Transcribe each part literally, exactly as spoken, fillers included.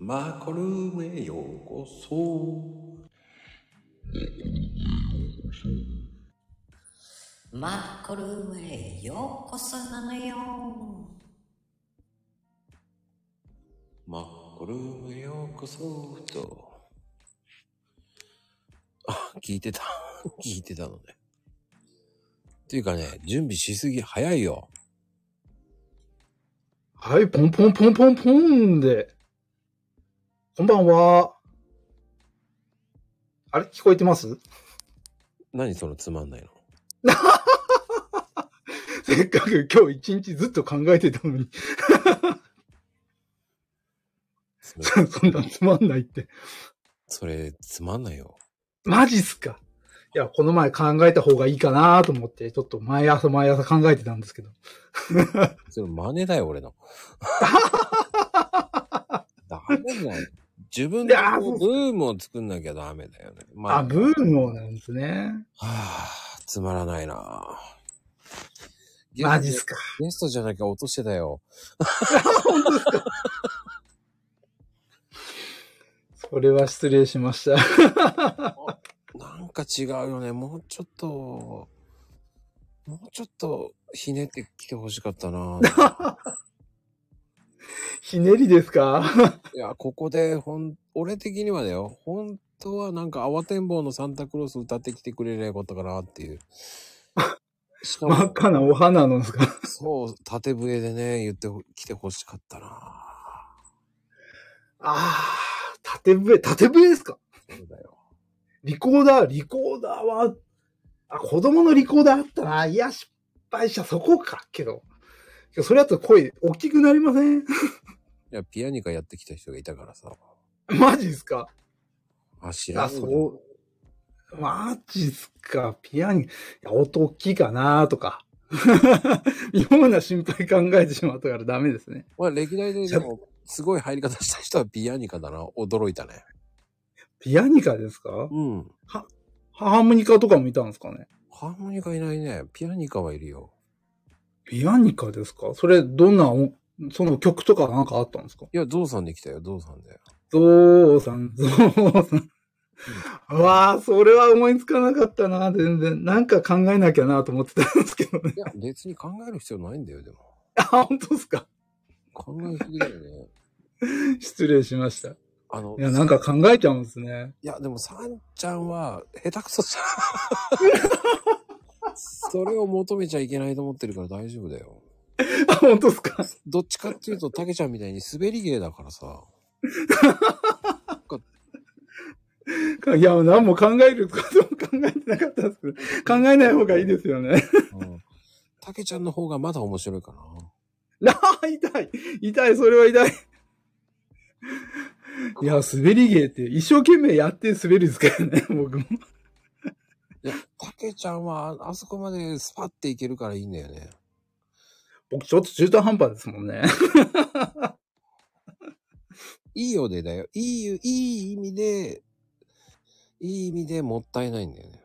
マコルームへようこそ。 マコルームへようこそなのよ。 マコルームへようこそと。あ、聞いてた。聞いてたのね。っていうかね、準備しすぎ早いよ。 はい、ポンポンポンポンポンで。こんばんは。あれ聞こえてます？ 何そのつまんないの。 せっかく今日一日ずっと考えてたのに。そんなつまんないって。 それつまんないよ。 マジっすか。いや、この前考えた方がいいかなと思って、ちょっと毎朝毎朝考えてたんですけど。 それ真似だよ、俺の。ダメだよ。自分でブームを作んなきゃダメだよね。 まあ、あ、ブームをなんですね。 はぁ、つまらないな。 マジっすか。 ゲストじゃなきゃ落としてたよ。 本当ですか。それは失礼しました。 なんか違うよね。もうちょっと、もうちょっとひねってきてほしかったな。 ひねりですか？ いや、ここでほん、俺的にはだよ。本当はなんか慌てんぼうのサンタクロース歌ってきてくれればよかったかなっていう。 しかも真っ赤なお花のですか？ そう、縦笛でね、言ってきてほしかったな。 ああ、縦笛、縦笛ですか？ そうだよ。 リコーダー、リコーダーは、あ、子供のリコーダーあったな。いや、失敗した、そこか、けど。それだと声、大きくなりません？いや、ピアニカやってきた人がいたからさ。 マジっすか？ あ、知らん。あ、 そう。マジっすか？ピアニカ、いや、音大きいかなとか。妙な心配考えてしまったからダメですね。 まあ、歴代ででも、すごい入り方した人はピアニカだな。驚いたね。 ピアニカですか？ うん。 は、ハーモニカとかもいたんですかね？ ハーモニカいないね。ピアニカはいるよ。 ピアニカですか？それ、どんな、その曲とかなんかあったんですか？ いや、ゾウさんで来たよ、ゾウさんで。 ゾウさん、ゾウさん。うわぁ、それは思いつかなかったな、全然。なんか考えなきゃなと思ってたんですけどね。 いや、別に考える必要ないんだよ、でも。 あ、本当ですか？ 考えすぎだよね。 失礼しました。 あの、 いや、なんか考えちゃうんですね。 いや、でも、サンちゃんは、下手くそじゃん。それを求めちゃいけないと思ってるから大丈夫だよ。 あ、本当ですか？ どっちかっていうと、たけちゃんみたいに滑り芸だからさ。 いや、何も考えることも考えてなかったんですけど、考えない方がいいですよね。 うん。たけちゃんの方がまだ面白いかな。ああ、痛い。痛い、それは痛い。いや、滑り芸って一生懸命やって滑るですからね、僕も。 いや、たけちゃんはあそこまでスパッていけるからいいんだよね。 僕ちょっと中途半端ですもんね。 いいようでだよ。いい、いい意味で、いい意味でもったいないんだよね。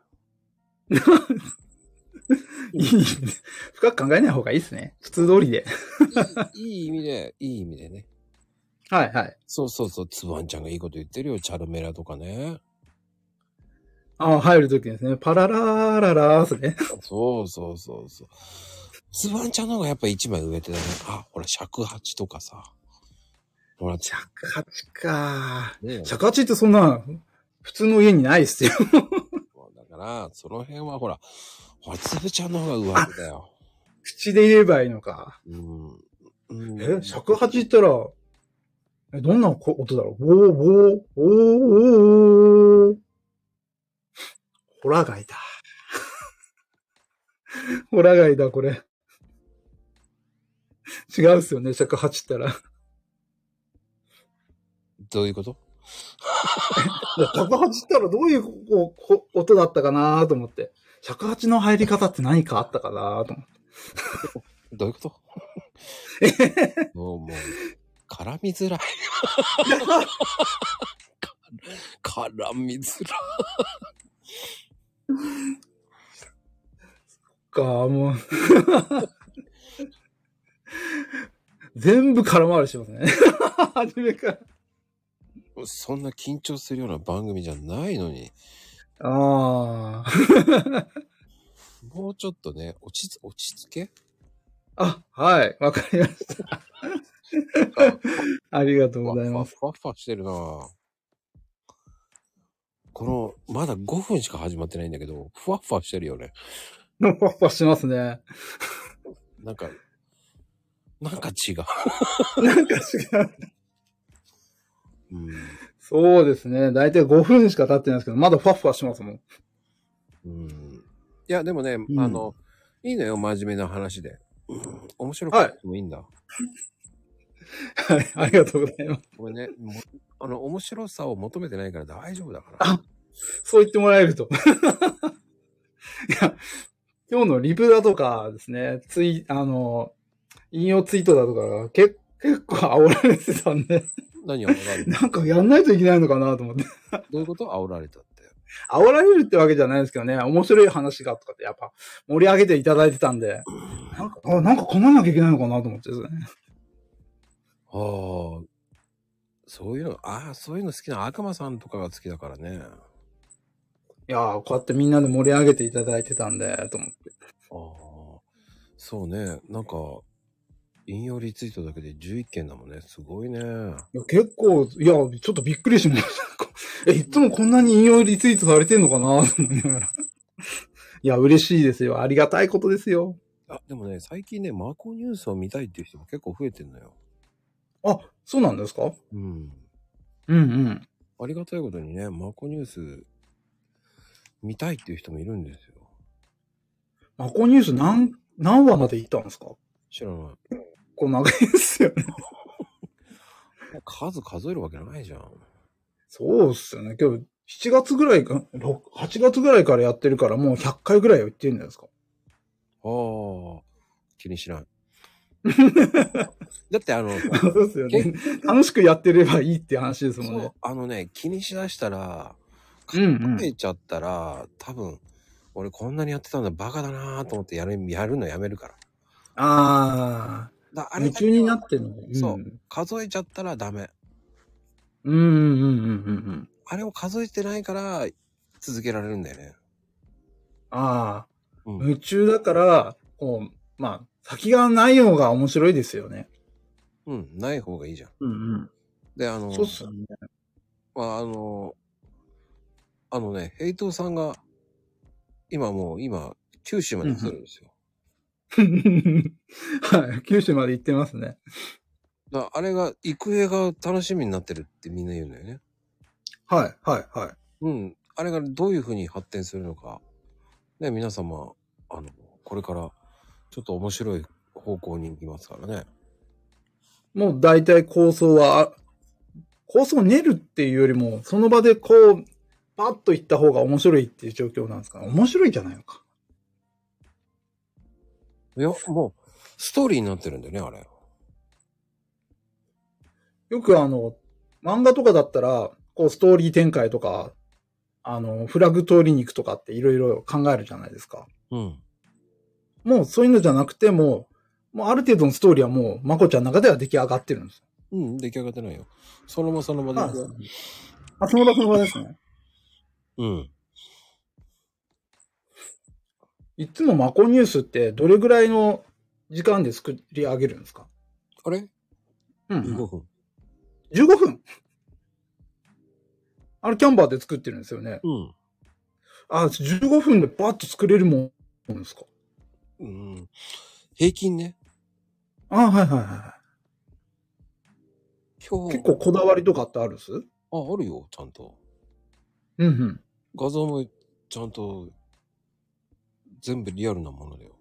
いい深く考えない方がいいですね。普通通りで。 いい、いい意味で、いい意味でね。 はいはい。 そうそうそう、つばんちゃんがいいこと言ってるよ。チャルメラとかね。 ああ、入るときですね。パララーララーですね。 そうそうそうそう。つばんちゃんの方がやっぱ一枚上手だね。あ、ほら、尺八とかさ。ほら、 尺八か、 ね。 尺八ってそんな、普通の家にないっすよ。 だから、その辺はほら、ほら、つぶちゃんの方が上手だよ。 口で言えばいいのか。 うん。うん、 え、尺八言ったら、え、どんな音だろう？おー、おー、おー、おー。ホラガイだ。ホラガイだ、これ。違うっすよね、尺八ったら。 どういうこと？ 尺八ったらどういうこう音だったかなと思って。尺八の入り方って何かあったかなと思って。 どういうこと？もう、もう、絡みづらい。絡みづらい。 か、もう。全部空回りしてますね。初めから。 そんな緊張するような番組じゃないのに。 ああ。 もうちょっとね、落ち着、落ち着けあ、はい。わかりました。ありがとうございます。 ふわふわしてるなぁ。この、まだごふんしか始まってないんだけど、ふわふわしてるよね。 ふわふわしますね。 なんか、なんか違う。 なんか違う。 うん、 そうですね。だいたいごふんしか経ってないですけど、まだふわふわしますもん。 うん。いや、でもね、うん、あの、いいのよ、真面目な話で。うん、面白くてもいいんだ。 はい、ありがとうございます。 これね、もあの、面白さを求めてないから大丈夫だから。 あ、そう言ってもらえると。いや、今日のリプだとかですね、ツイ、あの、引用ツイートだとかが結結構煽られてたんで。 何煽られた？ なんかやんないといけないのかなと思って。 どういうこと？煽られたって。 煽られるってわけじゃないですけどね、面白い話がとかってやっぱ盛り上げていただいてたんで、なんか、あ、なんか考えなきゃいけないのかなと思ってですね。 はあ、そういうの、ああ、そういうの好きな悪魔さんとかが好きだからね。 いやー、こうやってみんなで盛り上げていただいてたんで、と思って。 ああ、そうね、なんか、引用リツイートだけでじゅういっけんだもんね。すごいね。 いや結構、いや、ちょっとびっくりしました。え、いつもこんなに引用リツイートされてんのかなと思いながら。いや、嬉しいですよ。ありがたいことですよ。 あ、でもね、最近ね、マコニュースを見たいっていう人も結構増えてんのよ。 あ、そうなんですか？ うん。 うんうん。 ありがたいことにね、マコニュース見たいっていう人もいるんですよ。 マコニュース何、何話まで行ったんですか？ 知らない。 こう長いですよね。 数数えるわけないじゃん。 そうっすよね。今日しちがつぐらいか、はちがつぐらいからやってるからもうひゃっかいぐらいは行ってるんじゃないですか。 ああ、気にしない。だってあの、 そうですよね。楽しくやってればいいって話ですもんね。そう、 あのね、気にしだしたら、考えちゃったら、うんうん、多分、俺こんなにやってたんだ、バカだなと思ってやる、やるのやめるから。 ああ。 だあれ夢中になってんの、 うん、そう。数えちゃったらダメ。 うんうんうんうんうん。 あれを数えてないから続けられるんだよね。 ああ、うん。夢中だから、こう、まあ、先がないのが面白いですよね。 うん、ない方がいいじゃん。 うんうん。 で、あの、 そうっすよね。 まあ、あの、あのね、ヘイトさんが、今もう、今、九州まで来てるんですよ。 はい、九州まで行ってますね。 だあれが、行く映画楽しみになってるってみんな言うんだよね。 はい、はい、はい。 うん。あれがどういう風に発展するのか。ね、皆様、あの、これから、ちょっと面白い方向に行きますからね。 もう大体構想は、構想を練るっていうよりも、その場でこう、パッと行った方が面白いっていう状況なんですか？面白いんじゃないのか。 いや、もう、ストーリーになってるんだよね、あれ。 よくあの、漫画とかだったら、こう、ストーリー展開とか、あの、フラグ通りに行くとかっていろいろ考えるじゃないですか。 うん。 もうそういうのじゃなくても、もうある程度のストーリーはもう、まこちゃんの中では出来上がってるんです。 うん、出来上がってないよ。その場その場で。 あ、その場その場ですね。 うん。 いつもマコニュースってどれぐらいの時間で作り上げるんですか？ あれうん、うん。 じゅうごふん。 じゅうごふん？あれキャンバーで作ってるんですよね。 うん。 あ、じゅうごふんでバッと作れるもんですか？ うん。平均ね。 あ、はいはいはい。 今日。 結構こだわりとかってあるんです？ あ、あるよ、ちゃんと。 うんうん。 画像もちゃんと全部リアルなものだよ。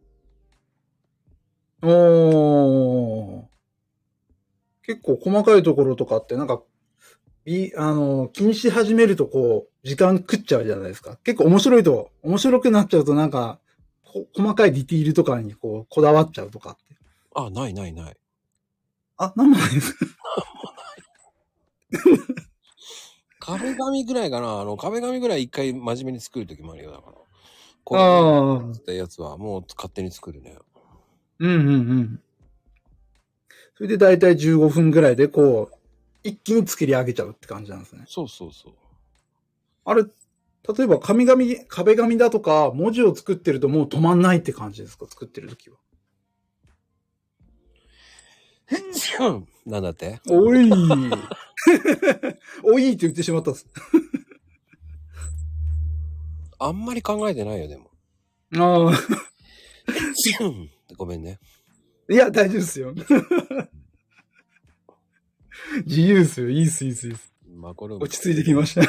おー。結構細かいところとかってなんか、い、あの、気にし始めるとこう、時間食っちゃうじゃないですか。結構面白いと、面白くなっちゃうとなんか、細かいディティールとかにこう、こだわっちゃうとかって。 あ、ないないない。 あ、なんもないです。 なんもない。壁紙ぐらいかな。あの、壁紙ぐらい一回真面目に作るときもあるよ、だから。こういうってやつはもう勝手に作るね。 うんうんうん。それでだいたいじゅうごふんぐらいでこう、 一気に作り上げちゃうって感じなんですね。 そうそうそう。 あれ、例えば紙紙、壁紙だとか、文字を作ってるともう止まんないって感じですか？作ってるときは。 なんだっておいおいって言ってしまったっす。 あんまり考えてないよ、でも。 ああ。 ごめんね。 いや、大丈夫ですよ。自由ですよ。いいっす、いいっす、いいっす。 マコルーム。 落ち着いてきました。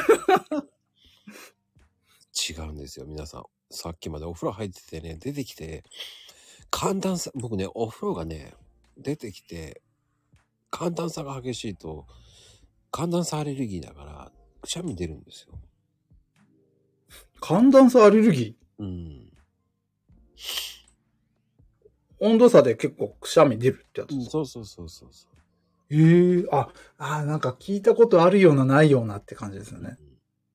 違うんですよ、皆さん。さっきまでお風呂入っててね、出てきて、寒暖差、僕ね、お風呂がね、出てきて、寒暖差が激しいと、寒暖差アレルギーだから、くしゃみ出るんですよ。 寒暖差アレルギーうん。 温度差で結構くしゃみ出るってやつ、 うん、そうそうそうそうそう。 ええー、あ、あ、なんか聞いたことあるようなないようなって感じですよね。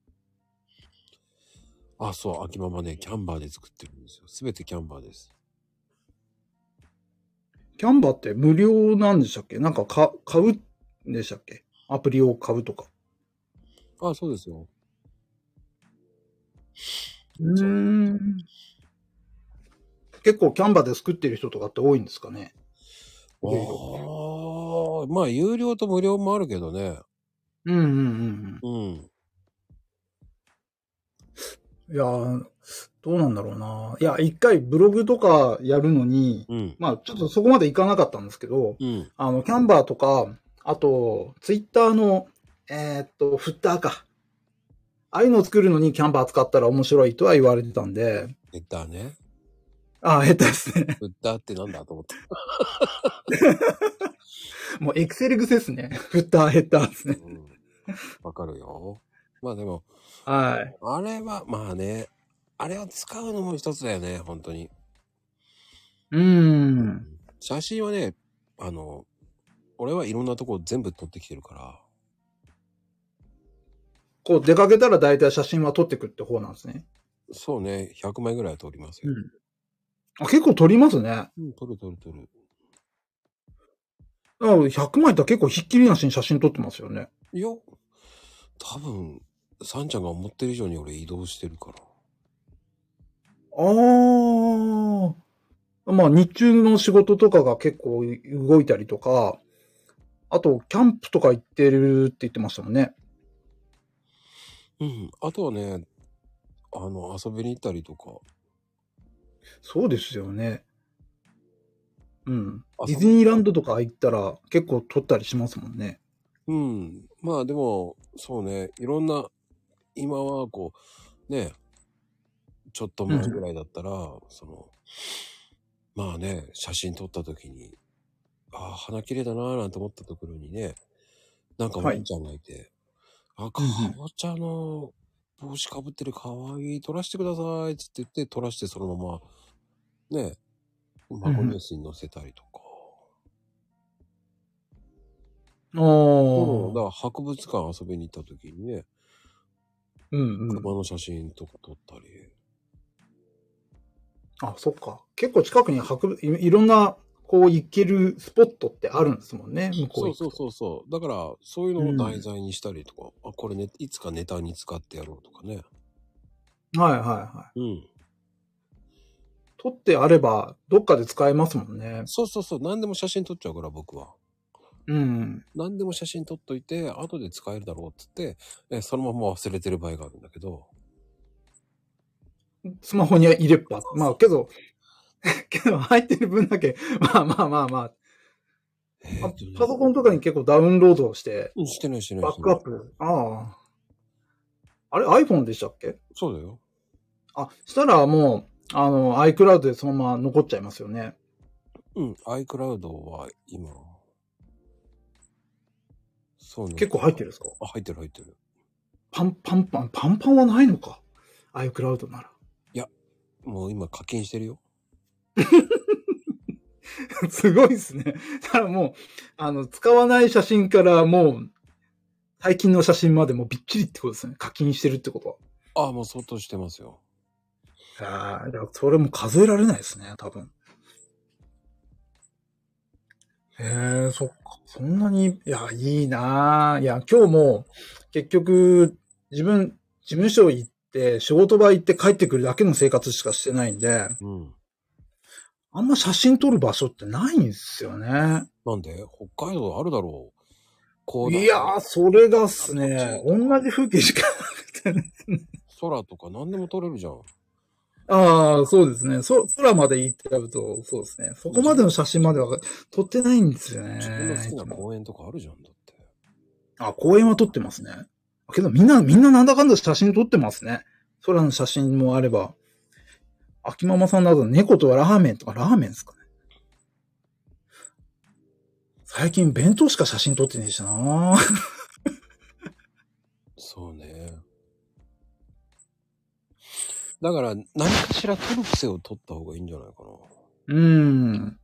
うん、あ、そう、秋ママね、キャンバーで作ってるんですよ。すべてキャンバーです。 キャンバーって無料なんでしたっけ？なんかか買うんでしたっけ？アプリを買うとか。 あ、そうですよ。 うーん。結構キャンバーで作ってる人とかって多いんですかね？ ああ、まあ有料と無料もあるけどね。 うんうんうんうん。うん。 いやー、どうなんだろうな。いや、一回ブログとかやるのに、 うん、 まあちょっとそこまでいかなかったんですけど、 うん、 あの、キャンバーとか、あと、ツイッターの、えー、っと、フッターか。ああいうのを作るのにキャンバー使ったら面白いとは言われてたんで。 ヘッダーね。 ああ、下手ですね。 フッターってなんだと思って。 もうエクセル癖ですね。フッターヘッダーですね。 うん。わかるよ。まあでも、 はい。 あれは、まあね、あれを使うのも一つだよね、本当に。 うーん。 写真はね、あの、俺はいろんなとこ全部撮ってきてるから。 こう出かけたら大体写真は撮ってくって方なんですね。 そうね、ひゃくまいぐらい撮りますよ。 うん。あ、結構撮りますね。 うん、撮る撮る撮る。 あ、ひゃくまいって結構ひっきりなしに写真撮ってますよね。 いや、多分、サンちゃんが思ってる以上に俺移動してるから。 ああ。まあ日中の仕事とかが結構動いたりとか、あとキャンプとか行ってるって言ってましたもんね。 うん。あとはね、あの、遊びに行ったりとか。 そうですよね。うん。ディズニーランドとか行ったら結構撮ったりしますもんね。 うん。まあでも、そうね、いろんな、今はこう、ね、ちょっと前ぐらいだったら、うん、その、まあね、写真撮った時に、ああ、花綺麗だなーなんて思ったところにね、なんかワンちゃんがいて、はい、あ、かぼちゃの帽子かぶってるかわいい、撮らせてくださいっつって言って、撮らしてそのまま、ね、孫ニュースに載せたりとか。 ああ、うん。だから博物館遊びに行った時にね、 うんうん。 熊の写真とか撮ったり。 あ、そっか。結構近くに博物、い, いろんな、こう行けるスポットってあるんですもんね、向こう行くと。 そうそうそうそう。だから、そういうのを題材にしたりとか、うん、あ、これね、いつかネタに使ってやろうとかね。 はいはいはい。 うん。 撮ってあれば、どっかで使えますもんね。 そうそうそう。何でも写真撮っちゃうから、僕は。 うん。 何でも写真撮っといて、後で使えるだろうって言って、えそのまま忘れてる場合があるんだけど。 スマホに入れっぱ。まあ、けど、けど入ってる分だけ、まあまあまあまあ。えーね、パソコンとかに結構ダウンロードして。 うん、してないしてない。 バックアップ。ああ。あれ iPhone でしたっけ？ そうだよ。 あ、したらもう、あの、iCloud でそのまま残っちゃいますよね。 うん、iCloud は今、そうね。 結構入ってるんですか？ あ、入ってる入ってる。 パンパンパン、パンパンはないのか iCloud なら。 いや、もう今課金してるよ。 すごいですね。だからもう、あの、使わない写真からもう、最近の写真までもびっちりってことですね。課金してるってことは。ああ、もう相当してますよ。 ああ、だからそれも数えられないですね、多分。 へえ、そっか。そんなに、いや、いいなぁ。いや、今日も、結局、自分、事務所行って、仕事場行って帰ってくるだけの生活しかしてないんで、 うん。 あんま写真撮る場所ってないんですよね。 なんで北海道あるだろう。こうだ。 いやー、それがっすね、同じ風景しかなくて。 空とか何でも撮れるじゃん。 ああ、そうですね。そ、空まで行ってやると、そうですね。そこまでの写真までは撮ってないんですよ自分の好ね。 きいつも。 な公園とかあるじゃん、だって。 あ、公園は撮ってますね。けどみんな、みんななんだかんだ写真撮ってますね。空の写真もあれば。秋ママさんだと猫とラーメンとかラーメンですかね。最近弁当しか写真撮ってねえしなそうね。だから何かしら撮る癖を取った方がいいんじゃないかな。 うーん。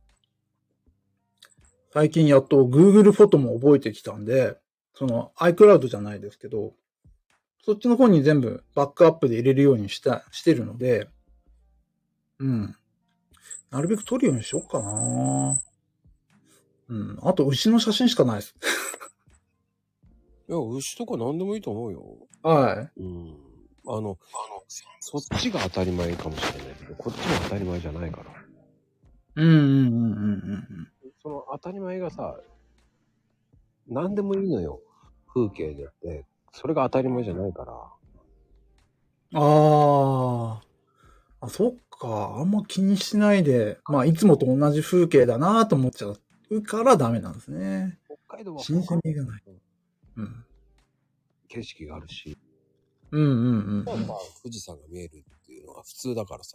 最近やっと Google フォトも覚えてきたんで、その iCloud じゃないですけど、そっちの方に全部バックアップで入れるようにした、してるので、うん。なるべく撮るようにしようかな。うん。あと、牛の写真しかないです。 いや、牛とか何でもいいと思うよ。 はうん。あの、そっちが当たり前かもしれないけど、こっちも当たり前じゃないから。 い。うんうんうんうんうんその当たり前がさ、何でもいいのよ。風景でって、それが当たり前じゃないから。 うん。ああ。あ、そっか。あんま気にしないで、まあ、いつもと同じ風景だなと思っちゃうからダメなんですね。 北海道は新鮮味がない。うん。 景色があるし、 うんうんうんまあ、 うん。 富士山が見えるっていうのが普通だからさ。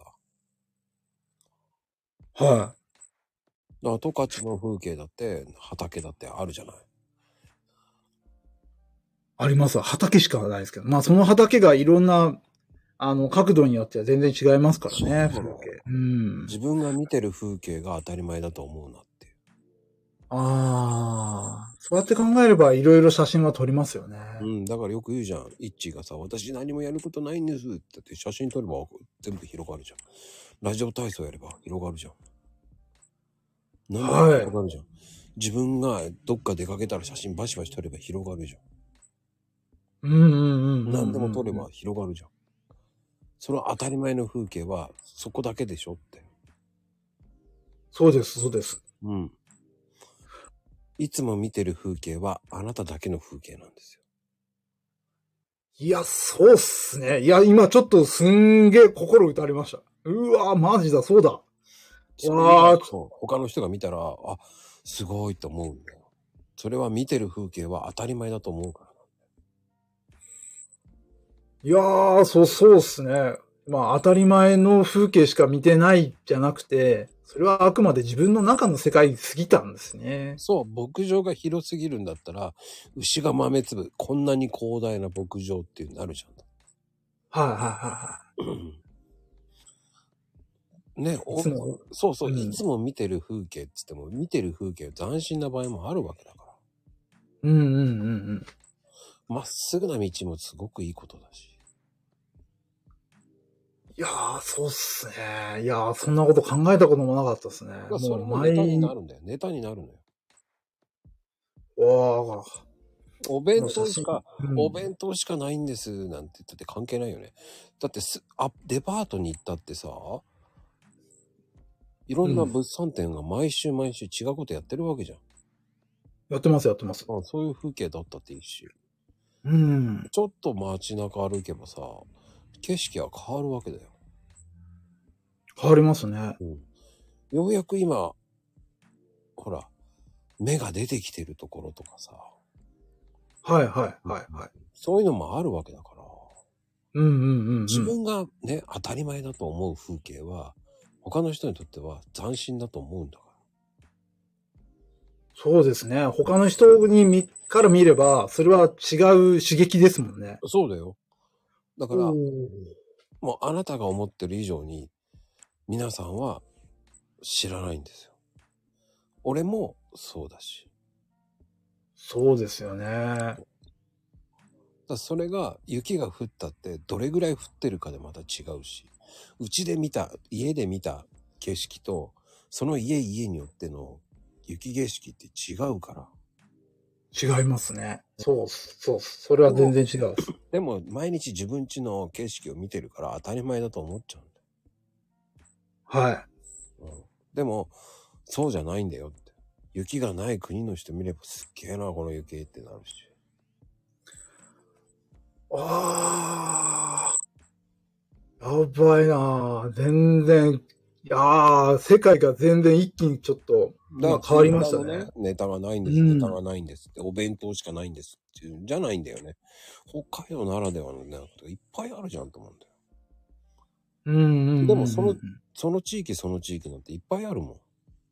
はい。 十勝の風景だって畑だってあるじゃない。 あります。畑しかないですけど。まあ、その畑がいろんな、あの、角度によっては全然違いますからね、風景。うん。 自分が見てる風景が当たり前だと思うなっていう。 ああ、そうやって考えればいろいろ写真は撮りますよね。 うん、だからよく言うじゃん。イッチーがさ、私何もやることないんですって言って写真撮れば全部広がるじゃん。ラジオ体操やれば広がるじゃん。何でもはい。 広がるじゃん。自分がどっか出かけたら写真バシバシ撮れば広がるじゃん。 うんうんうんうんうん。 何でも撮れば広がるじゃん。その当たり前の風景はそこだけでしょって。 そうです、そうです。 うん。いつも見てる風景はあなただけの風景なんですよ。 いや、そうっすね。いや、今ちょっとすんげえ心打たれました。うわマジだ、そうだ。 それわー、 そう。他の人が見たら、あ、すごいと思うんだよ。それは見てる風景は当たり前だと思うから。 いやー、そう、そうっすね。まあ、当たり前の風景しか見てないじゃなくて、それはあくまで自分の中の世界に過ぎたんですね。 そう、牧場が広すぎるんだったら、牛が豆粒、こんなに広大な牧場っていうのあるじゃん。 はいはいはね、 い。いつも、 そうそう、 うん、 いつも見てる風景っつっても、見てる風景斬新な場合もあるわけだから。 うんうんうんうん。 まっすぐな道もすごくいいことだし。 いやー、そうっすね。いやー、そんなこと考えたこともなかったですね。 そもうれもネタにな毎、 るんだよ。ネタになるのよ。 わー、 お弁もう写真、 当しか、 うん、 お弁当しかないんですなんて言ってて関係ないよね。だってすあデパートに行ったってさ、いろんな物産展が毎週毎週違うことやってるわけじゃん。 やってます、やってます。 あそういう風景だったっていいし。 うん。 ちょっと街中歩けばさ、景色は変わるわけだよ。 変わりますね。 うん。ようやく今、ほら、芽が出てきてるところとかさ、 はいはいはいはい。 そういうのもあるわけだから、 うんうんうんうん。 自分がね、当たり前だと思う風景は、他の人にとっては斬新だと思うんだから。 そうですね。他の人にみから見れば、それは違う刺激ですもんね。 そうだよ。だから、 おーもうあなたが思ってる以上に、皆さんは知らないんですよ。俺もそうだし。 そうですよね。 だからそれが雪が降ったってどれぐらい降ってるかでまた違うし、うちで見た、家で見た景色と、その家々によっての雪景色って違うから。 違いますね。そう、そう、それは全然違う。 でも、毎日自分家の景色を見てるから当たり前だと思っちゃうんはい。 だよ。うん。でも、そうじゃないんだよって。雪がない国の人見ればすっげえな、この雪ってなるし。 ああ、やばいなぁ。全然、いやー、世界が全然一気にちょっと、まあ変わりましたね。 ネタがないんです、 うんネタがないんですって、お弁当しかないんですっていうんじゃないんだよね。北海道ならではのね、ことがいっぱいあるじゃんと思うんだよ。 うんうんうんうん。 でもその、その地域その地域なんていっぱいあるもん。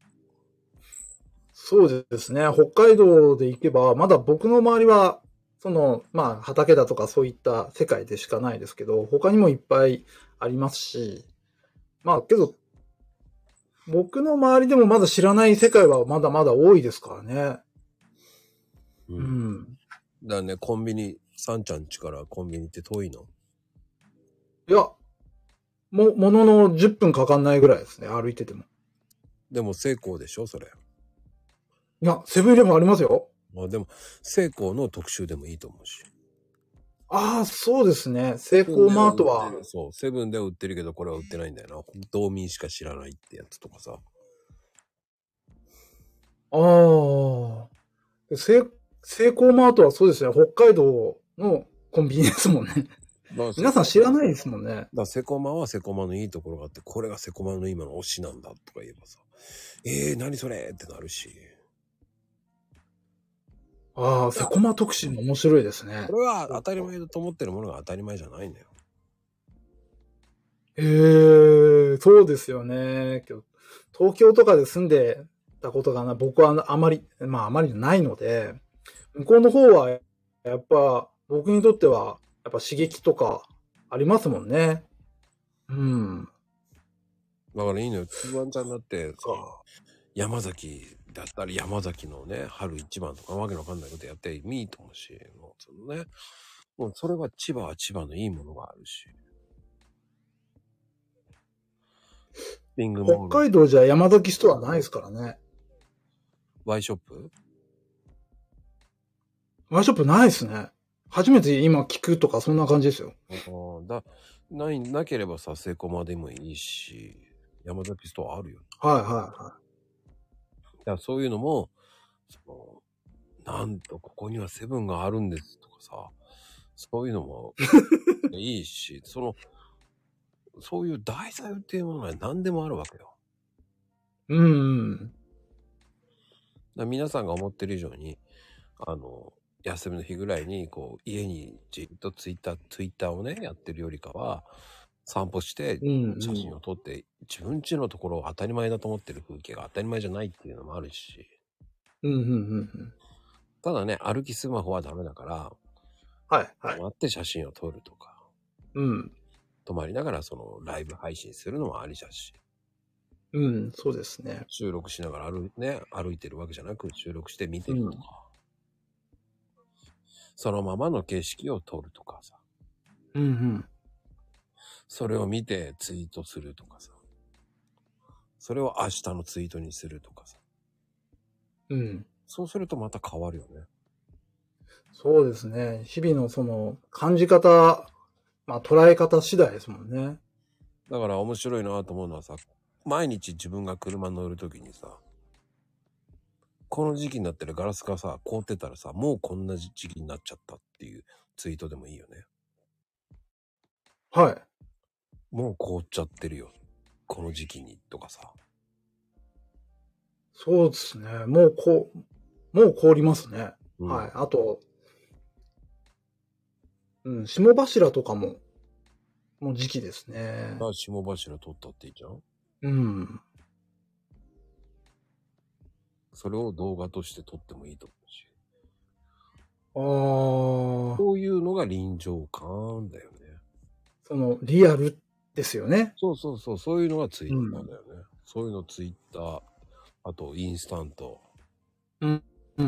そうですね。北海道で行けば、まだ僕の周りは、その、まあ、畑だとかそういった世界でしかないですけど、他にもいっぱいありますし、まあ、けど、僕の周りでもまだ知らない世界はまだまだ多いですからね。 うん。 うん。 だからね、コンビニ、さんちゃん家からコンビニって遠いの？ いや、も、もののじゅっぷんかかんないぐらいですね、歩いてても。 でも成功でしょそれ。 いや、セブンイレブンありますよ。 まあでも、成功の特集でもいいと思うし。 ああ、そうですね。セイコーマートは。 そう、セブンでは売ってるけど、これは売ってないんだよな。道民しか知らないってやつとかさ。 ああ。セイ、セイコーマートはそうですね。北海道のコンビニですもんね。皆さん知らないですもんね。だからセコマはセコマのいいところがあって、これがセコマの今の推しなんだとか言えばさ、えー、何それってなるし。 ああ、セコマ特集も面白いですね。 これは当たり前だと思ってるものが当たり前じゃないんだよ。 へえ、そうですよね。東京とかで住んでたことがな、僕はあまり、まああまりないので、向こうの方は、やっぱ、僕にとっては、やっぱ刺激とかありますもんね。うん。 だからいいのよ。つぶあんちゃんだってさ、山崎だったり山崎のね、春一番とかわけのわかんないことやってもいいと思うし、もうそのね、もうそれは千葉は千葉のいいものがあるし。 北海道じゃ山崎ストアないですからね。 ワイショップ？ ワイショップないですね。初めて今聞くとかそんな感じですよ。 ああ、だ、ない、なければさ、セイコマでもいいし、山崎ストアあるよ。 はいはいはい。 いや、そういうのも、その、なんとここにはセブンがあるんですとかさ、そういうのもいいし、その、そういう題材っていうものは何でもあるわけよ。 うん。 だ皆さんが思ってる以上に、あの、休みの日ぐらいに、こう、家にじっとツイッター、ツイッターをね、やってるよりかは、散歩して、写真を撮って、うんうん、自分家のところを当たり前だと思ってる風景が当たり前じゃないっていうのもあるし。 うんうんうんうん。 ただね、歩きスマホはダメだから、 はいはい。 止まって写真を撮るとか。 うん。 泊まりながらそのライブ配信するのもありだし。 うん、そうですね。 収録しながら歩い,、ね、歩いてるわけじゃなく、収録して見てるとか、うん。そのままの景色を撮るとかさ。 うんうん。 それを見てツイートするとかさ。それを明日のツイートにするとかさ。 うん。 そうするとまた変わるよね。 そうですね。日々のその感じ方、まあ捉え方次第ですもんね。 だから面白いなと思うのはさ、毎日自分が車乗るときにさ、この時期になったらガラスがさ、凍ってたらさ、もうこんな時期になっちゃったっていうツイートでもいいよね。 はい。 もう凍っちゃってるよ。この時期にとかさ。 そうですね。もうこう、もう凍りますね。うん、はい。あと、うん、霜柱とかも、もう時期ですね。 ああ、霜柱取ったっていいじゃん。 うん。 それを動画として撮ってもいいと思うし。 ああ。 こういうのが臨場感だよね。 その、リアルですよね。 そうそうそう、そういうのがツイッターだよね。うん、そういうのツイッター、あとインスタント。 うん。うん。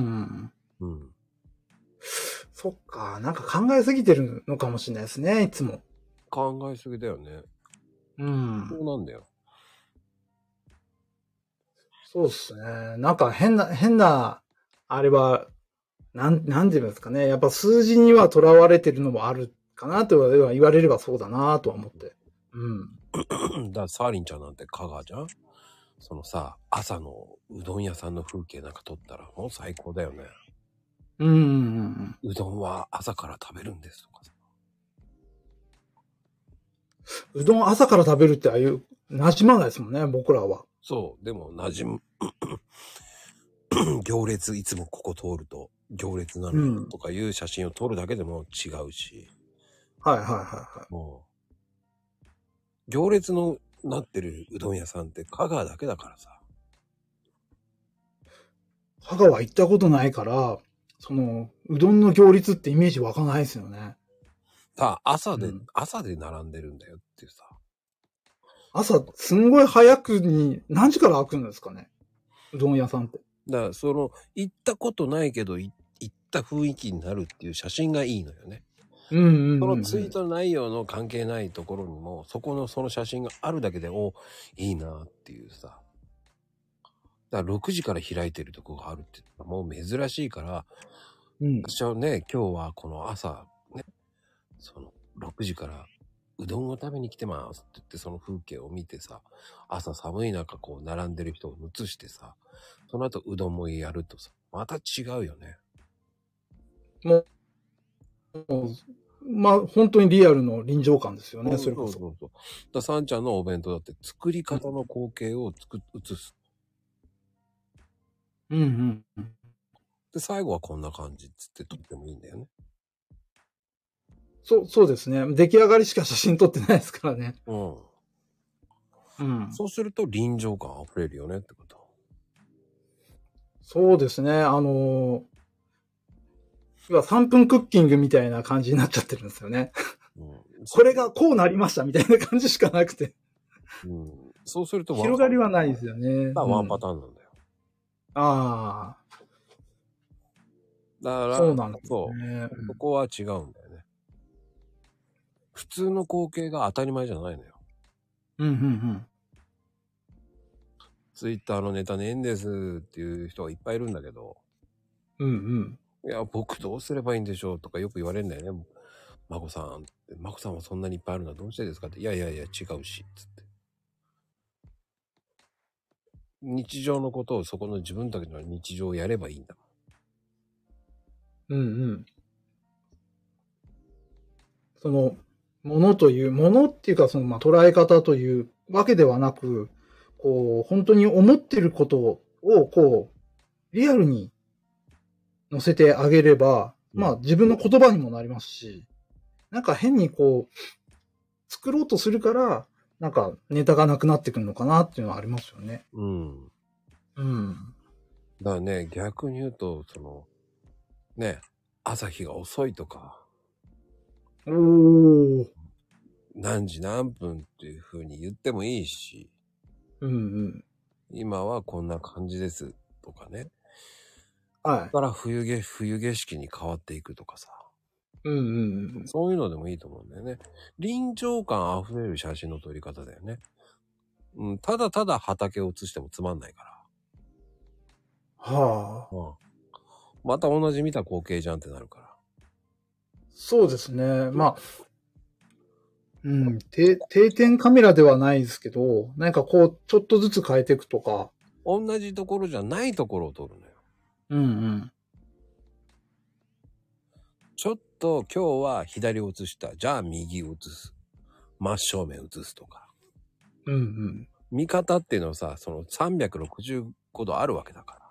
うん。 そっか、なんか考えすぎてるのかもしれないですね、いつも。 考えすぎだよね。 うん。 そうなんだよ。 そうですね。なんか変な、変な、あれは、なん、なんていうんですかね。やっぱ数字には囚われてるのもあるかなとは言われればそうだなとは思って。うん。 だからサーリンちゃんなんて香川じゃん。そのさ、朝のうどん屋さんの風景なんか撮ったらもう最高だよね。 うんうんうん。 うどんは朝から食べるんですとかさ。 うどん朝から食べるってああいう、馴染まないですもんね、僕らは。 そう、でも馴染む。行列いつもここ通ると行列なのうん。 とかいう写真を撮るだけでも違うし。 はいはいはいはい。 もう、行列のなってるうどん屋さんって香川だけだからさ。 香川行ったことないから、その、うどんの行列ってイメージ湧かないですよね。 さあ、朝で、 うん、 朝で並んでるんだよっていうさ。 朝、すんごい早くに、何時から開くんですかね、うどん屋さんって。 だからその行ったことないけどい行った雰囲気になるっていう写真がいいのよね。 うんうんうん、うん。 そのツイート内容の関係ないところにもそこのその写真があるだけでおいいなっていうさ。だからろくじから開いてるとこがあるってもう珍しいから、 うん、 私はね今日はこの朝ねそのろくじからうどんを食べに来てますって言ってその風景を見てさ、朝寒い中こう並んでる人を映してさ、その後うどんもやるとさ、また違うよね。 もう、もうまあ、本当にリアルの臨場感ですよね、それこそ。 そうそうそう。ださんちゃんのお弁当だって作り方の光景をつく映す。 うんうんうん。 で、最後はこんな感じっつって撮ってもいいんだよね。 そう、そうですね。出来上がりしか写真撮ってないですからね。 うん。 うん。 そうすると臨場感あふれるよねってこと。 そうですね。あの要はさんぷんクッキングみたいな感じになっちゃってるんですよね。 うん、 これがこうなりましたみたいな感じしかなくて。 うん、そうするとワン広がりはないですよね。 ワンパターンなんだよ。 うん、ああ。 だから、 そうなんですね。 そう。ここは違うんだよね。普通の光景が当たり前じゃないのよ。 うんうんうん。 ツイッターのネタねえんですっていう人がいっぱいいるんだけど、 うんうん。 いや、僕どうすればいいんでしょうとかよく言われるんだよね。まこさんって、まこさんはそんなにいっぱいあるのはどうしてですかって、いやいやいや違うし、つって。日常のことをそこの自分たちの日常をやればいいんだもん。うんうん。その、ものという、ものっていうかその、まあ、捉え方というわけではなく、こう、本当に思ってることを、こう、リアルに載せてあげれば、 うん、 まあ自分の言葉にもなりますし、なんか変にこう、作ろうとするから、なんかネタがなくなってくるのかなっていうのはありますよね。 うん。 うん。 だからね、逆に言うと、その、ね、朝日が遅いとか、 おー。 何時何分っていう風に言ってもいいし、 うんうん。 今はこんな感じですとかね。 はい。 ここから冬景、冬景色に変わっていくとかさ。 うんうんうん。 そういうのでもいいと思うんだよね。臨場感あふれる写真の撮り方だよね。うん、ただただ畑を写してもつまんないから。 はあ。 うん。また同じ見た光景じゃんってなるから。 そうですね。まあ、うん、定定点カメラではないですけど、なんかこう、ちょっとずつ変えていくとか。 同じところじゃないところを撮るのよ。 うんうん。 ちょっと今日は左を写した。じゃあ右を写す。真正面写すとか。 うんうん。 見方っていうのはさ、そのさんびゃくろくじゅうごどあるわけだから。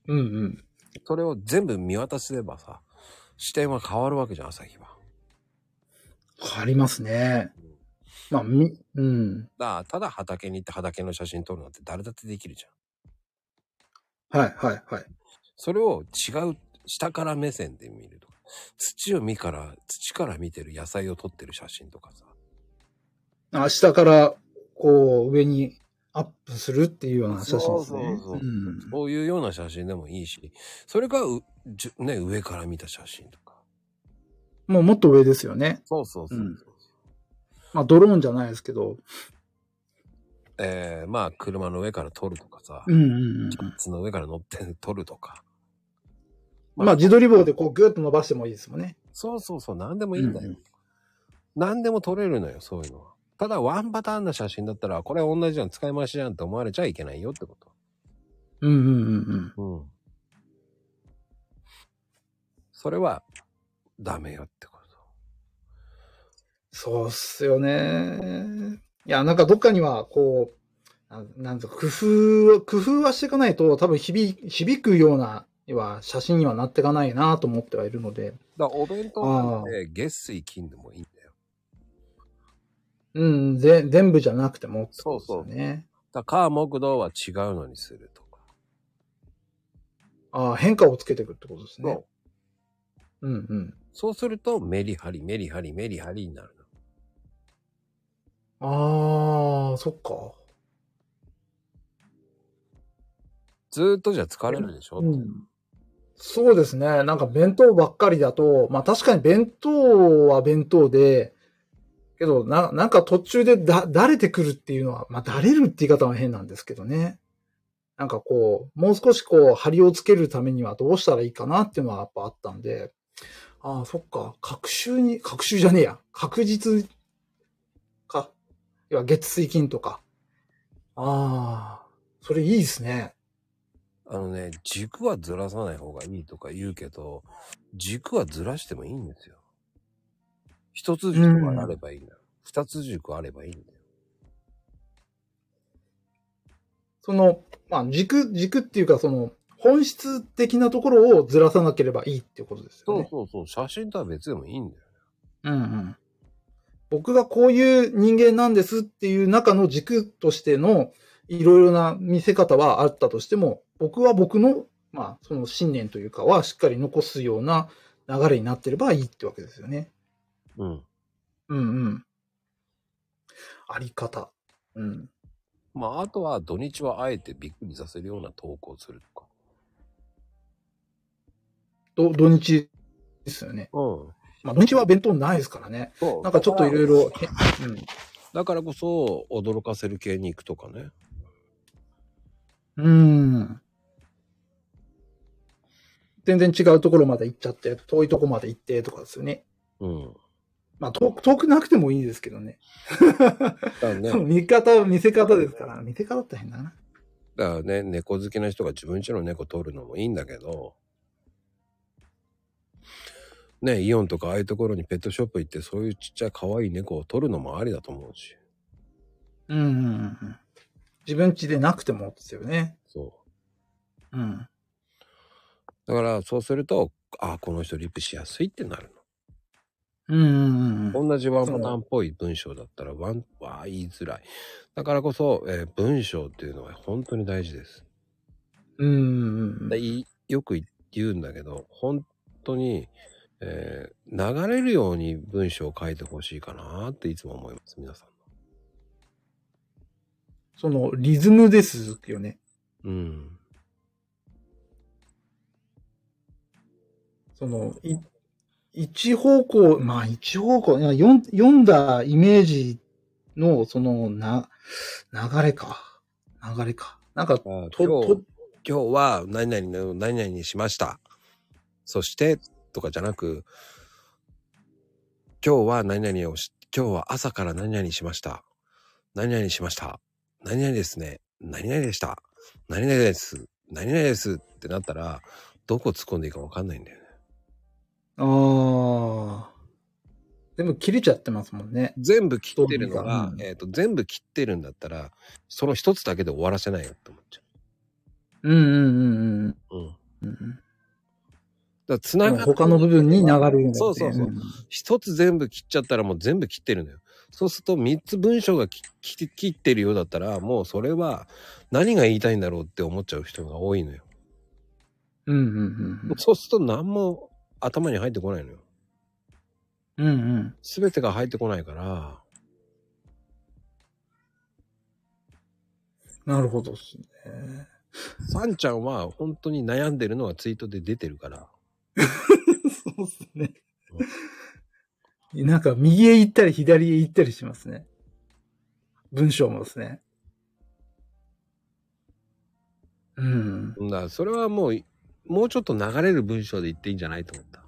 うんうん。 それを全部見渡せればさ、視点は変わるわけじゃん、朝日は。 変わりますね。まあ、み、うん。 だからただ畑に行って畑の写真撮るなんて誰だってできるじはい、はい、はい。 ゃん。それを違う下から目線で見るとか、土を見から、土から見てる野菜を撮ってる写真とかさ。 あ、下から、こう、上にアップするっていうような写真ですね。 そうそうそう。 うん、 そういうような写真でもいいし、それがう、じゅね、上から見た写真とか。 もうもっと上ですよね。 そうそうそうそう。 うん、まあ、ドローンじゃないですけど。 えー、まあ車の上から撮るとかさ、 うんうんうん。 シャツの上から乗って撮るとか。 まあ自撮り棒でこうグーッと伸ばしてもいいですもんね。 そうそうそう、何でもいいんだよ。 うんうん、 何でも撮れるのよ、そういうのは。ただワンパターンな写真だったら、これ同じじゃん、使い回しじゃんって思われちゃいけないよってこと。 うんうんうんうん。 うん。それはダメよってこと。 そうっすよね。いや、なんかどっかにはこう、ななんと工夫、工夫はしていかないと多分響、響くような、要は写真にはなっていかないなと思ってはいるので。 だからお弁当なんて月水金でもいいんだよ。 うん、ぜ全部じゃなくてもってことですよね。 そうそう。だから火木土は違うのにするとか。 ああ、変化をつけていくってことですね。 そう。 うんうん。 そうするとメリハリ、メリハリ、メリハリになるの。ああ、そっか。 ずーっとじゃ疲れるでしょ、 うん、そうですね。なんか弁当ばっかりだと、まあ確かに弁当は弁当で、けどな、なんか途中でだ、だれてくるっていうのは、まあだれるって言い方は変なんですけどね。なんかこう、もう少しこう、張りをつけるためにはどうしたらいいかなっていうのはやっぱあったんで、ああ、そっか。隔週に、隔週じゃねえや。確実か。要は月水金とか。ああ、それいいですね。 あのね、軸はずらさない方がいいとか言うけど、軸はずらしてもいいんですよ。一つ軸はあればいいんだよ。二つ軸あればいいんだよ。 その、まあ、軸、軸っていうか、その、本質的なところをずらさなければいいっていうことですよね。 そうそうそう。写真とは別でもいいんだよ。 うんうん。僕がこういう人間なんですっていう中の軸としてのいろいろな見せ方はあったとしても、僕は僕の、まあ、その信念というかはしっかり残すような流れになってればいいってわけですよね。 うん。 うんうん。あり方。うん。 まあ、あとは土日はあえてびっくりさせるような投稿をするとか。 ど、土日ですよね。 うん。 まあ、土日は弁当ないですからね。 そう。 なんかちょっといろいろ、うん。 だからこそ、驚かせる系に行くとかね。 うーん。全然違うところまで行っちゃって、遠いところまで行ってとかですよね。 うん。 まあ、遠く、遠くなくてもいいですけどね。 だね。 その見方、見せ方ですから。見せ方って変だな。 だからね、猫好きな人が自分家の猫撮るのもいいんだけど、ね、イオンとかああいうところにペットショップ行ってそういうちっちゃい可愛い猫を撮るのもありだと思うし。 うんうんうん。自分家でなくてもですよね。 そう。 うん。 だからそうすると、ああ、この人リプしやすいってなるうんうんうんの。同じワンパターンっぽい文章だったらワンは言いづらい。だからこそ、えー文章っていうのは本当に大事です。 うんうんうん。 でいよく言うんだけど、本当に、えー流れるように文章を書いてほしいかなっていつも思います、皆さんの。 その、リズムですよね。 うん。 その、い、一方向、まあ一方向、いや読ん読んだイメージの、その、な、流れか。流れか。なんか、 あと、 今日と、 今日は何々の何々にしました。そしてとかじゃなく、今日は何々をし、今日は朝から何々しました。何々しました。何々ですね。何々でした。何々です。何々ですってなったら、どこ突っ込んでいいか分かんないんだよね。 ああ。全部切れちゃってますもんね。 全部切ってるのが、 うん、 えっと、全部切ってるんだったら、その一つだけで終わらせないよって思っちゃう。うんうんうんうん。 う。うん。 うん、 だから繋がって他の部分に流れるようになって。 そうそうそう。一、うん、つ全部切っちゃったらもう全部切ってるのよ。そうすると三つ文章がきき切ってるようだったら、もうそれは何が言いたいんだろうって思っちゃう人が多いのよ。 うんうんうんうん。 そうすると何も頭に入ってこないのよ。 うんうん。 すべてが入ってこないから。 なるほどですね。 さんちゃんは本当に悩んでるのはツイートで出てるから。 そうっすね。なんか右へ行ったり左へ行ったりしますね。文章もですね。 うん。 だからそれはもう、もうちょっと流れる文章で言っていいんじゃないと思った。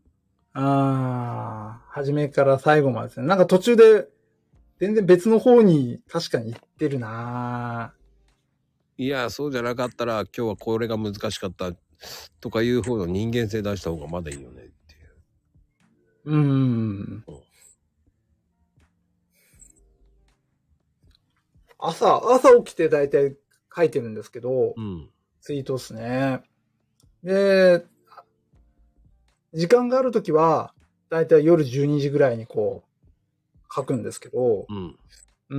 ああ、初めから最後までですね。なんか途中で、全然別の方に確かに行ってるないや、そうじゃなかったら今日はこれが難しかったとかいう方の人間性出した方がまだいいよねっていう。 うん。朝、朝起きて大体書いてるんですけど、 うん。 ツイートですね。で、時間があるときは、大体夜じゅうにじぐらいにこう、書くんですけど、 うん。 うん。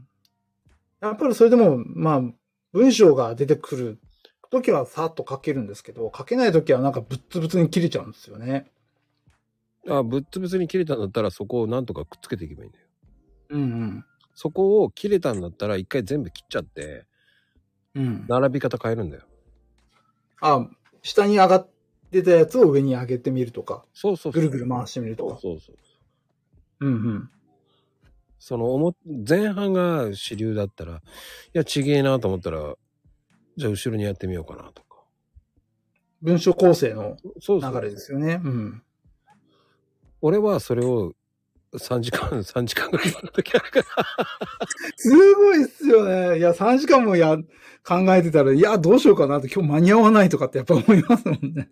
やっぱりそれでも、まあ、文章が出てくるときはさっと書けるんですけど、書けないときはなんかぶっつぶつに切れちゃうんですよね。 あ、ぶっつぶつに切れたんだったらそこをなんとかくっつけていけばいいんだよ。 うんうん。 そこを切れたんだったら一回全部切っちゃって、 うん。 並び方変えるんだよ。 あ、下に上がってたやつを上に上げてみるとか、 そうそうそう。 ぐるぐる回してみるとか。 そうそうそう。 うんうん。 そのおも前半が主流だったら、いやちげえなと思ったら、じゃあ後ろにやってみようかなとか。 文章構成のそうそう。 流れですよね。うん。 俺はそれをさんじかん、さんじかんぐらいの時あるから。 すごいっすよね。いや、さんじかんもや、考えてたら、いや、どうしようかなって今日間に合わないとかってやっぱ思いますもんね。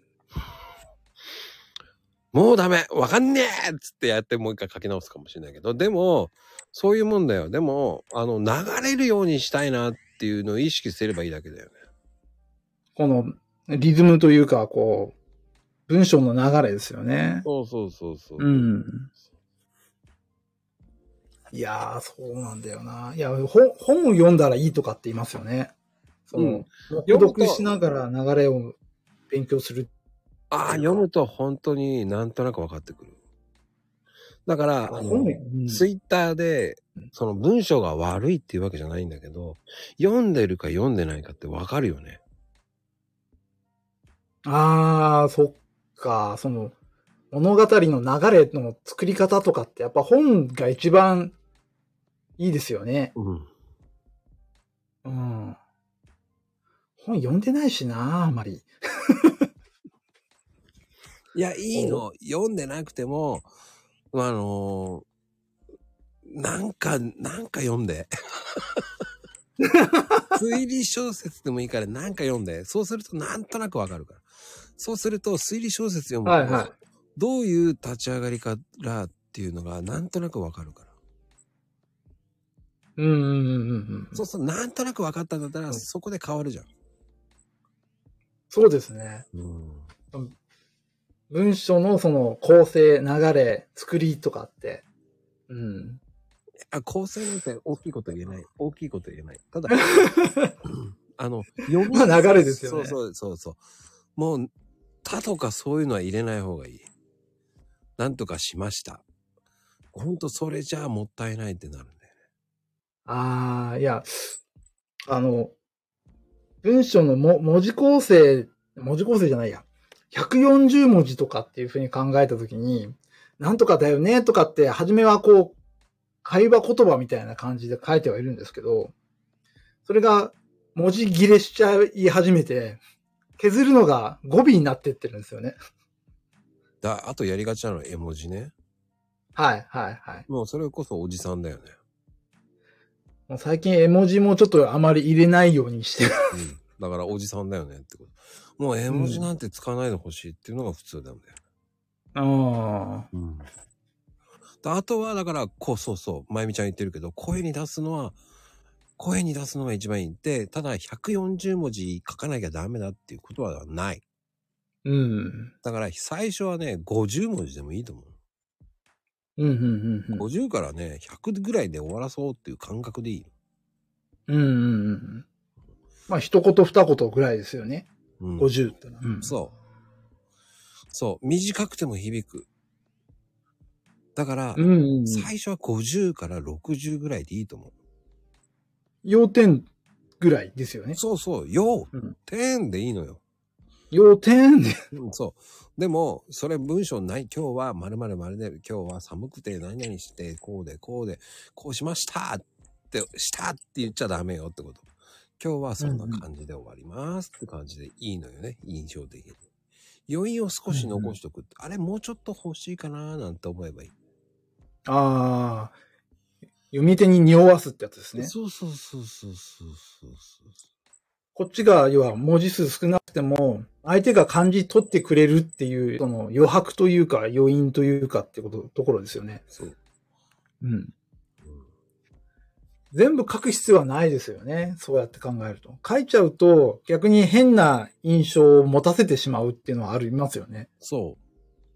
もうダメわかんねえっつってやってもう一回書き直すかもしれないけど、でも、そういうもんだよ。でも、あの、流れるようにしたいなっていうのを意識すればいいだけだよね。 このリズムというか、こう、文章の流れですよね。 そうそうそうそう。 うん。いやー、そうなんだよな。いや、本、本を読んだらいいとかって言いますよね。その、 うん、 読読しながら流れを勉強する。 ああ、読むと本当になんとなく分かってくる。だから、あの、 うん、 ツイッターで、その文章が悪いっていうわけじゃないんだけど、読んでるか読んでないかって分かるよね。 ああ、そっか。その、物語の流れの作り方とかってやっぱ本が一番いいですよね。 うん。 うん。本読んでないしな、あまり。 いや、いいの。読んでなくても、あのー、なんか、なんか読んで。推理小説でもいいからなんか読んで。そうするとなんとなくわかるから。そうすると推理小説読むと、 はいはい。 どういう立ち上がりからっていうのがなんとなくわかるから。 うんうんうんうんうん。 そうそう、なんとなくわかったんだったら、そこで変わるじゃん。 そうですね。 うん。 文章のその構成、流れ、作りとかって、うん。 あ、構成なんて大きいこと言えない。大きいこと言えない。ただ、あの、読みまあ流れですよね。 そうそうそうそう。もう、他とかそういうのは入れない方がいい。なんとかしました。ほんとそれじゃあもったいないってなるんだよね。 ああ、いや、あの、文章のも文字構成、文字構成じゃないや。ひゃくよんじゅう文字とかっていうふうに考えたときに、なんとかだよねとかって、初めはこう、会話言葉みたいな感じで書いてはいるんですけど、それが文字切れしちゃい始めて、削るのが語尾になってってるんですよね。 だ、あとやりがちなのは絵文字ね。 はい、はい、はい。 もうそれこそおじさんだよね。 もう最近絵文字もちょっとあまり入れないようにしてる。 うん。だからおじさんだよねってこと。もう絵文字なんて使わないでほしいっていうのが普通なんだよね。 ああ。 うん。あとはだから、こう、そうそう、まゆみちゃん言ってるけど、声に出すのは、声に出すのが一番いいって、ただひゃくよんじゅう文字書かなきゃダメだっていうことはない。 うん。 だから最初はね、ごじゅう文字でもいいと思う。 うん、うん、うん、うん。 ごじゅうからね、ひゃくぐらいで終わらそうっていう感覚でいい。 うん、うん、うん。まあ、一言二言ぐらいですよね。 うん、 ごじゅうってのは、うん。 そう。そう。短くても響く。だから、 うんうんうん、 最初はごじゅうからろくじゅうぐらいでいいと思う。 要点ぐらいですよね。 そうそう。要うん点でいいのよ。 要点で。 うん、そう。でも、それ文章ない、今日は〇〇〇で、今日は寒くて何々して、こうで、こうで、こうしましたって、したって言っちゃダメよってこと。 今日はそんな感じで終わりますって感じでいいのよね、印象的に。余韻を少し残しとくって、うんうん、あれもうちょっと欲しいかななんて思えばいい。 ああ、読み手に匂わすってやつですね。 そうそうそうそうそうそう。 こっちが、要は文字数少なくても、相手が感じ取ってくれるっていう、その余白というか余韻というかってこと、ところですよね。 そう。 うん。うん、全部書く必要はないですよね。そうやって考えると。書いちゃうと、逆に変な印象を持たせてしまうっていうのはありますよね。 そう。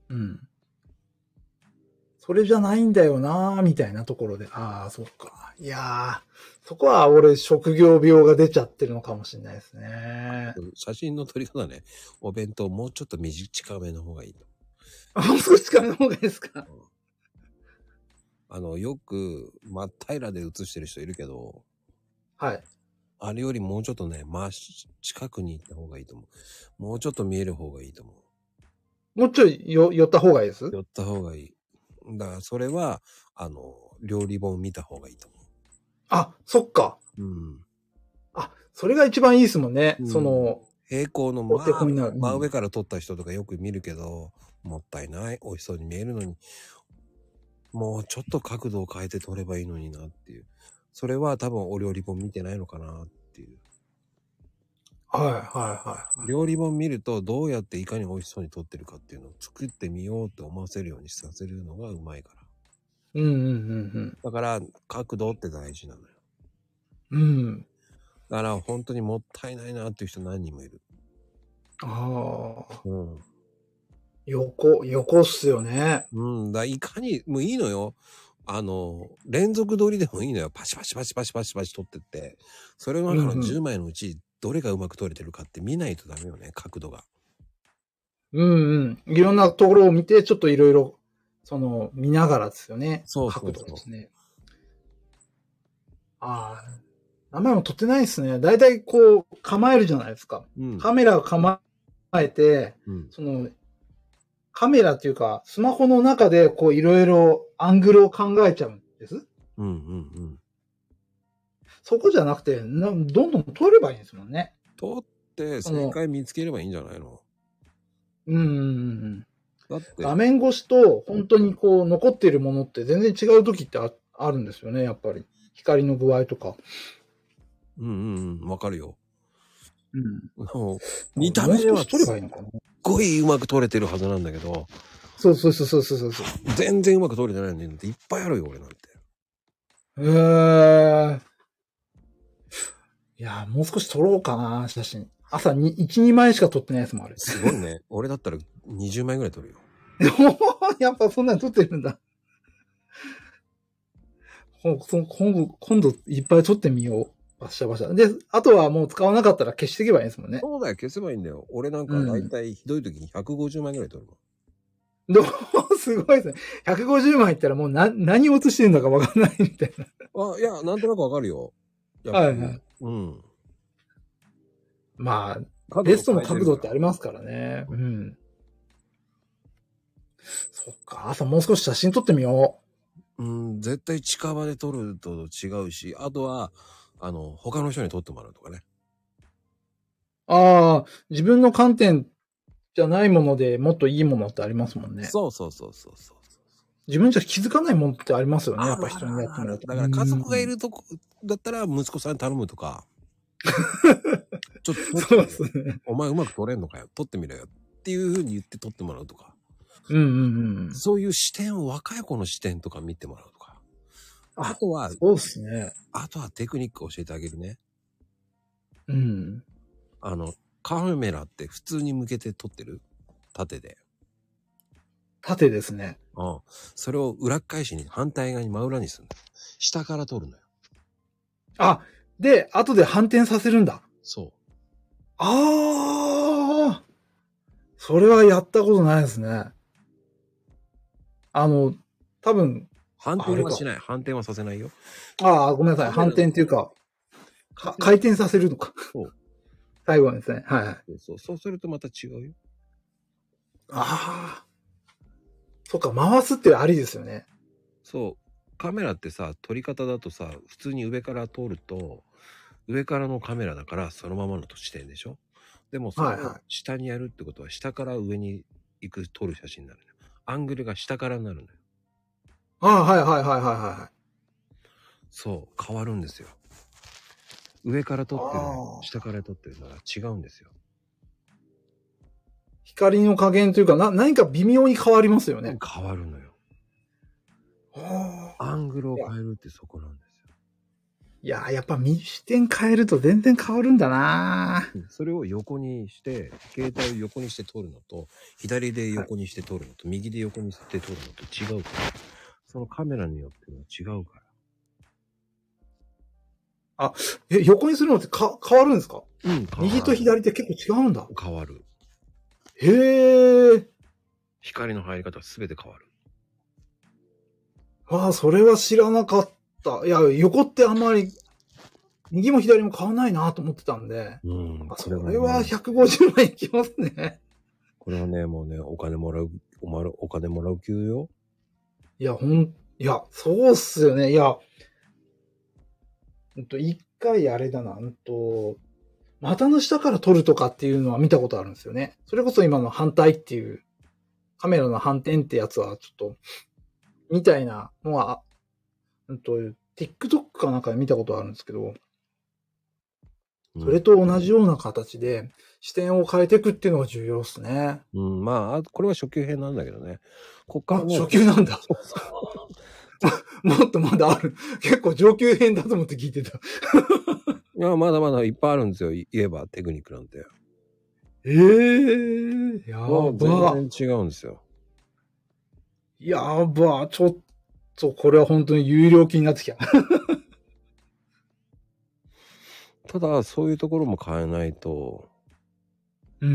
うん。それじゃないんだよなぁ、みたいなところで。ああ、そっか。いやー、そこは俺職業病が出ちゃってるのかもしれないですね。 写真の撮り方ね、お弁当もうちょっと短めの方がいいと。 もう少し近めの方がいいですか？ あの、よく真っ平らで写してる人いるけど、 はい。 あれよりもうちょっとね、真近くに行った方がいいと思う。もうちょっと見える方がいいと思う。もうちょいよ寄った方がいいです？ 寄った方がいい。だからそれは、あの、料理本見た方がいいと思う。 あ、そっか。 うん。 あ、それが一番いいですもんね。うん、その、 平行の真、 うん、 真上から撮った人とかよく見るけど、もったいない。美味しそうに見えるのに、もうちょっと角度を変えて撮ればいいのになっていう。それは多分お料理本見てないのかなっていう。 はいはいはい。 料理本見るとどうやっていかに美味しそうに撮ってるかっていうのを作ってみようって思わせるようにさせるのがうまいから。 うんうんうんうん。 だから角度って大事なのよ。 うん。 だから本当にもったいないなっていう人何人もいる。 ああ。 うん。 横、横っすよね。 うん。だいかに、もういいのよ。あの、連続撮りでもいいのよ。パシパシパシパシパシパシ撮ってって。それの中のじゅうまいのうち、どれがうまく撮れてるかって見ないとダメよね、角度が。 うんうん。いろんなところを見て、ちょっといろいろ、その、見ながらですよね。 そうそうそう。 角度ですね。ああ。名前も撮ってないですね。だいたいこう、構えるじゃないですか。うん、カメラを構えて、うん、その、カメラっていうか、スマホの中でこう、いろいろアングルを考えちゃうんです。 うんうんうん。 そこじゃなくて、などんどん撮ればいいんですもんね。 撮って正解見つければいいんじゃないの？ うんうんうん。だって画面越しと本当にこう残っているものって全然違う時って あ, あるんですよね、やっぱり。光の具合とか。 うんうんうん、わかるよ。 うん。 もう見た目はすっごいうまく撮れてるはずなんだけど。 そうそうそうそうそうそう。 全然うまく撮れてないのっていっぱいあるよ、俺なんて。 へー。いや、もう少し撮ろうかな、写真。朝にいち、にまいしか撮ってないやつもある。 すごいね。俺だったらにじゅうまいぐらい撮るよ。 やっぱそんなに撮ってるんだ。今度、今度いっぱい撮ってみよう。バシャバシャ。で、あとはもう使わなかったら消していけばいいですもんね。 そうだよ、消せばいいんだよ。俺なんかだいたいひどい時にひゃくごじゅうまいぐらい撮るもん。 どうすごいですね。ひゃくごじゅうまいいったらもうな、何を写してるんだかわかんないみたいな。 あ、いや、なんとなくわかるよ。 はいはい。 うん。 まあ、ベストの角度ってありますからね。うん。そっか、朝もう少し写真撮ってみよう。うん、絶対近場で撮ると違うし、あとは、あの、他の人に撮ってもらうとかね。 ああ、自分の観点じゃないものでもっといいものってありますもんね。 そうそうそうそうそう。 自分じゃ気づかないものってありますよね。やっぱ人にやってもらうと。 だから家族がいるとこだったら息子さんに頼むとか。ちょっとそうですね。お前うまく撮れんのかよ。撮ってみろよ。っていう風に言って撮ってもらうとか。 うんうんうん。 そういう視点を若い子の視点とか見てもらうとか。あ, あとは、 そうですね。 あとはテクニックを教えてあげるね。 うん。 あの、カメラって普通に向けて撮ってる？縦で。 縦ですね。 うん。それを裏返しに反対側に真裏にするんだ。下から撮るのよ。 あ、で、後で反転させるんだ。 そう。 ああ、それはやったことないですね。あの、多分。 反転はしない。反転はさせないよ。 ああ、ごめんなさい。反転っていうか、か回転させるのか。そう。最後ですね。はいはい。 そうそう。そうするとまた違うよ。 ああ。そっか、回すってありですよね。 そう。カメラってさ、撮り方だとさ、普通に上から撮ると、 上からのカメラだからそのままの視点でしょ。でもそれをはいはい。 下にやるってことは下から上に行く撮る写真になるのよ。アングルが下からになるのよ。 ああ、はいはいはいはいはい。 そう変わるんですよ。上から撮ってるああ。 下から撮ってるのは違うんですよ。 光の加減というか、な、何か微妙に変わりますよね。 変わるのよ。 ああ。 アングルを変えるってそこなんですよ。 いやー、やっぱ見視点変えると全然変わるんだな。 それを横にして、携帯を横にして撮るのと、左で横にして撮るのと、はい、右で横にして撮るのと違うから、そのカメラによっては違うから。 あ、え、横にするのってか変わるんですか？ うん。 右と左って結構違うんだ。 変わる。 へえ。 光の入り方は全て変わる。 ああ、それは知らなかった。いや、横ってあんまり、右も左も変わんないなと思ってたんで。 うん。 あ、それはひゃくごじゅうまんいきますね。 これはね、もうね、お金もらう、お金もらう級よ。 いや、ほん、いや、そうっすよね。いや、うんと、一回あれだな、うんと、股の下から撮るとかっていうのは見たことあるんですよね。それこそ今の反対っていう、カメラの反転ってやつはちょっと、みたいなのは、うんと、TikTok かなんかで見たことあるんですけど、それと同じような形で視点を変えていくっていうのが重要ですね。 うん、まあ、これは初級編なんだけどね。こっからね。初級なんだ。もっとまだある。結構上級編だと思って聞いてた。 いや、まだまだいっぱいあるんですよ。言えばテクニックなんて。 ええー、やば。 全然違うんですよ。 やば。ちょっと、これは本当に有料金になってきた。 ただ、そういうところも変えないと、 うん。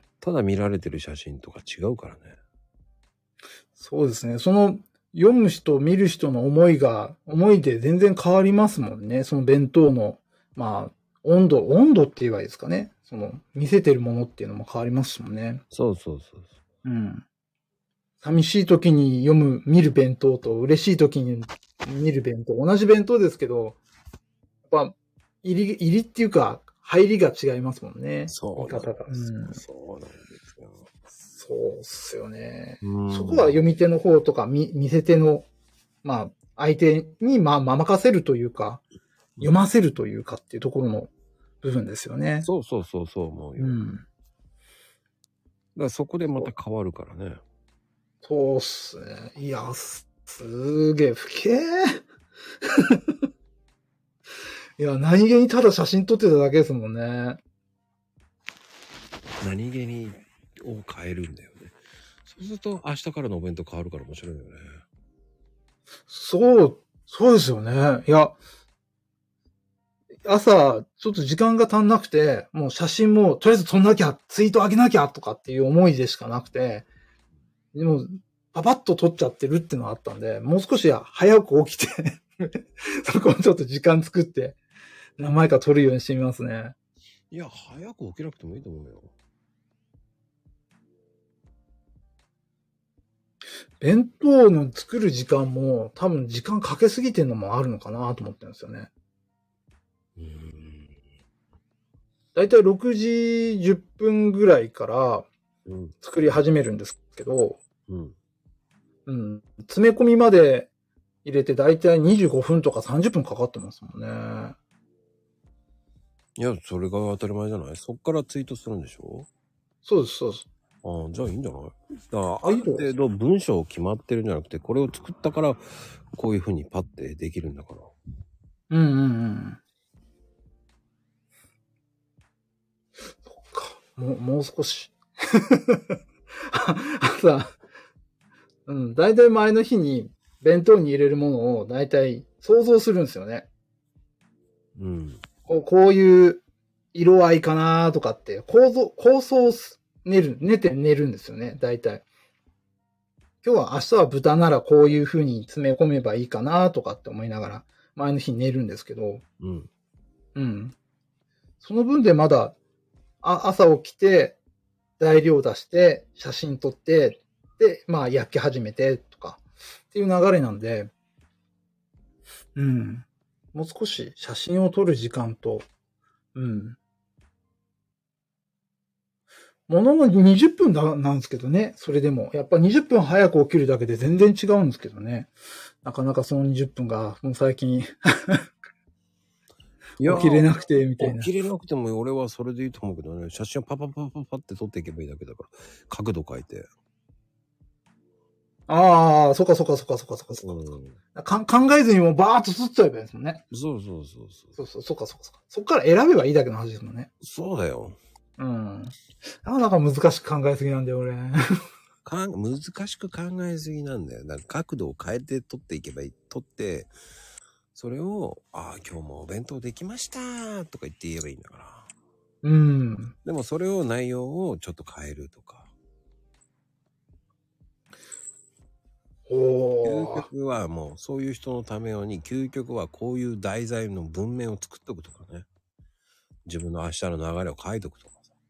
ただ見られてる写真とか違うからね。 そうですね。その、読む人、見る人の思いが、思いで全然変わりますもんね。その弁当の、まあ、温度、温度って言えばいいですかね。その、見せてるものっていうのも変わりますもんね。 そうそうそうそう。 うん。寂しい時に読む、見る弁当と、嬉しい時に見る弁当。同じ弁当ですけど、やっぱ、入り、入りっていうか、入りが違いますもんね。 そう見方が。うん。 そうなんですよ。 そうっすよね。 うん。 そこは読み手の方とか、見、見せ手の、まあ、相手に、まあ、ままかせるというか、読ませるというかっていうところの部分ですよね。 そうそうそうそう思うよ。 うん。だからそこでまた変わるからね。 そうっすね。いや、す、すげえ、ふけー。いや、何気にただ写真撮ってただけですもんね。 何気にを変えるんだよね。そうすると明日からのお弁当変わるから面白いよね。 そう、そうですよね。いや、朝、ちょっと時間が足んなくて、もう写真もとりあえず撮んなきゃ、ツイート上げなきゃとかっていう思いでしかなくて、でも、パパッと撮っちゃってるっていうのがあったんで、もう少し早く起きて、そこをちょっと時間作って、何枚か撮るようにしてみますね。 いや、早く起きなくてもいいと思うよ。 弁当の作る時間も多分時間かけすぎてるのもあるのかなと思ってるんですよね。 うーん。 だいたいろくじじゅっぷんぐらいから作り始めるんですけど、 うん。 うん。詰め込みまで入れてだいたいにじゅうごふんとかさんじゅっぷんかかってますもんね。 いや、それが当たり前じゃない？そっからツイートするんでしょ？ そうです、そうです。 ああ、じゃあいいんじゃない？だからある程度文章決まってるんじゃなくて、これを作ったからこういう風にパッてできるんだから。 うんうんうん。そっか。もう、もう少し。朝、うん。だいたい前の日に弁当に入れるものをだいたい想像するんですよね。 うん。 こう、こういう色合いかなとかって、構造、構想を練る、練って寝るんですよね。だいたい。今日は明日は豚ならこういう風に詰め込めばいいかなとかって思いながら前の日に寝るんですけど、 うん。 うん。その分でまだ、あ、朝起きて、材料出して、写真撮って、で、まあ焼き始めてとか、っていう流れなんで、うん。もう少し写真を撮る時間とうん。もののにじゅっぷんだなんですけどね。それでも。やっぱにじゅっぷん早く起きるだけで全然違うんですけどね。なかなかそのにじゅっぷんが、もう最近いや起きれなくて、みたいな。 起きれなくても俺はそれでいいと思うけどね。写真をパパパパパって撮っていけばいいだけだから。角度変えて。 ああ、そっかそっかそっかそっかそっかそっか、うん、か。考えずにもうバーッと撮っちゃえばいいですもんね。 そうそうそうそう。そうそう、そっかそっかそっか。そっから選べばいいだけの話ですもんね。 そうだよ。 うん。なかなか難しく考えすぎなんだよ、俺。 かん難しく考えすぎなんだよ。だから角度を変えて撮っていけばいい。撮って、それを、ああ、今日もお弁当できましたとか言って言えばいいんだから。 うん。 でもそれを内容をちょっと変えるとか。究極はもうそういう人のために究極はこういう題材の文面を作っとくとかね。自分の明日の流れを書いとくとかさ。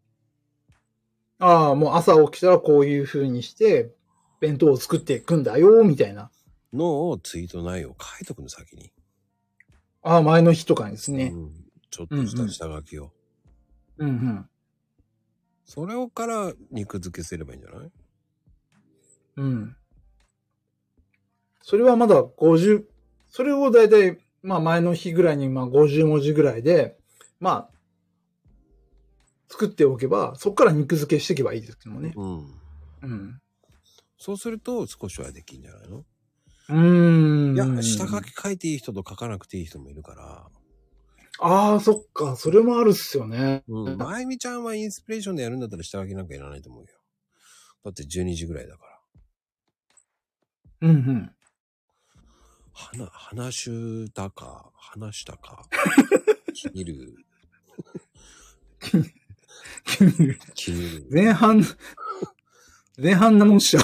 ああ、もう朝起きたらこういう風にして弁当を作っていくんだよみたいなのをツイート内容を書いとくの先に。 ああ、前の日とかにですね。 うん、ちょっとした下書きを。 うんうん。 それをから肉付けすればいいんじゃない？ うん。それはまだごじゅう、それをだいたい、まあ前の日ぐらいにまあごじゅう文字ぐらいで、まあ、作っておけば、そこから肉付けしていけばいいですけどもね。 うん。 うん。 そうすると少しはできんじゃないの？ うーん。 いや、下書き書いていい人と書かなくていい人もいるから。 ああ、そっか。それもあるっすよね。 うん。まゆみちゃんはインスピレーションでやるんだったら下書きなんかいらないと思うよ。だってじゅうにじぐらいだから。 うんうん。 話、話したか、話したか。気にる。 気にる。 気にる。 前半、前半なもんしゃ。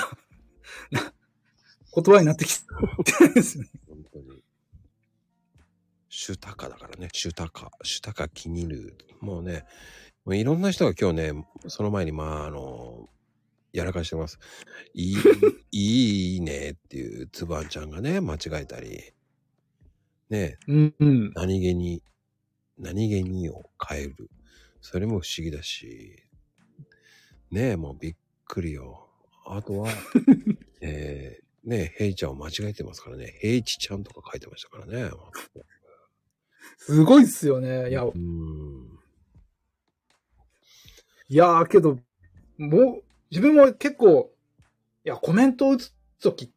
言葉になってきてですね。 本当に。シュタカだからね。シュタカ。シュタカ気にる。もうね、もういろんな人が今日ね、その前にまあ、あの、やらかしてます。いい、いいねっていうつばんちゃんがね、間違えたり。ね、 うんうん、 何気に、何気にを変える。それも不思議だし。ねえ、もうびっくりよ。あとは、えー、ねえ、ヘイちゃんを間違えてますからね。ヘイチちゃんとか書いてましたからね。 すごいっすよね。いや、 うーん。 いやーけど、もう、自分も結構、いや、コメントを打つときって、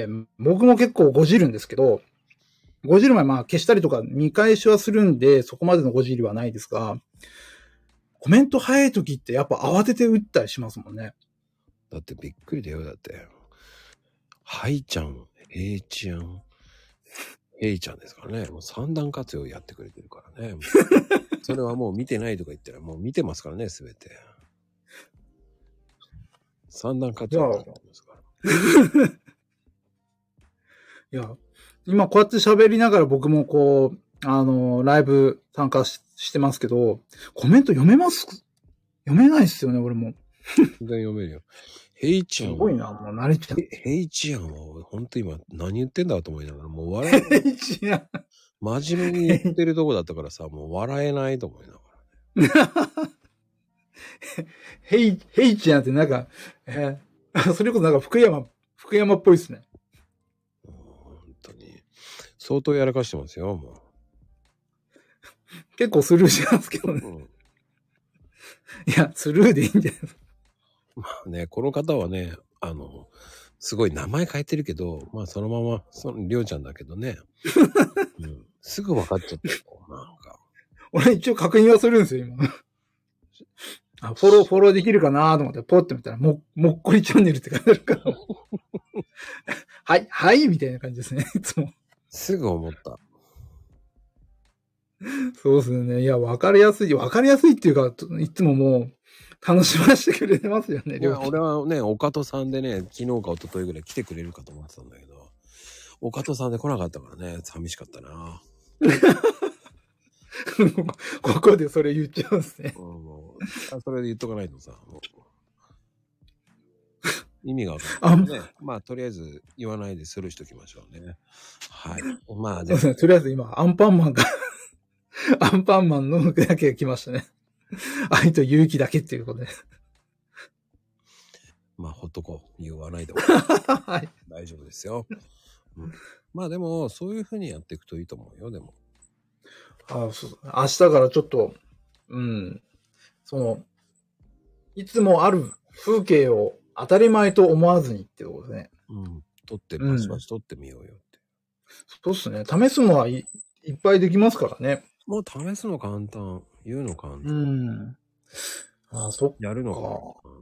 僕も結構ごじるんですけど、ごじる前、まあ消したりとか見返しはするんで、そこまでのごじりはないですが、コメント早いときってやっぱ慌てて打ったりしますもんね。 だってびっくりだよ、だって。ハイちゃん、ヘイちゃん、ヘイちゃんですからね。もう三段活用やってくれてるからね。それはもう見てないとか言ったらもう見てますからね、すべて。三段活用やってますから。 いや、今こうやって喋りながら僕もこう、あの、ライブ参加 し, してますけど、コメント読めます読めないっすよね、俺も。 全然読めるよ。ヘイチアン。 すごいな、もう慣れちゃう。 ヘイチアンは、ほんと今何言ってんだと思いながら、もう笑えない。ヘイチアン。真面目に言ってるとこだったからさ、もう笑えないと思いながら、ね。 ヘイ、ヘイチアンってなんか、えー、それこそなんか福山、福山っぽいっすね。 本当に。相当やらかしてますよ、もう。 結構スルーしますけどね。うん、いや、スルーでいいんじゃないですか。 まあね、この方はね、あの、すごい名前変えてるけど、まあそのまま、その、りょうちゃんだけどね。うん、すぐ分かっちゃったよ、なんか。 俺一応確認はするんですよ、今。あ、フォロー、フォローできるかなと思って、ポッて見たら、も、もっこりチャンネルって書いてあるから。はい、はいみたいな感じですね、いつも。 すぐ思った。 そうですね。いや、わかりやすい。わかりやすいっていうか、いつももう、楽しませてくれてますよね、 いや、俺はね、岡戸さんでね、昨日か一昨日ぐらい来てくれるかと思ってたんだけど、岡戸さんで来なかったからね、寂しかったな。 ここでそれ言っちゃうんですね。 うん、もうそれで言っとかないとさ、もう意味がわかんない、ね。まあ、とりあえず言わないでスルーしときましょうね。はい。まあ、 でも、ね、とりあえず今、アンパンマンがアンパンマンの服だけが来ましたね。愛と勇気だけっていうことで。 まあ、ほっとこう。言わないでもはい。 大丈夫ですよ。うん、まあでも、そういうふうにやっていくといいと思うよ、でも。 ああ、そう明日からちょっと、うん。その、いつもある風景を当たり前と思わずにってことですね。 うん。撮って、バシバシ撮ってみようよって。 そうっすね。試すのはいいっぱいできますからね。 もう試すの簡単。言うの簡単。 うん。ああ、そっか。 やるの簡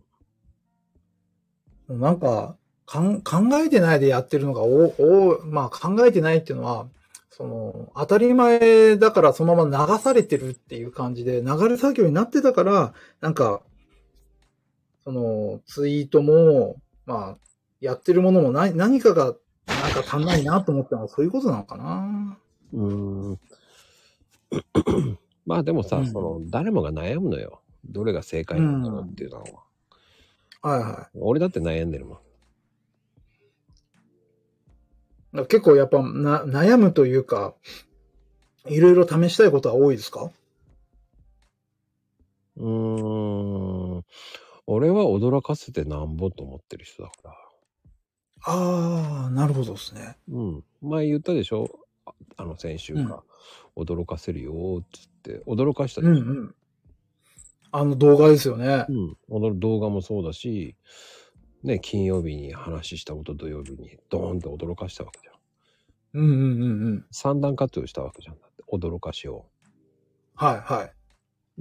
単。 なんか、かん考えてないでやってるのがお、お、まあ考えてないっていうのは、その、当たり前だからそのまま流されてるっていう感じで、流れ作業になってたから、なんか、その、ツイートも、まあ、やってるものも何何かが、なんか足んないなと思ったのはそういうことなのかな。 うーん。まあでもさ、うん、その、誰もが悩むのよ。どれが正解なんだろうっていうのは。 うん、はいはい。 俺だって悩んでるもん。結構やっぱな悩むというか、いろいろ試したいことは多いですか？ うーん。俺は驚かせてなんぼと思ってる人だから。 ああ、なるほどですね。 うん。前言ったでしょ？あ, あの先週か、うん、驚かせるよーっつって驚かしたでしょ。うんうん。 あの動画ですよね。 うん。動画もそうだし、ね、金曜日に話したこと土曜日にドーンと驚かしたわけじゃん。 うんうんうんうん。 三段活用したわけじゃん。だって驚かしを。 はいはい。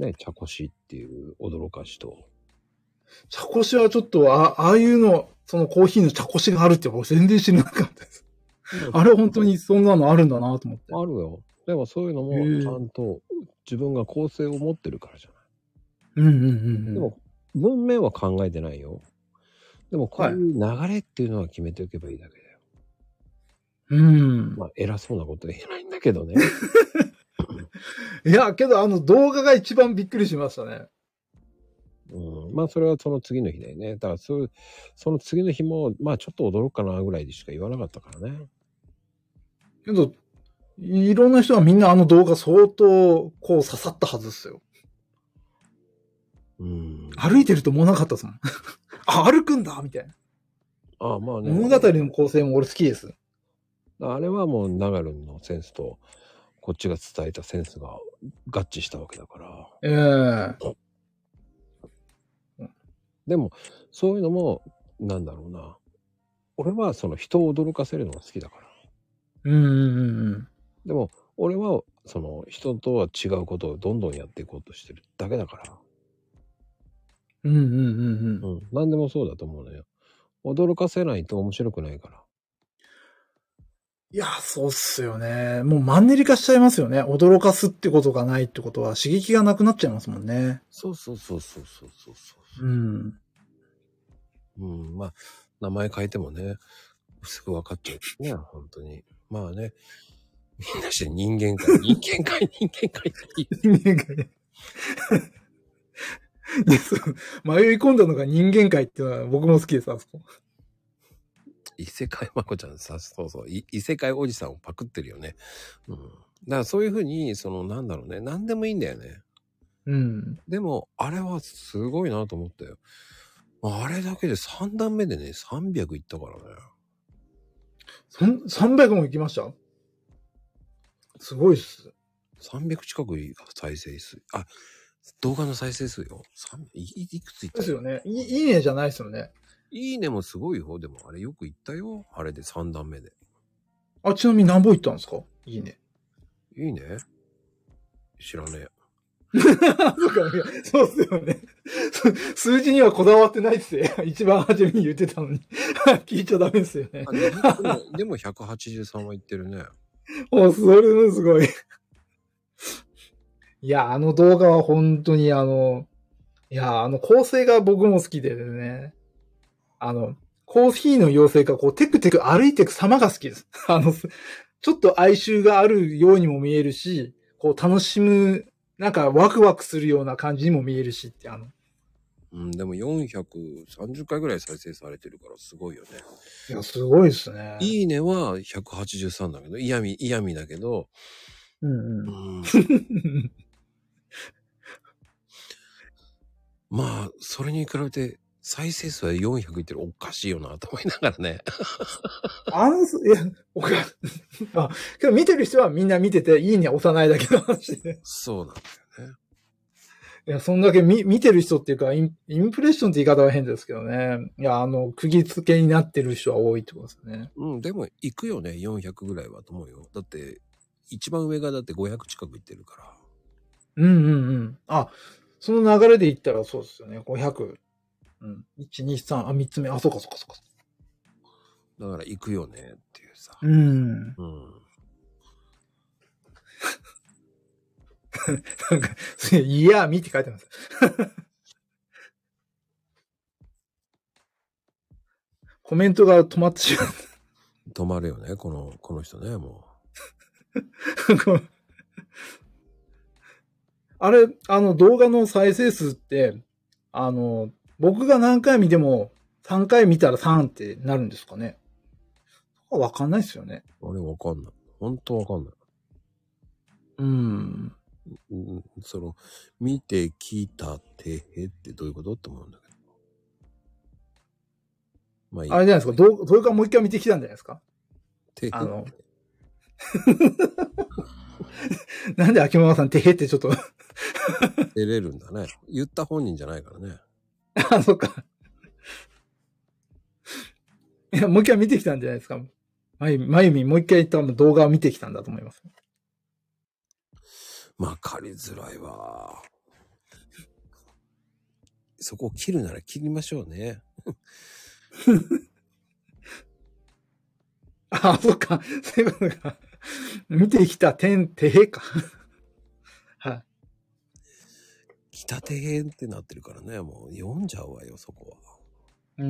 ね、茶こしっていう驚かしと。 茶こしはちょっと、あ、ああいうの、そのコーヒーの茶こしがあるって僕全然知らなかったです。あれ本当にそんなのあるんだなと思って。 あるよ。でもそういうのもちゃんと自分が構成を持ってるからじゃない。うんうんうんうん。 でも文面は考えてないよ。でもこういう流れっていうのは決めておけばいいだけだよ。 うん。 まあ偉そうなこと言えないんだけどね。 いや、けどあの動画が一番びっくりしましたね。 うん、まあそれはその次の日だよね。だからそうその次の日もまあちょっと驚くかなぐらいでしか言わなかったからね。 けどいろんな人はみんなあの動画相当こう刺さったはずですよ。 うん。 歩いてると思わなかったですもん。あ、歩くんだみたいな。 ああまあね。 物語の構成も俺好きです。 あれはもうナガルンのセンスとこっちが伝えたセンスが合致したわけだから。 ええー。 でもそういうのもなんだろうな。俺はその人を驚かせるのが好きだから。 うんうんうん。 でも俺はその人とは違うことをどんどんやっていこうとしてるだけだから。 うんうんうんうん。うん。 何でもそうだと思うのよ。驚かせないと面白くないから。 いや、そうっすよね。もうマンネリ化しちゃいますよね。驚かすってことがないってことは刺激がなくなっちゃいますもんね。 そうそうそうそうそうそうそう。 うん。 うん、まあ、名前変えてもね、すぐ分かっちゃうね、本当に。まあね、みんなして人間界、人間界、人間界って言う。 人間界。迷い込んだのが人間界っていうのは僕も好きです、あそこ。 異世界まこちゃんさ、そうそう、異世界おじさんをパクってるよね。うん。だからそういうふうに、その、なんだろうね、何でもいいんだよね。 うん。 でも、あれはすごいなと思ったよ。あれだけでさん段目でね、さんびゃくいったからね。 そん、さんびゃくもいきました？すごいっす。 さんびゃく近く再生数。あ、動画の再生数よ。い, いくついったですよね。いいいねじゃないですよね。 いいねもすごいよ。でもあれよくいったよ。あれでさん段目で。 あ、ちなみに何本いったんですか？いいね。 いいね知らねえ。 そうか、そうっすよね。数字にはこだわってないっすよ。一番初めに言ってたのに。聞いちゃダメですよね。 でも、でもひゃくはちじゅうさんはいってるね。 お、それもすごい。いや、あの動画は本当にあの、いや、あの構成が僕も好きでね。あの、コーヒーの妖精がこうテクテク歩いていく様が好きです。あの、ちょっと哀愁があるようにも見えるし、こう楽しむ、なんかワクワクするような感じにも見えるしってあの。 うん、でもよんひゃくさんじゅっかいぐらい再生されてるからすごいよね。 いや、すごいですね。 いいねはひゃくはちじゅうさんだけど、嫌味、嫌味だけど、 うんううん。 ん。まあ、それに比べて、再生数はよんひゃくいってるおかしいよな、と思いながらね。 あの、いや、僕は、あ、けど見てる人はみんな見てて、いいね押さないだけの話で。 そうなんだよね。 いや、そんだけ見、見てる人っていうか、イン、インプレッションって言い方は変ですけどね。いや、あの、釘付けになってる人は多いってことですね。 うん、でも行くよね、よんひゃくぐらいはと思うよ。だって、一番上がだってごひゃく近く行ってるから。 うんうんうん。あ、その流れで言ったらそうですよね。ごひゃく。うん。いち、に、さん、あ、みっつめ。あ、そうかそうかそうか。 だから行くよねっていうさ。 うん。 うん。 なんか、すげえ、いやーみって書いてます。コメントが止まってしまう。 止まるよね、この、この人ね、もあれ、あの動画の再生数って、あの、僕が何回見てもさんかい見たらさんってなるんですかね。わかんないですよね。 う。あれわかんない。ほんとわかんない。 うん。 うん、その、見てきたてへってどういうことって思うんだけど。まあいい。 あれじゃないですか。動動画もう一回見てきたんじゃないですか。 てへあの、なんで秋山さんてへってちょっと出れるんだね。言った本人じゃないからね。 あ、そっか。いや、もう一回見てきたんじゃないですか。まゆみ、まゆみ、もう一回多分動画を見てきたんだと思います。 まあ、借りづらいわ。そこを切るなら切りましょうね。 あ、そっか。そういうことか。見てきた点、てへか。はい。 来たてへんってなってるからね、もう読んじゃうわよ、そこは。 うん。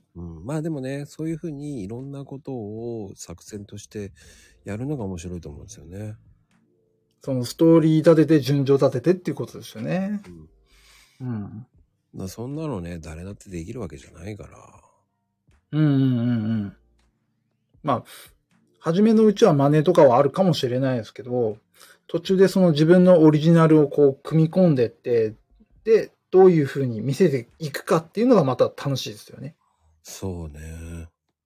うん、まあでもね、そういうふうにいろんなことを作戦としてやるのが面白いと思うんですよね。 そのストーリー立てて順序立ててっていうことですよね。 うん。 うん。 だそんなのね、誰だってできるわけじゃないから。 うんうんうんうん。まあ、初めのうちは真似とかはあるかもしれないですけど、途中でその自分のオリジナルをこう組み込んでって、で、どういう風に見せていくかっていうのがまた楽しいですよね。 そうね。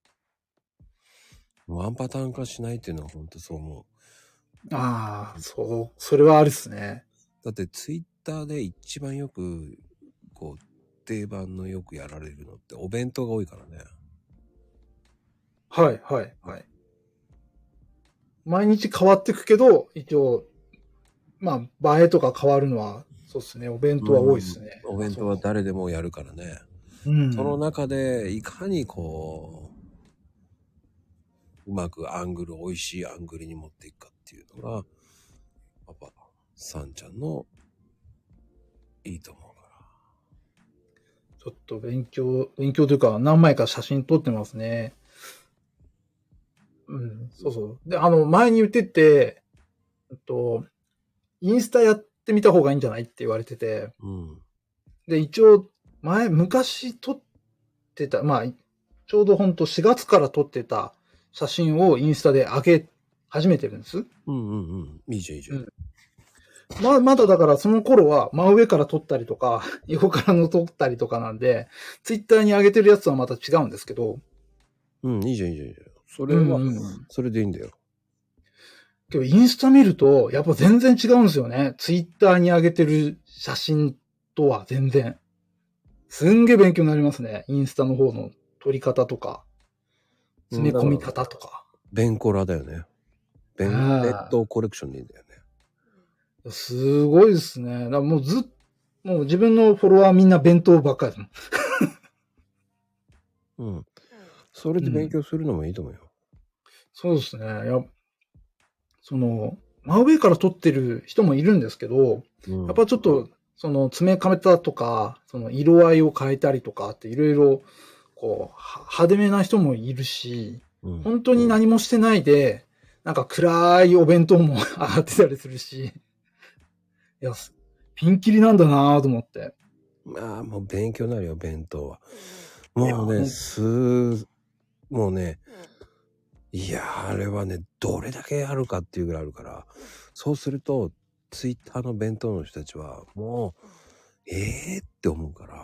ワンパターン化しないっていうのは本当そう思う。 ああ、そう、それはあるっすね。 だってツイッターで一番よく、こう、定番のよくやられるのってお弁当が多いからね。 はい、はい、はい。毎日変わっていくけど、一応、まあ、映えとか変わるのは、そうですね。お弁当は多いですね。 お弁当は誰でもやるからね。 うん。 その中で、いかにこう、うまくアングル、美味しいアングルに持っていくかっていうのが、パパ、さんちゃんのいいと思うから。 ちょっと勉強、勉強というか何枚か写真撮ってますね。うん、そうそう。で、あの、前に言ってて、えっと、インスタやってみた方がいいんじゃないって言われてて、 うん。 で、一応、前、昔撮ってた、まあ、ちょうどほんとしがつから撮ってた写真をインスタで上げ始めてるんです。 うんうんうん。いいじゃんいいじゃん。 うんま、まだだからその頃は真上から撮ったりとか、横からの撮ったりとかなんで、ツイッターに上げてるやつはまた違うんですけど。 うん、いいじゃんいいじゃんいいじゃん。それは、 うんうん、 それでいいんだよ。 けどインスタ見ると、やっぱ全然違うんですよね。ツイッターに上げてる写真とは全然。すんげえ勉強になりますね。インスタの方の撮り方とか、詰め込み方とか。 ベンコラだよね。ベン、ベッドコレクションでいいんだよね。 すごいですね。だからもうずっもう自分のフォロワーみんな弁当ばっかりですもん。うん。それで勉強するのもいいと思うよ。うん、 そうですね。やその、真上から撮ってる人もいるんですけど、うん、やっぱちょっと、その詰め方とか、その色合いを変えたりとかっていろいろ、こう、派手めな人もいるし、うん、本当に何もしてないで、なんか暗いお弁当も上がってたりするし、いや、ピンキリなんだなぁと思って。 まあ、もう勉強になるよ、弁当は。もうね、す、もうね、 いやー、あれはね、どれだけあるかっていうぐらいあるから、そうすると、ツイッターの弁当の人たちは、もう、えーって思うから。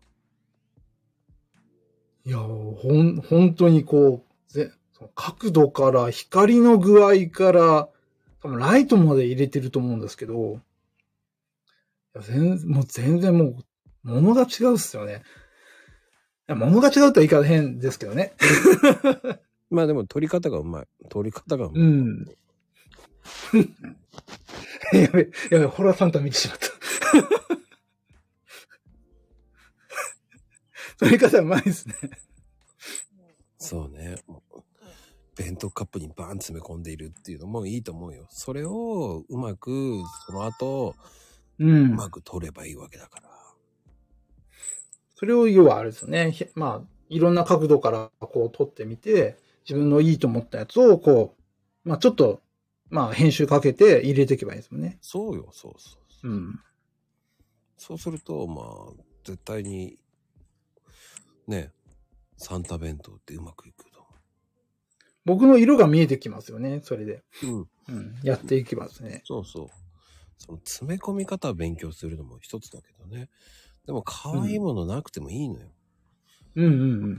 いや、ほん、本当にこう、ぜ角度から光の具合から、多分ライトまで入れてると思うんですけど、いや全もう全然もう、物が違うっすよね。いや物が違うとは言い方変ですけどね。 まあでも撮り方がうまい。撮り方がうまい。 うん。やべ、やべ、ホラーファンタ見てしまった。撮り方うまいですね。 そうね。弁当カップにバーン詰め込んでいるっていうのもいいと思うよ。それをうまく、その後、 うん。 うまく撮ればいいわけだから。 それを要はあれですよね。ひまあ、いろんな角度からこう撮ってみて、自分のいいと思ったやつをこう、まあちょっと、まあ編集かけて入れていけばいいですもんね。 そうよ、そうそうそう。 うん。 そうすると、まあ、絶対に、ね、サンタ弁当ってうまくいくと。 僕の色が見えてきますよね、それで。 うん。 うん。やっていきますね。 そうそう。その詰め込み方を勉強するのも一つだけどね。でも可愛いものなくてもいいのよ。 うんうんうん。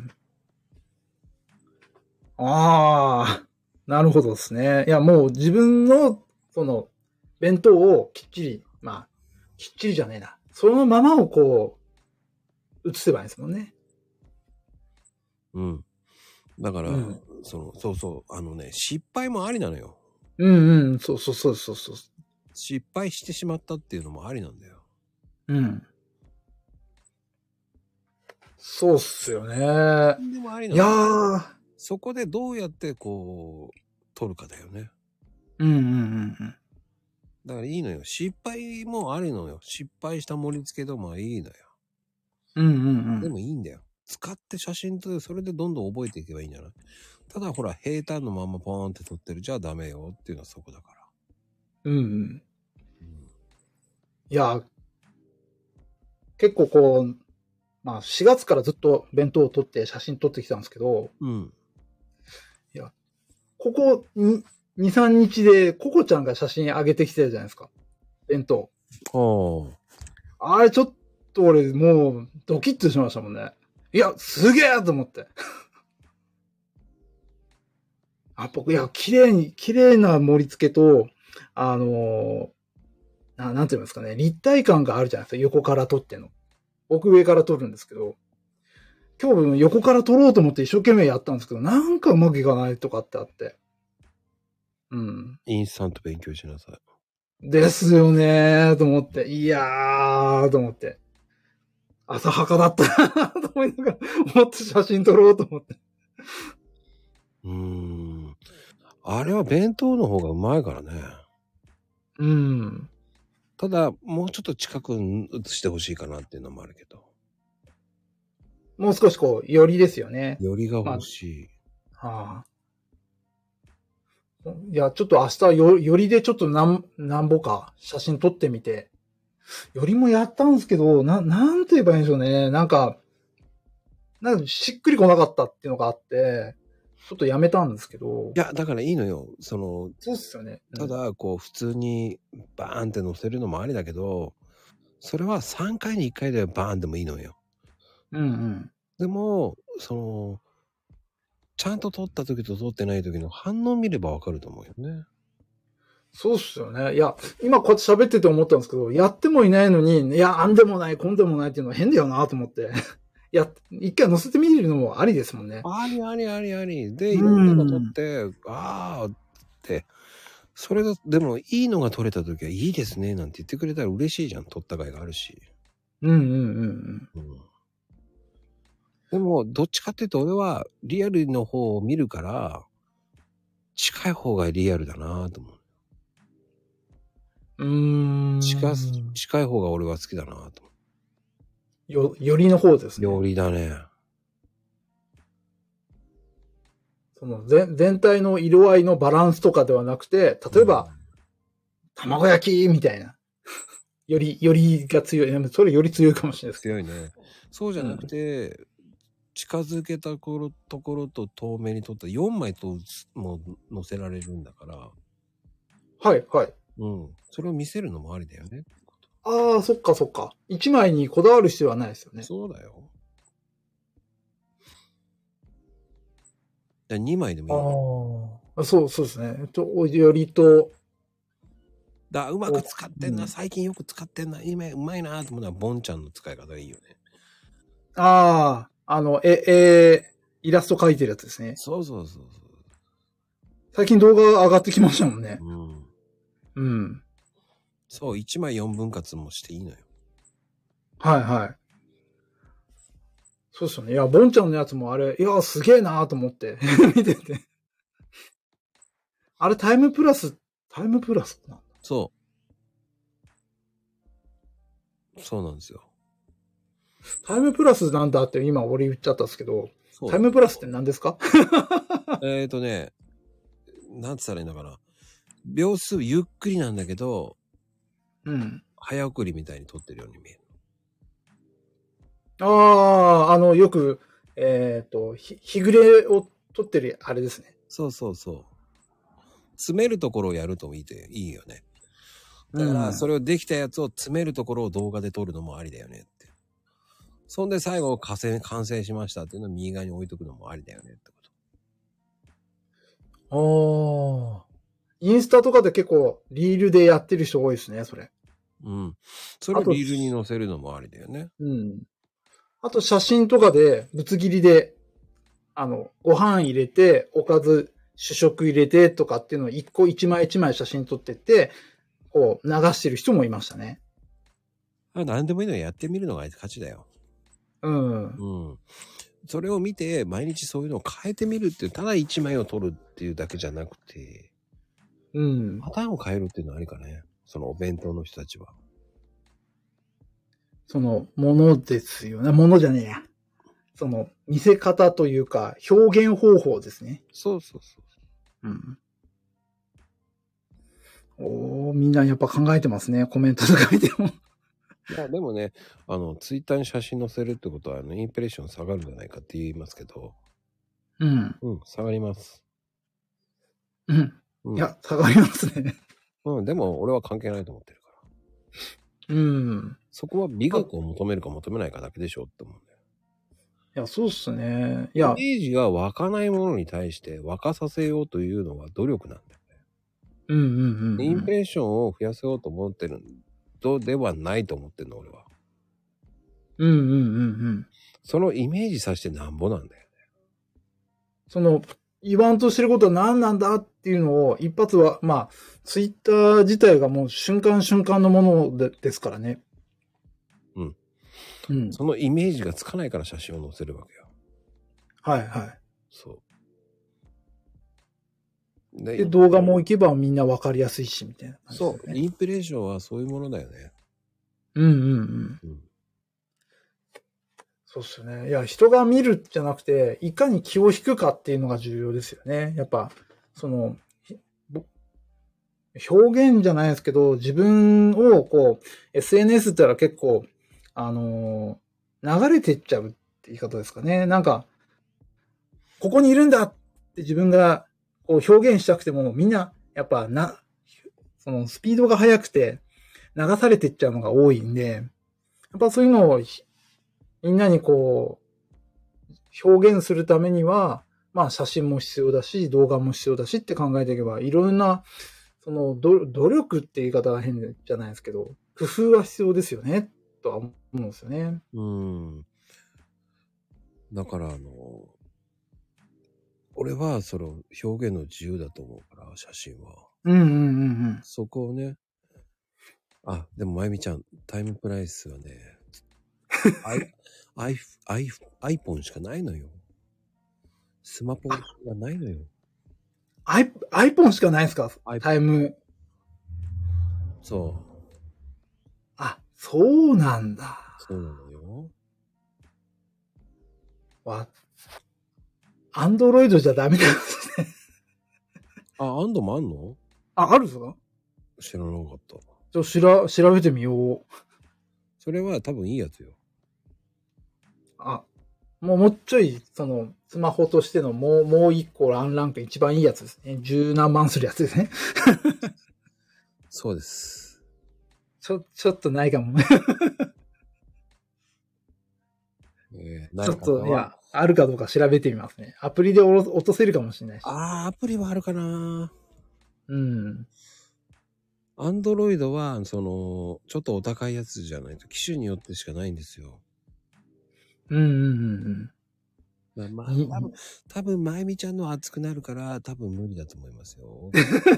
ああ、なるほどですね。いや、もう自分の、その、弁当をきっちり、まあ、きっちりじゃねえな。そのままをこう、映せばいいですもんね。 うん。だから、 うん、 その、そうそう、あのね、失敗もありなのよ。 うんうん、そうそうそうそうそう。 失敗してしまったっていうのもありなんだよ。 うん。そうっすよね。 でもありないやの。 ー。 そこでどうやってこう、取るかだよね。 うんうんうんうん。 だからいいのよ。失敗もありのよ。失敗した盛り付けでもいいのよ。 うんうんうん。 でもいいんだよ。使って写真撮って、それでどんどん覚えていけばいいんじゃない？ただほら、平坦のままポーンって撮ってるじゃダメよっていうのはそこだから。 うんうん。いや、結構こう、まあしがつからずっと弁当を撮って写真撮ってきたんですけど、 うん。 いや、ここに、に、さんにちでココちゃんが写真上げてきてるじゃないですか。弁当。 ああ。 あれちょっと俺もうドキッとしましたもんね。いや、すげえと思って。あ、僕、いや、綺麗に、綺麗な盛り付けと、あのーな、なんて言いますかね、立体感があるじゃないですか、横から撮っての。僕上から撮るんですけど、今日横から撮ろうと思って一生懸命やったんですけど、なんかうまくいかないとかってあって。うん。 インスタント勉強しなさい。 ですよねーと思って。いやーと思って。浅はかだったなと思いながら、もっと写真撮ろうと思って。 うーん。あれは弁当の方がうまいからね。 うん。 ただ、もうちょっと近くに映してほしいかなっていうのもあるけど。 もう少しこう、よりですよね。 よりが欲しい。 まあ、はあ。いや、ちょっと明日よ、よりでちょっとなん、なんぼか写真撮ってみて。よりもやったんですけど、な、なんて言えばいいんでしょうね。なんか、なんかしっくりこなかったっていうのがあって、ちょっとやめたんですけど。 いや、だからいいのよ。その、 そうっすよね。 ただ、こう、普通にバーンって乗せるのもありだけど、それはさんかいにいっかいでバーンでもいいのよ。 うんうん。 でも、その、ちゃんと撮った時と撮ってない時の反応見ればわかると思うよね。 そうっすよね。いや、今こうやって喋ってて思ったんですけど、やってもいないのに、いや、あんでもない、こんでもないっていうのは変だよなと思って。いや、一回載せてみるのもありですもんね。 ありありありあり。で、いうろんなの撮っん。 て、あーって、それが、でもいいのが撮れた時はいいですね、なんて言ってくれたら嬉しいじゃん。撮った甲斐があるし。 うんうんうんうん。 うんでも、どっちかっていうと俺はリアルの方を見るから、近い方がリアルだなと思う。 うーん。 近す、近い方が俺は好きだなと思よ、よりの方ですう。 ね。 よりだね。 その全、全体の色合いのバランスとかではなくて、例えば、 うん、 卵焼きみたいな。より、よりが強い。それより強いかもしれないですけど。 強いね。そうじゃなくて、うん、 近づけたところところと遠目に撮ったよんまいともう載せられるんだから。 はいはい。 うん。それを見せるのもありだよね。 ああ、そっかそっか。いちまいにこだわる必要はないですよね。 そうだよ。じゃあにまいでもいいよ。 ああ。そうそうですね。と、よりと。 だうまく使ってんな、うん、最近よく使ってんな、今うまいなと思うのはボンちゃんの使い方がいいよね。 ああ、あの、え、え、イラスト描いてるやつですね。 そうそうそうそう。 最近動画上がってきましたもんね。 うん。 うん。 そう、いちまいよんぶん割もしていいのよ。 はいはい。そうですよね。いや、ボンちゃんのやつもあれ、いや、すげえなーと思って見てて。あれ、タイムプラス、タイムプラスなんだ。 そう。そうなんですよ。 タイムプラスなんだって今俺言っちゃったんですけど、タイムプラスって何ですか？ えっとね、なんつったらいいのかな。秒数ゆっくりなんだけど、 うん。 早送りみたいに撮ってるように見える。 ああ、あの、よく、えっと、ひ、日暮れを撮ってるあれですね。 そうそうそう。詰めるところをやるといいていいよね。だから、それをできたやつを詰めるところを動画で撮るのもありだよねって。そんで最後完成、完成しましたっていうのを右側に置いとくのもありだよねってこと。ああ。インスタとかで結構リールでやってる人多いですね、それ。 うん。それをリールに載せるのもありだよね。 うん。あと写真とかで、ぶつ切りで、あの、ご飯入れて、おかず、主食入れてとかっていうのを一個一枚一枚写真撮ってって、こう流してる人もいましたね。 あ、何でもいいのやってみるのが勝ちだよ。 うん。 うん。それを見て、毎日そういうのを変えてみるっていう、ただ一枚を撮るっていうだけじゃなくて、 うん。 パターンを変えるっていうのはありかね。そのお弁当の人たちは。 その、ものですよね。ものじゃねえや。その、見せ方というか、表現方法ですね。 そうそうそう。 うん。おー、みんなやっぱ考えてますね。コメントとか見ても。 いや、でもね、あの、ツイッターに写真載せるってことは、あの、インプレッション下がるんじゃないかって言いますけど。 うん。 うん、下がります。 うん。うん、いや、下がりますね。 うん、でも俺は関係ないと思ってるから。 うん。 そこは美学を求めるか求めないかだけでしょって思うんだよ。 いや、そうっすね。いや。 イメージが湧かないものに対して湧かさせようというのは努力なんだよね。 うんうんうん、うん。 インプレッションを増やせようと思ってるとではないと思ってるの、俺は。 うんうんうんうん。 そのイメージさせてなんぼなんだよね。 その、言わんとしてることは何なんだっていうのを一発は、まあ、ツイッター自体がもう瞬間瞬間のものでですからね。 うん。 うん。 そのイメージがつかないから写真を載せるわけよ。 はいはい。 そう。 で、動画もいけばみんなわかりやすいし、みたいな感じ、 ね。そう。インプレッションはそういうものだよね。 うんうんうん。うん、そうっすよね。いや、人が見るじゃなくて、いかに気を引くかっていうのが重要ですよね。やっぱ、その、表現じゃないですけど、自分をこう、エスエヌエス って言ったら結構、あのー、流れてっちゃうって言い方ですかね。なんか、ここにいるんだって自分がこう表現したくても、みんな、やっぱな、そのスピードが速くて流されてっちゃうのが多いんで、やっぱそういうのをみんなにこう、表現するためには、まあ写真も必要だし、動画も必要だしって考えていけば、いろんな、その努力って言い方が変じゃないですけど、工夫は必要ですよね、とは思うんですよね。 うん。だからあの、俺はその表現の自由だと思うから、写真は。 うんうんうんうん。 そこをね、あ、でもまゆみちゃん、タイムプライスはね、アイ、アイ、アイポンしかないのよ。スマホがないのよ。 アイ、アイポンしかないですか？タイム。 そう。 あ、そうなんだ。 そうなのよ。 わ、アンドロイドじゃダメなんですね。 あ、アンドもあんの？ あ、あるんですか？ 知らなかった。 ちょ、しら、調べてみよう。 それは多分いいやつよ。 あ、 もうもうちょい、その、スマホとしてのもう、もう一個ランランク一番いいやつですね。十何万するやつですね。 そうです。 ちょ、ちょっとないかも。 えー、ないちょっと、い方は。 や、あるかどうか調べてみますね。アプリでおろ落とせるかもしれないし。 ああ、アプリはあるかな。 うん。 アンドロイドは、その、ちょっとお高いやつじゃないと、機種によってしかないんですよ。 うんうんうんまあ、まあ、 うん。 多分、多分、まゆみちゃんの熱くなるから、多分無理だと思いますよ。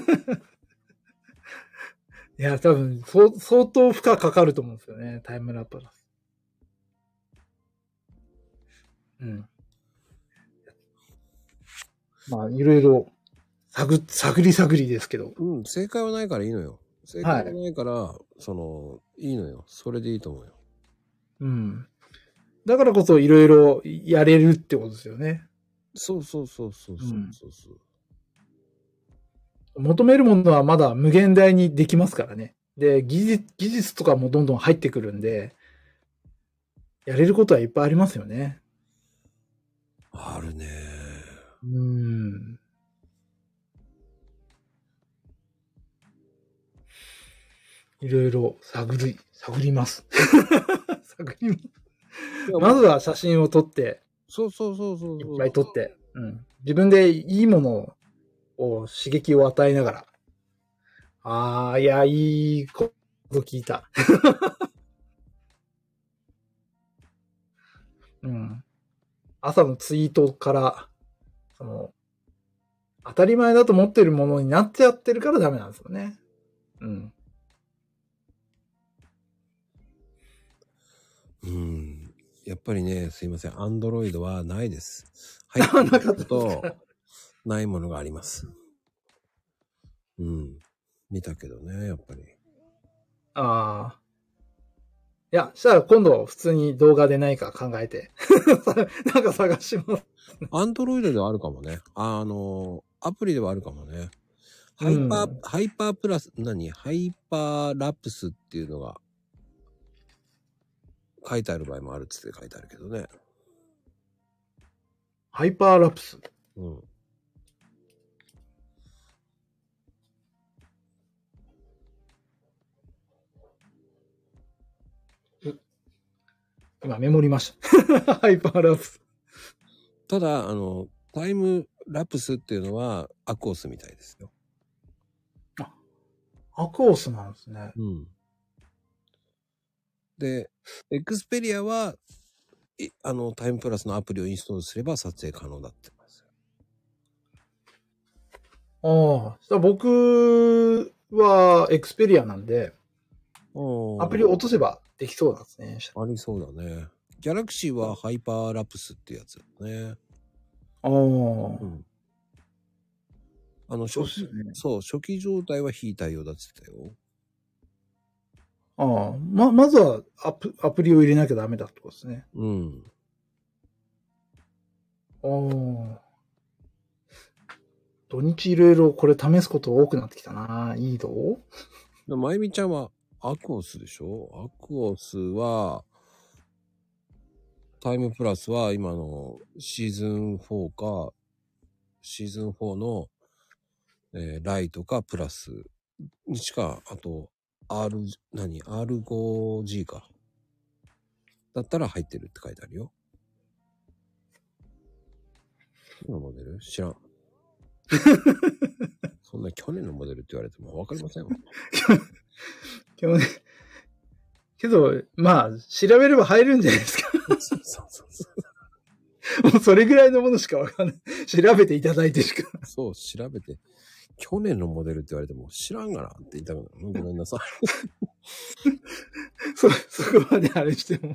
いや、多分、そう、相当負荷かかると思うんですよね。タイムラプラス。うん。まあ、いろいろ、探、探り探りですけど。 うん、正解はないからいいのよ。正解ははい。 ないから、その、いいのよ。それでいいと思うよ。 うん。だからこそいろいろやれるってことですよね。 そうそうそうそうそううん。 そうそう。 求めるものはまだ無限大にできますからね。で、技術、技術とかもどんどん入ってくるんで、やれることはいっぱいありますよね。 あるね。 うーん。いろいろ探り、探ります。探ります。 いや、 まずは写真を撮って、 そうそうそうそういっそう。 ぱい撮って、うん。自分でいいものを刺激を与えながら。ああ、いや、いいこと聞いた。うん。朝のツイートから、その、当たり前だと思ってるものになっちゃってるからダメなんですよね。うん。 うん。やっぱりね、すいません。アンドロイドはないです。入ってなかるったですのと、 か。 ないものがあります。うん。見たけどね、やっぱり。 ああ。いや、したら今度普通に動画でないか考えて。なんか探します。 アンドロイドではあるかもね。あの、アプリではあるかもね。ハうイパー、 ん。 ハイパープラス、何ハイパーラプスっていうのが書いてある場合もあるっつって書いてあるけどね。 ハイパーラプス。 うん。 今メモりました。ハイパーラプス。 ただ、あの、タイムラプスっていうのはアクオスみたいですよ。 あ、アクオスなんですね。 うん。で、エクスペリアは、いあの、タイムプラスのアプリをインストールすれば撮影可能だって言いますよ。 ああ。したら僕はエクスペリアなんで、アプリを落とせばできそうなんですね。 ありそうだね。ギャラクシーはハイパーラプスってやつだね。 ああ。 うん。あの、初期、 そうっすよね。 そう、初期状態は非対応だって言ってたよ。 ああ。ま、まずはアプ、アプリを入れなきゃダメだってことですね。 うん。 ああ。土日いろいろこれ試すこと多くなってきたな。いいぞ。 でまゆみちゃんはアクオスでしょ？アクオスは、タイムプラスは今のシーズンフォーか、シーズンフォーの、えーライトかプラスにしか、あと、R、何 ?アールファイブジー か。だったら入ってるって書いてあるよ。今のモデル知らん。そんな去年のモデルって言われてもわかりませんわ。 今日ね。けど、まあ、調べれば入るんじゃないですか。 そうそうそうそう。 もうそれぐらいのものしかわかんない。調べていただいてしか。 そう、調べて。去年のモデルって言われても知らんがなって言いたくなる。ごめんなさい。 そ、そこまであれしても。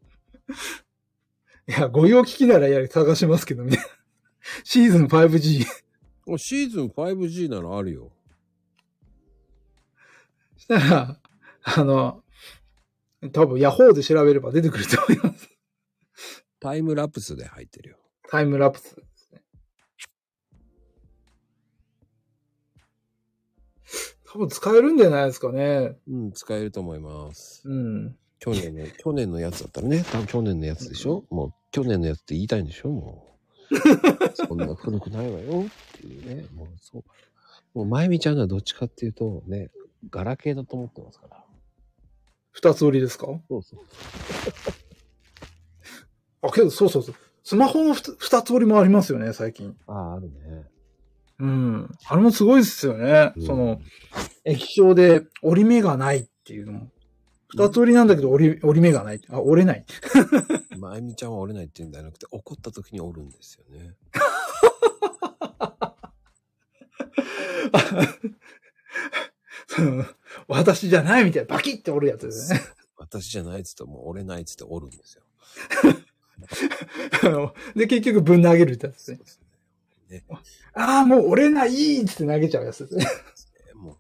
いや、ご用聞きならやり探しますけどね。シーズン ファイブジー。 シーズン ファイブジー ならあるよ。 したら、あの、多分ヤホーで調べれば出てくると思います。 タイムラプスで入ってるよ。 タイムラプスですね。多分使えるんじゃないですかね。 うん、使えると思います。 うん。 去年の、去年のやつだったらね、多分去年のやつでしょ。もう去年のやつって言いたいんでしょもう。そんな古くないわよっていうね。もうそう。もうまゆみちゃんのはどっちかっていうとね、ガラケーだと思ってますから。 二つ折りですか？ そうそう。 あ、けどそうそうそう。スマホのふた二つ折りもありますよね、最近。 ああ、あるね。 うん。あれもすごいですよね。 うんその、液晶で折り目がないっていうのも。二つ折りなんだけど折り、折り目がない。あ、折れない。 まゆみちゃんは折れないって言うんじゃなくて、怒った時に折るんですよね。 その私じゃないみたいな、バキッて折るやつですね。 私じゃないっつっても折れないっつって折るんですよ。 で、結局ぶん投げるってやつですね。 ね、 ああ、もう折れないっつって投げちゃうやつですね。 もう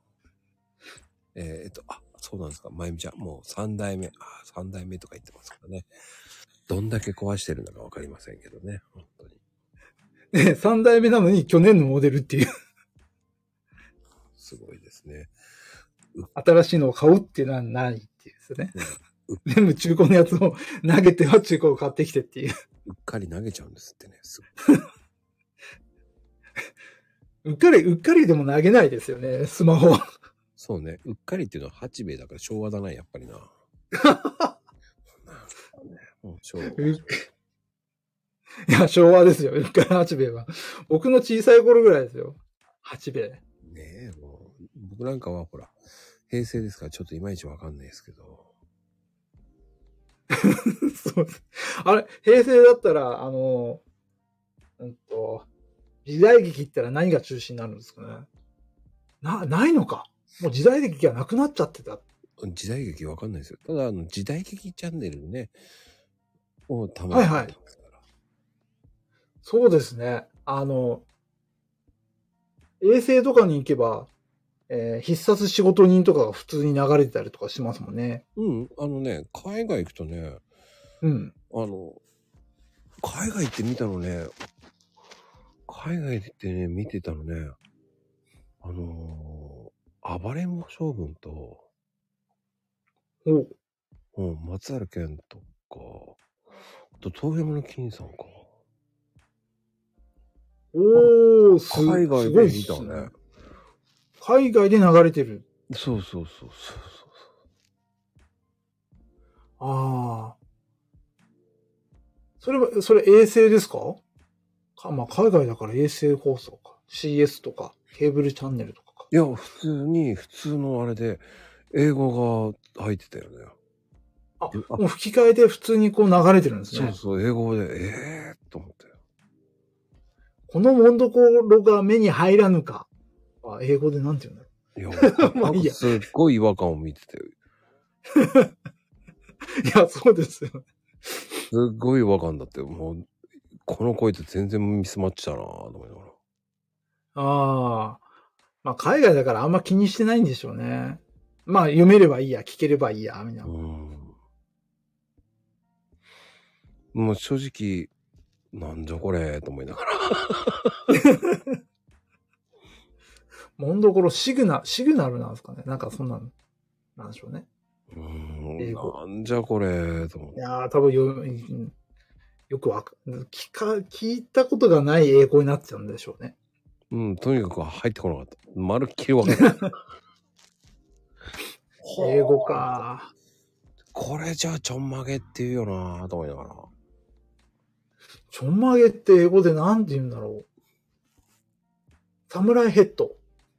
えー、っと、あ、そうなんですか。まゆみちゃん、もう三代目、あ、三代目とか言ってますからね。どんだけ壊してるのかわかりませんけどね。本当に。 ね、三代目なのに去年のモデルっていう。 すごいですね。 新しいのを買うっていうのはないっていうですね。全部中古のやつを投げては中古を買ってきてっていう。 うっかり投げちゃうんですってね。すうっかり、うっかりでも投げないですよね、スマホは。 そうね。うっかりっていうのは八兵衛だから昭和だな、やっぱりな。もう昭和。 いや、昭和ですよ、うっかり八兵衛は。僕の小さい頃ぐらいですよ。八兵衛。 ねえ、もう、僕なんかはほら、平成ですからちょっといまいちわかんないですけど。 そうです。あれ、平成だったら、あの、うんと、時代劇ったら何が中心になるんですかね。な、ないのか。もう時代劇がなくなっちゃってた。 時代劇わかんないですよ。ただ、あの、時代劇チャンネルね、をたまはいはい。そうですね。あの、衛星とかに行けば、えー必殺仕事人とかが普通に流れてたりとかしますもんね。 うん、あのね、海外行くとね、 うん。 あの、海外行って見たのね、海外行ってね、見てたのね、あのー、暴れん坊将軍と、 おうん、松原健とか、あと、遠山の金さんか。 おー、す、 海外すごいで見たっすね。 ね。 海外で流れてる。 そうそうそうそうああ。それは、それ衛星ですか？か、まあ、海外だから衛星放送か。シーエス とか、ケーブルチャンネルとかか。 いや、普通に、普通のあれで、英語が入ってたよね。 あ、もう吹き替えで普通にこう流れてるんですね。 そうそう、英語で、ええー、と思って。 このもんどころが目に入らぬか。あ、英語でなんて言うんだろいや、 まあいいやすっごい違和感を見てて、 う。いや、そうですよね。 すっごい違和感だって、もう、この声って全然ミスマッチだなぁ、と思いながら。 ああ。まあ、海外だからあんま気にしてないんでしょうね。まあ、読めればいいや、聞ければいいや、みたいな。 うん。もう正直、なんじゃこれ、と思いながら。 もんどころシグナ、シグナルなんですかね。なんかそんなの、なんでしょうね。 うーん、 英語なんじゃこれ、と思って。 いやー、多分よ、よくわか、聞か、聞いたことがない英語になっちゃうんでしょうね。 うん、とにかく入ってこなかった。まるっきりわかんない。 英語か。 これじゃあちょんまげっていうよなぁ、と思いながら。 ちょんまげって英語でなんて言うんだろう。サムライヘッド。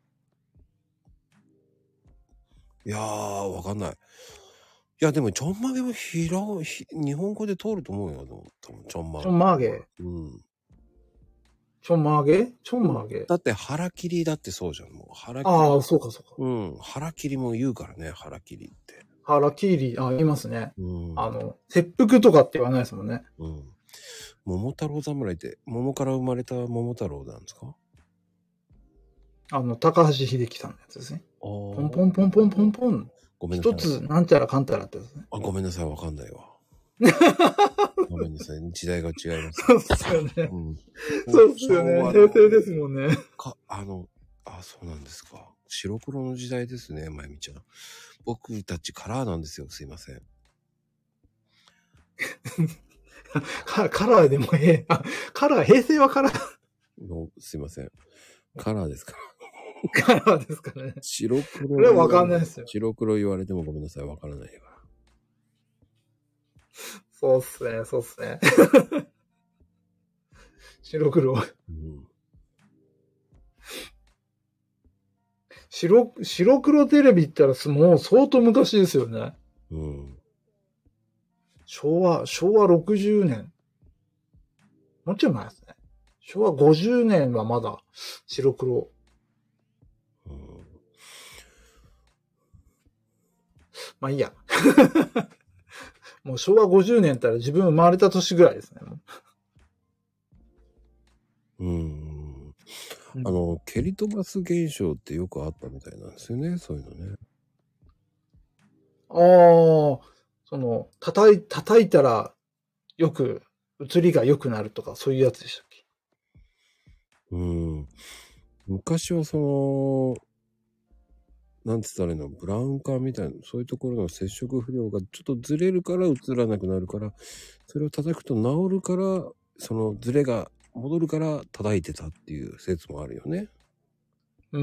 いやー、わかんない。いや、でも、ちょんまげはひら、ひ日本語で通ると思うよ。でも多分ちょんまげ。 ちょんまげ。 うん。 ちょんまげちょんまげ。 だって腹切りだってそうじゃん。もう腹切り。 ああ、そうかそうか。 うん。腹切りも言うからね、腹切りって。 腹切り、あ、言いますね。 うん。 あの、切腹とかって言わないですもんね。 うん。桃太郎侍って、桃から生まれた桃太郎なんですか？ あの、高橋秀樹さんのやつですね。 あーポンポンポンポンポンポン。 ごめんなさい。 一つ、なんちゃらかんたらってやつですね。 あ、ごめんなさい、わかんないわ。ごめんなさい、時代が違います。 そうっすよね。 うん。 そうっすよね。平成ですもんね。 か、あの、あ、そうなんですか。白黒の時代ですね、まゆみちゃん。僕たちカラーなんですよ、すいません。 カカラーでもええ。あ、カラー、平成はカラー。 のすいません。カラーですか。 カラーですかね。 白黒。 これはわかんないですよ。 白黒言われてもごめんなさい。わからないから。 そうっすね、そうっすね。白黒。 うん、 白、白黒テレビって言ったらもう相当昔ですよね。 うん。 昭和、昭和ろくじゅうねん。もうちょい前ですね。昭和ごじゅうねんはまだ白黒。 うん、 まあいいや。もう昭和ごじゅうねんって言ったら自分生まれた年ぐらいですね。 うん。あの、蹴り飛ばす現象ってよくあったみたいなんですよね。そういうのね。 ああ、その、叩い、叩いたらよく、映りが良くなるとか、そういうやつでしたっけ？ うん。昔はその、なんつったらいいの、ブラウン管みたいな、そういうところの接触不良がちょっとずれるから映らなくなるから、それを叩くと治るから、そのずれが戻るから叩いてたっていう説もあるよね。 うん。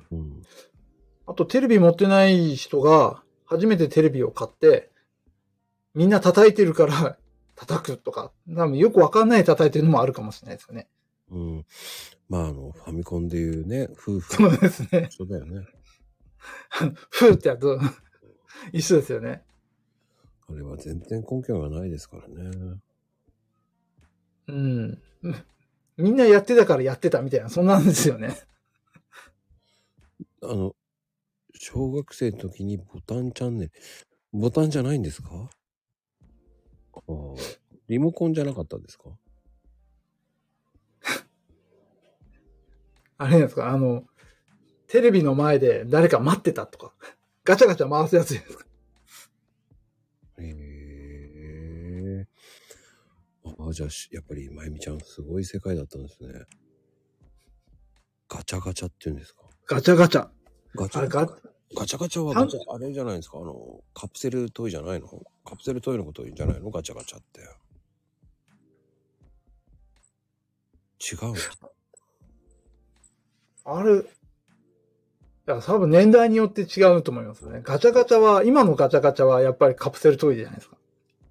うん。 あと、テレビ持ってない人が、初めてテレビを買って、みんな叩いてるから叩くとか、多分よくわかんない叩いてるのもあるかもしれないですよね。 うん。まあ、あの、ファミコンでいうね、夫婦。 そうですね。 そうだよね。 ふーってやると、一緒ですよね。 あれは全然根拠がないですからね。 うん。みんなやってたからやってたみたいな、そんなんですよね。 あの、小学生の時にボタンチャンネル、ボタンじゃないんですか？ああ、リモコンじゃなかったですか？ あれなんですか、あの、テレビの前で誰か待ってたとか、ガチャガチャ回すやつですか？ へえ。ああ、じゃあ、やっぱり、まゆみちゃん、すごい世界だったんですね。ガチャガチャって言うんですか？ ガチャガチャ。 ガチャあれガガチャガチャはガチャ、あれじゃないですか？あの、カプセルトイじゃないの？カプセルトイのこと言うんじゃないの？ガチャガチャって。違うの？ あれ、いや、多分年代によって違うと思いますね。ガチャガチャは、今のガチャガチャはやっぱりカプセルトイじゃないですか。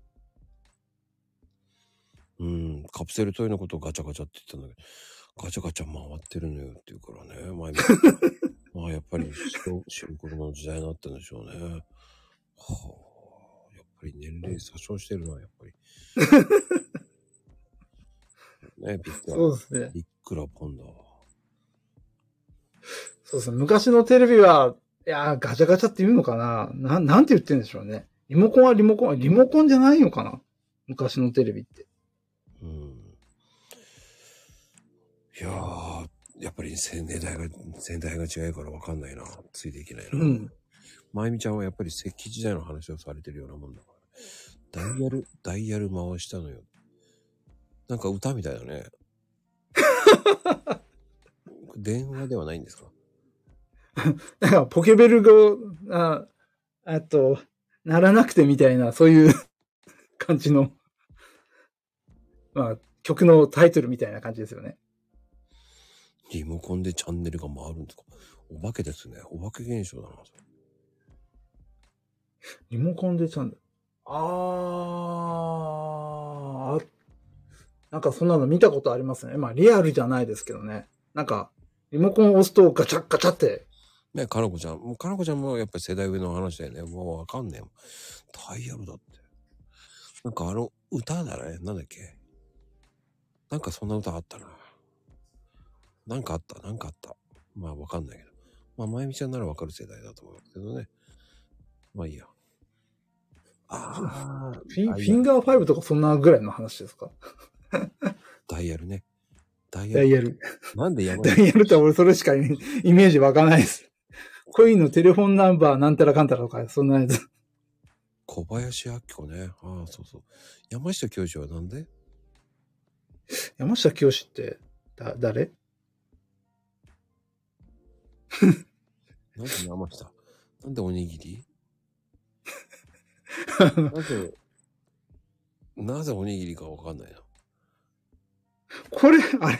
うん、カプセルトイのことをガチャガチャって言ったんだけど、ガチャガチャ回ってるのよって言うからね、前まあやっぱり白白黒の時代になったんでしょうね。はあ、やっぱり年齢詐称してるな、やっぱり。ね、ビックラ、 そうですね。 ビックラポンダ。 そうですね。昔のテレビは、いやー、ガチャガチャって言うのかなな、なんて言ってんでしょうね。リモコンはリモコン、リモコンじゃないのかな昔のテレビって。 うん。いやー、やっぱり世代が、世代が違うから分かんないな。ついていけないな。 うん。 まゆみちゃんはやっぱり石器時代の話をされてるようなもんだから。ダイヤル、ダイヤル回したのよ。なんか歌みたいだね。電話ではないんですか？ だからポケベルが、あ、あと、ならなくてみたいな、そういう感じの、まあ、曲のタイトルみたいな感じですよね。 リモコンでチャンネルが回るんですか？お化けですね。お化け現象だな。 リモコンでチャンネル。あー、なんかそんなの見たことありますね。まあ、リアルじゃないですけどね。なんか、リモコンを押すとガチャッガチャって。 ね、かなこちゃん。もうかなこちゃんもやっぱり世代上の話だよね。もうわかんねえもん。ダイヤルだって。なんかあの歌だね。なんだっけ。なんかそんな歌あったな。なんかあった。なんかあった。まあわかんないけど。まあ、まゆみちゃんならわかる世代だと思うんですけどね。まあいいや。ああ。 フィン、フィンガーファイブとかそんなぐらいの話ですか？ ダイヤルね。ダイヤル。 ダイヤル。 なんで山ダイヤルって俺それしかイメージわかんないです。コインのテレフォンナンバーなんたらかんたらとか、そんなやつ。 小林明子ね。ああ、そうそう。山下教授はなんで？ 山下清ってだ誰？ なんで山下？なんでおにぎり？なぜなぜおにぎりかわかんないな。 これ、あれ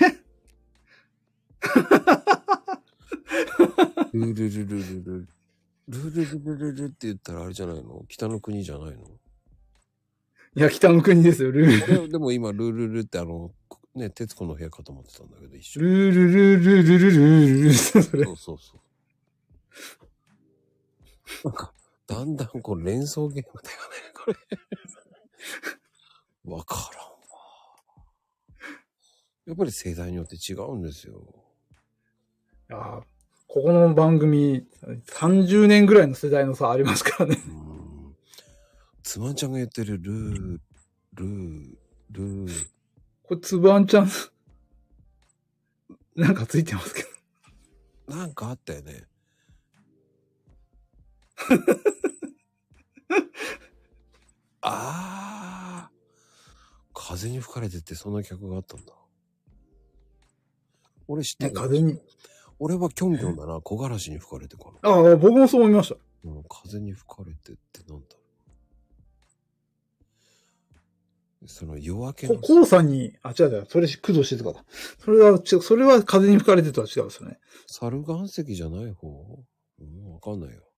ルルルルルル。ルルルルルルって言ったらあれじゃないの？北の国じゃないの？ いや、北の国ですよ、ルール。 俺でも今、ルルルってあの、ね、徹子の部屋かと思ってたんだけど、一緒。 ルールルルルルルルルそれ。 そうそうそう。なんか、だんだんこう連想ゲームだよね、これ。わからんわ。やっぱり世代によって違うんですよ。 いやここの番組、さんじゅうねんぐらいの世代の差ありますからね。 うん。つまんちゃんが言ってるルー、ルー、ルー。 これ、つばんちゃん、なんかついてますけど。なんかあったよね。ああ。風に吹かれてってそんな曲があったんだ。俺知ってる。 風に。 俺はキョンキョンだな。木枯らしに吹かれてかな。ああ、僕もそう思いました。 うん、風に吹かれてってなんだろう。その夜明けの。 黄砂に、あ、違う違う。それ、工藤静香だ。それは、違う、それは風に吹かれてとは違うんですよね。 猿岩石じゃない方？うん、わかんないよ。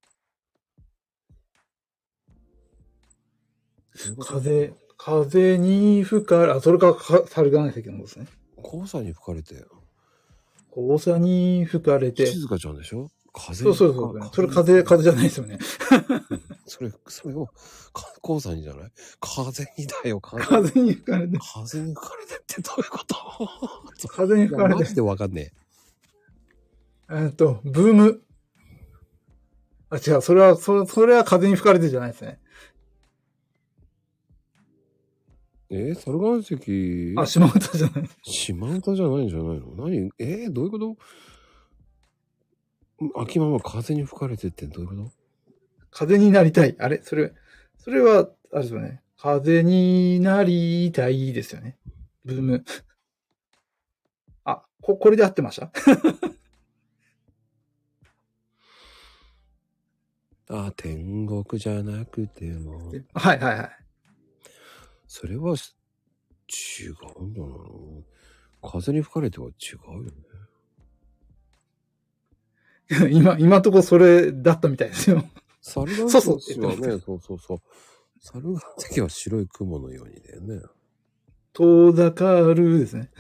風、風に吹かれ、あ、それか、か猿岩石の方ですね。 黄砂に吹かれて。 黄砂に吹かれて。 静香ちゃんでしょ？風そうそうそう。それ風、風じゃないですよね。 それ、それを、黄砂にじゃない？風にだよ、 風。風に吹かれて。 風に吹かれてってどういうこと？ 風に吹かれて。 マジでわかんねえ。えっと、ブーム。あ、違う、それは、それ、それは風に吹かれてじゃないですね。 えー、猿岩石。 あ、島唄じゃない。 島唄じゃないんじゃないの？何？えー、どういうこと？秋ママ風に吹かれてってどういうこと？ 風になりたい。あれそれ、それは、あれですよね。風になりたいですよね。ブーム。あ、こ、これで合ってましたあ、天国じゃなくても。 はいはいはい。 それは、違うんだな。風に吹かれては違うよね。 今、今とこそれだったみたいですよ。 猿岩石はね、そうそうそう。猿岩石は白い雲のようにだよね。 遠ざかるですね。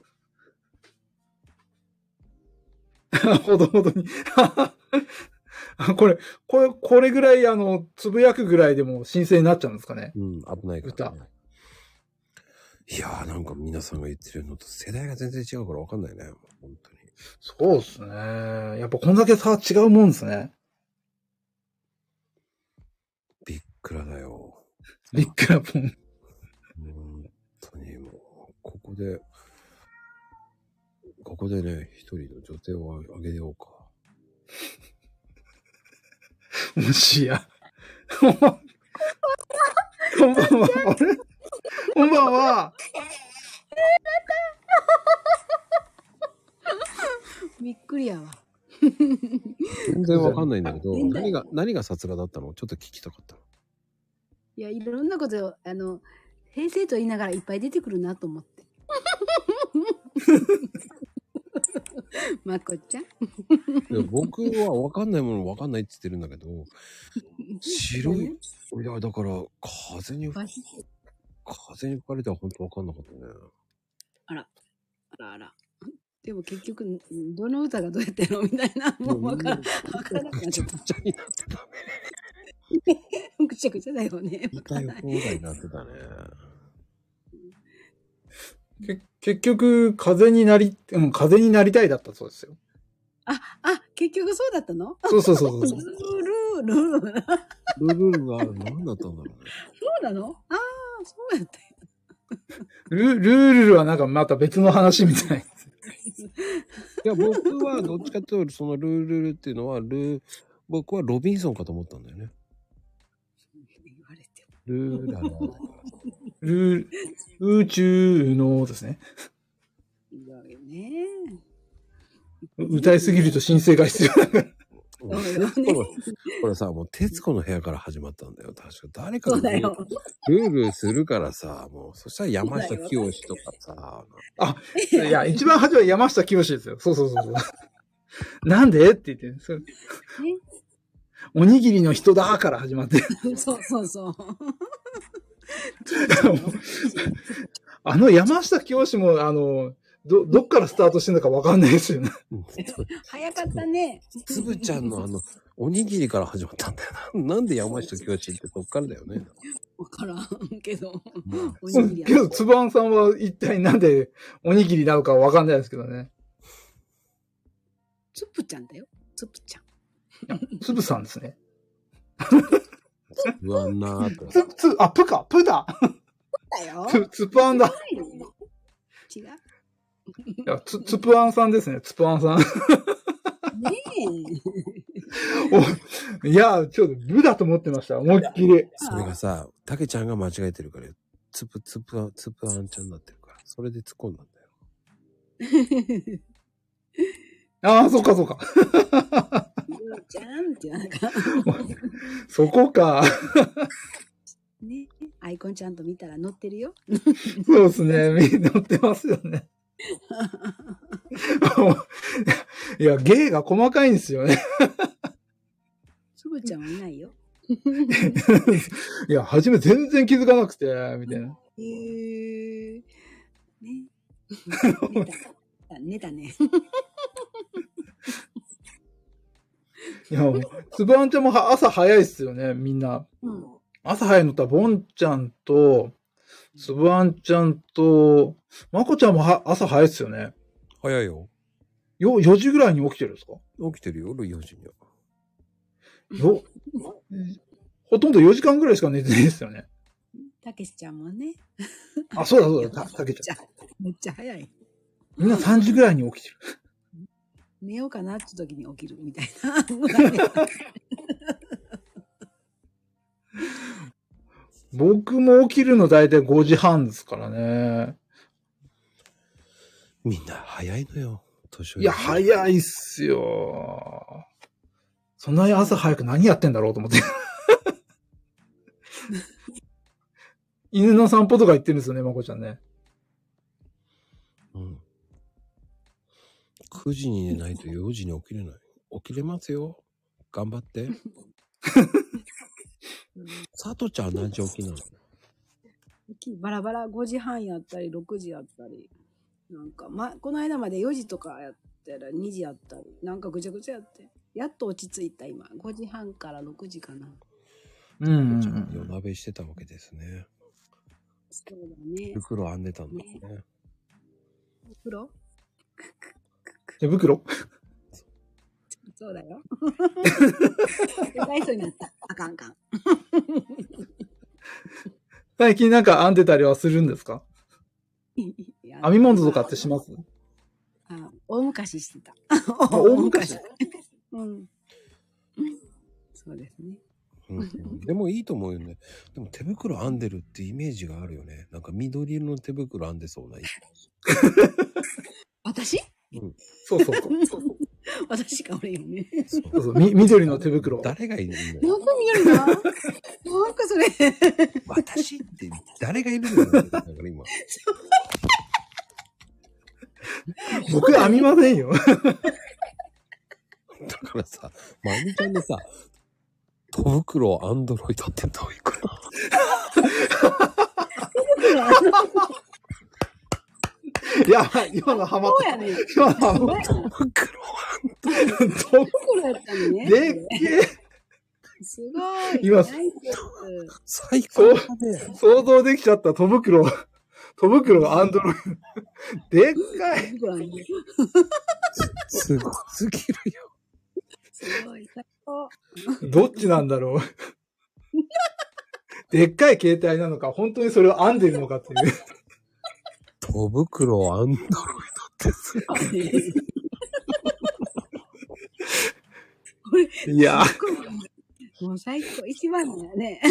うん、ほどほどに。これ、これ、これぐらい、あの、つぶやくぐらいでも申請になっちゃうんですかね。 うん、危ないから、ね。歌。いやー、なんか皆さんが言ってるのと世代が全然違うから分かんないね。本当に。 そうですね。やっぱこんだけ差違うもんですね。 びっくらだよ。 びっくらぽん。 本当にもう、ここで、ここでね、一人の女性をあげようか。 もしや。こんばんは。あれこんばんは。 びっくりやわ。 全然わかんないんだけど、何が、何がさすがだったの？ちょっと聞きたかった。 いや、いろんなこと、あの、平成と言いながらいっぱい出てくるなと思って。まこちゃんいや僕はわかんないものわかんないって言ってるんだけど、白い、いや、だから、風に、風に吹かれては本当わかんなかったね。 あら、あらあら。でも結局、どの歌がどうやってのみたいな、もうわから、わからなくなっちゃった。ぐちゃぐちゃになってたね。ぐちゃぐちゃだよね。 痛い放題になってたね。 け結局、風になり、うん、風になりたいだったそうですよ。 あ、あ、結局そうだったの？ そうそうそうそう。 ルールール。 ルールが何だったんだろうね。 そうなの？ああ、そうやったよ。 ル、ルールはなんかまた別の話みたい。 いや、僕はどっちかというと、そのルールっていうのは、ルー、僕はロビンソンかと思ったんだよね。ルーララ。 ルー、宇宙のですね。 だよね。 歌いすぎると申請が必要だから。 うん徹子の、これさ、もう徹子の部屋から始まったんだよ。確か誰かがルそうだよ。 ールするからさ、もう、そしたら山下清とかさ、 あ、いや、一番初めは山下清ですよ。そうそうそうそう。なんでって言って、それおにぎりの人だから始まって。 そうそうそう。 あの山下清も、あの、ど、どっからスタートしてるのかわかんないですよね。 早かったね。 つぶちゃんのあの、おにぎりから始まったんだよな。なんで山下清ってそっからだよね。 わからんけど。おそうにぎりけど、つばんさんは一体なんでおにぎりなのかわかんないですけどね。 つぶちゃんだよ。つぶちゃん。 つぶさんですね。 うわんなーと。 つ、つ、あ、プか、プだ。 だよ。 つ、つぷあんだ。 違う。 いや、つ、つぷあんさんですね、つぷあんさん。 ねおいや、ちょっとブだと思ってました、思いっきり。 それがさ、たけちゃんが間違えてるから、つぷつぷあ、つぷあんちゃんになってるから、それで突っ込んだんだよ。 ああ、そっかそっか。 じゃんってなんか。 そこか。 ね、アイコンちゃんと見たら載ってるよ。 そうですね、みんな乗ってますよね。いや、芸が細かいんですよね。 つぶちゃんはいないよ。 いや、初め全然気づかなくて、みたいな。 へえー。ね。寝たね。 いや、つぶあんちゃんもは朝早いっすよね、みんな。 うん、 朝早いのとは、ぼんちゃんと、つぶあんちゃんと、まこちゃんもは朝早いっすよね。 早いよ。 よ、よじぐらいに起きてるんですか？ 起きてるよ、よじには。 よ、ほとんどよじかんぐらいしか寝てないですよね。 たけしちゃんもね。 あ、そうだそうだ、た、たけちゃん。 めっちゃ早い。 みんなさんじぐらいに起きてる。 寝ようかなって時に起きるみたいな。 僕も起きるの大体ごじはんですからね。 みんな早いのよ、年寄り。 いや、早いっすよ。そんなに朝早く何やってんだろうと思って。犬の散歩とか行ってるんですよね、まこちゃんね。 うん。くじに寝ないとよじに起きれない。起きれますよ。頑張って。さとちゃん何時起きなの？ バラバラごじはんやったりろくじやったり。なんか、ま、この間までよじとかやったらにじやったり。なんかぐちゃぐちゃやって。やっと落ち着いた今。ごじはんからろくじかな。 うんうんうん。 さとちゃん夜鍋してたわけですね。 そうだね。 袋編んでたんだね。 袋手袋そうだよ。大そうになった。あかんあかん。 最近なんか編んでたりはするんですか？編み物とかってします？ あ、大昔してた。 大昔うん。そうですね。 うんうん、でもいいと思うよね。でも手袋編んでるってイメージがあるよね。なんか緑色の手袋編んでそうなイメージ。 私？ うん。 そうそうそう。 私か俺よね。 そうそうみ緑の手袋。 誰がいるんだなんよ。 か緑な。なんかそれ。 私って誰がいるんだよ。だから今。 僕編みませんよ。 だからさ、まゆみちゃんでさ、戸袋アンドロイドってどういうこと？ いや、今のハマっそうやね。 今のハマっ戸袋戸袋やったのね。 でっけえ。 すごい。 今ナイス最高だね。 想像できちゃった戸袋。戸袋がアンドロイド。でっかい。 袋なんですごすぎるよ。 すごい。最高。 どっちなんだろう。でっかい携帯なのか、本当にそれを編んでるのかっていう。 戸袋アンドロイドってすごい。 これ、 いや、 もう最高。一番だよね。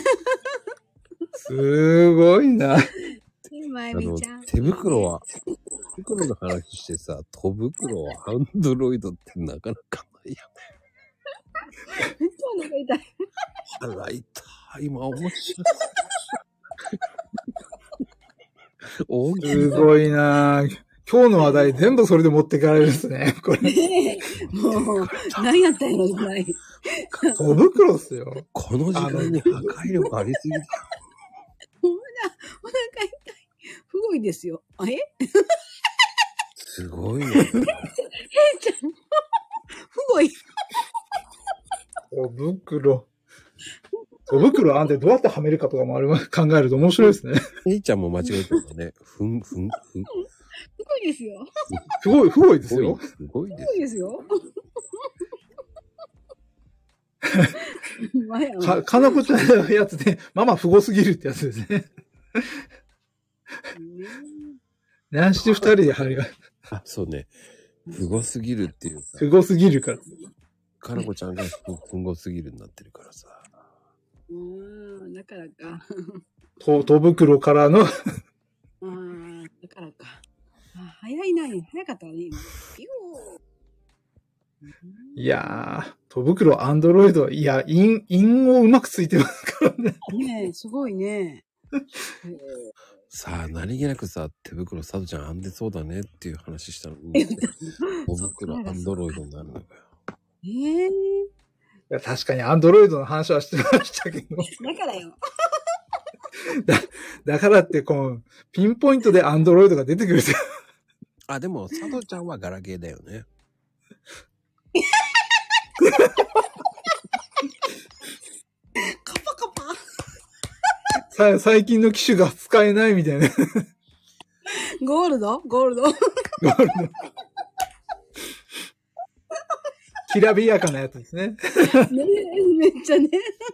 すごいな。 まゆあのみちゃん。 手袋は、手袋の話してさ、戸袋はアンドロイドってなかなかないよめっちゃお腹痛い。 腹痛い。今面白い。大喜利すごいなぁ。今日の話題全部それで持ってかれるんですね。これ。 ねえ。もう、何やったんやろ、ぐらい。 小袋っすよ。 この時間に破壊力ありすぎた。 ほら、お腹痛い。不ごいですよ。あ、えすごいね。 えいちゃん。不ごい。 小袋。小袋あんてどうやってはめるかとかもあれ考えると面白いですね。 えいちゃんも間違えたんだね。ふん、ふん、ふん。 不ごいですよ。 すごい、不ごいですよ。 すごいで不ごいですよ。まやか、かなこちゃんのやつで、ママ不ごすぎるってやつですね。何して二人で張りが、 す。あ、そうね。ふごすぎるっていうさ、 不ごすぎるから。 かなこちゃんがふふごすぎるになってるからさ。 うーん、だからか。 と、戸袋からの、 ああ、だからか。あ、早いな、早かったわね、今。ピュー。 いやー、戸袋アンドロイド、いや、韻、韻をうまくついてますからね。 ねえ、すごいね。 さあ、何気なくさ、手袋さとちゃん編んでそうだねっていう話したのに、手袋アンドロイドになるのかよ。 ええー、 いや確かにアンドロイドの話はしてましたけど。 だからよ。 だ、だからって、この、ピンポイントでアンドロイドが出てくる。 あ、でも、さとちゃんはガラケーだよね。 カパカパ。 さ、最近の機種が使えないみたいな。 ゴールドゴールドきらびやかなやつですね。 ねえ、めっちゃね。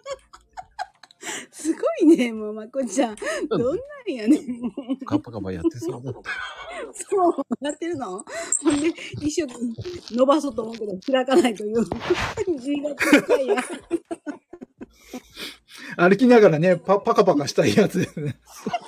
すごいね、もう、まこちゃん。どんなんやねん。 カッパカパやってそうだった。 そう、やってるのほんで、一生懸命伸ばそうと思うけど、開かないという。字がちっちゃいや。 歩きながらね、パ、パカパカしたいやつですね。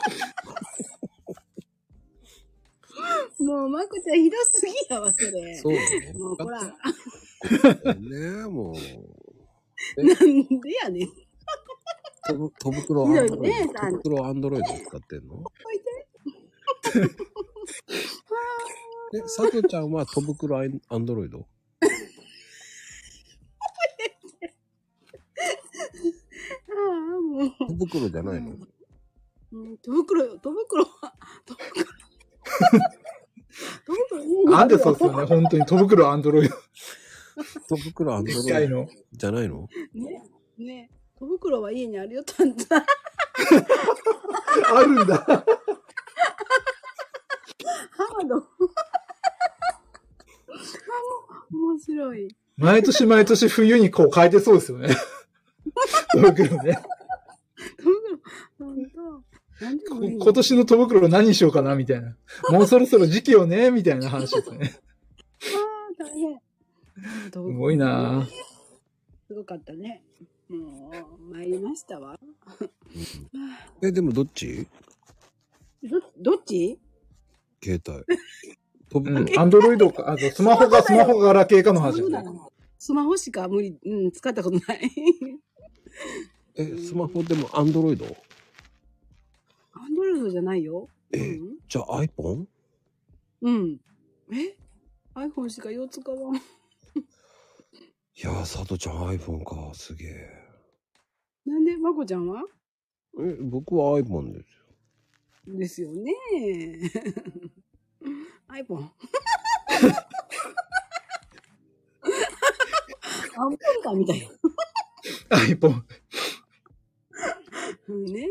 もう、まこちゃんひどすぎやわ、それ。 そうね。 もう、ほら。 ねえ、もう。 なんでやねん。 とぶ、とぶくろアンドロイド。とぶくろアンドロイド使ってんのえ、さとちゃんはとぶくろアンドロイドああ、もう。 とぶくろじゃないのうん、戸袋よ、戸袋は。戸袋。戸袋いいね。 なんでそうですよね、本当に戸袋アンドロイド。 とぶくろアンドロイド機械の。 じゃないのね、ね。戸袋は家にあるよ、たんた。 あるんだ。 ハード。面白い。 毎年毎年冬にこう変えてそうですよね。戸袋ね。 戸袋、ほんと。なんでもいいの今年の戸袋何にしようかなみたいな。もうそろそろ時期よねみたいな話ですね。 ああ、大変。すすごいなぁ。 すごかったね。もう、参りましたわ。 え、でもどっちど、どっち携帯。とぶうん。アンドロイドか、あとスマホかスマホガラケーかの話そうだですね。 スマホしか無理、うん、使ったことない。 え、スマホでもアンドロイドアンドロイドじゃないよ。 え、 うんじゃあ iPhone? うん。え ?iPhone しかよう使わん。 いやー、さとちゃん iPhone か、すげえ。 なんで、まこちゃんはえ、僕は iPhone ですよ。 ですよね。iPhone。アンポンかみたいな。 iPhone。 うんね。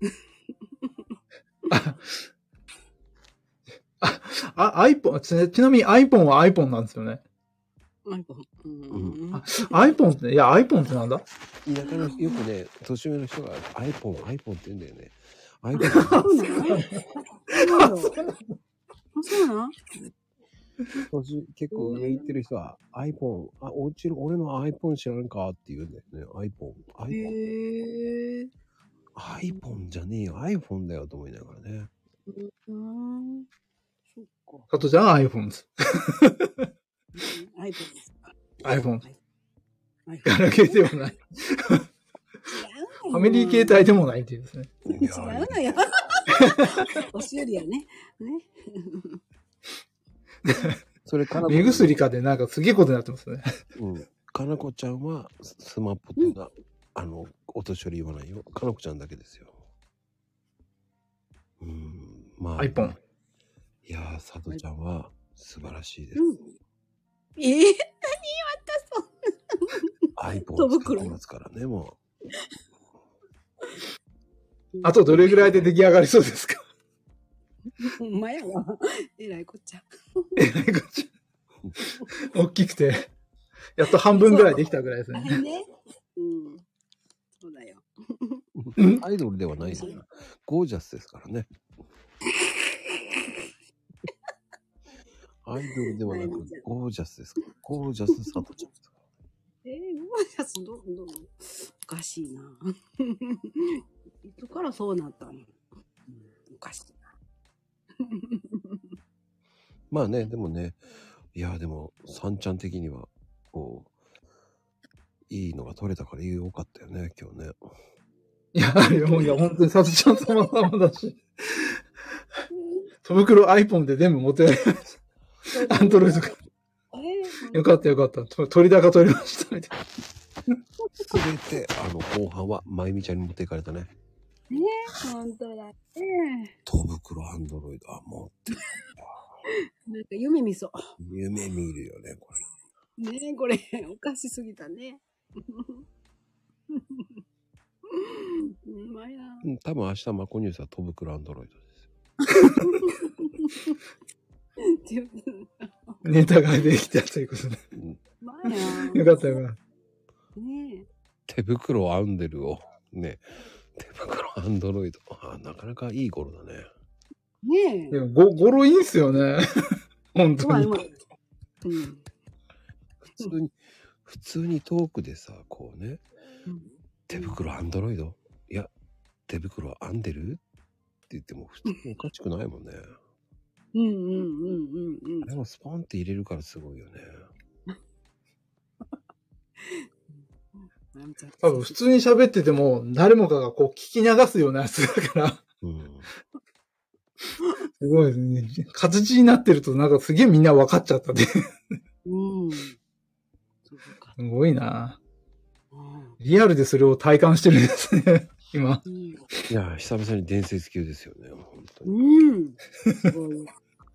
あ、あ、iPhone、ちちなみに iPhone は iPhone なんですよね。 iPhone。うん。 あ iPhone って、いや iPhone ってなんだ田舎の人よくね、年上の人が iPhone、iPhone って言うんだよね。 そ iPhone。 うなのあ、そうなん年結構上行ってる人は iPhone、あ、おうちの俺の iPhone 知らんかって言うんだよね。iPhone。iPhone。 へえ。 iPhone じゃねえよ。iPhone だよと思いながらね。 うん。そっか。 佐藤ちゃんは iPhone です。 iPhone ですか。 iPhone。 ガラケーではない。ファミリー携帯でもないっていうですね。 違うのよ。おしよりやね。ね。 それから。 目薬かでなんかすげえことになってますね。 うん。かなこちゃんはスマポとか、うん、あの、お年寄り言わないよ。かなこちゃんだけですよ。うん。まあ。 iPhone。 いやー、佐藤ちゃんは素晴らしいです。 うん、えー、何またそんな。iPhone を使ってますからね、もう。あとどれぐらいで出来上がりそうですか？ ほんまやわ。えらいこっちゃ。 えらいこっちゃ。大きくて、やっと半分ぐらいできたぐらいですね。 ね。うん。そうだよ。 アイドルではないですから。ゴージャスですからね。アイドルではなくゴージャスですから。ゴージャス佐藤ちゃんですから。 えー、ゴージャスど、ど、おかしいな。いつからそうなったの？おかしいな。 まあね、でもね、いやでも、さんちゃん的には、こう、いいのが取れたから良かったよね、今日ね。 いや、いや、いや本当にさつちゃん様々だし。戸袋 iPhone で全部持ってられました。アンドロイドが。よかったよかった。取り高取りました。みたいな。 すべて、あの、後半は、まゆみちゃんに持っていかれたね。 ねえ、ほんとだね。 戸袋アンドロイドは持ってる。 なんか夢見そう。 夢見るよね、これ。ねえ、これ、おかしすぎたね。うまいな。 うん、多分明日マコニュースは戸袋アンドロイドですよ。 ネタができたということで。 うん、まあや。 よかったよかった。 ねえ。 手袋アンデルを、ね、手袋アンドロイド。あ、なかなかいい頃だね。 ねえ。 でもご語呂いいんすよね。本当に。うん。 普通に、普通にトークでさ、こうね、うん、手袋アンドロイド？いや、手袋アンデルって言っても普通におかしくないもんね。 うんうんうんうんうん。 あれもスポンって入れるからすごいよね。 多分普通に喋ってても誰もかがこう聞き流すようなやつだから。うん、すごいですね。形になってるとなんかすげえみんな分かっちゃったね。うん。すごいな。リアルでそれを体感してるんですね。今。 いや、久々に伝説級ですよね。本当に。 うん。すごい。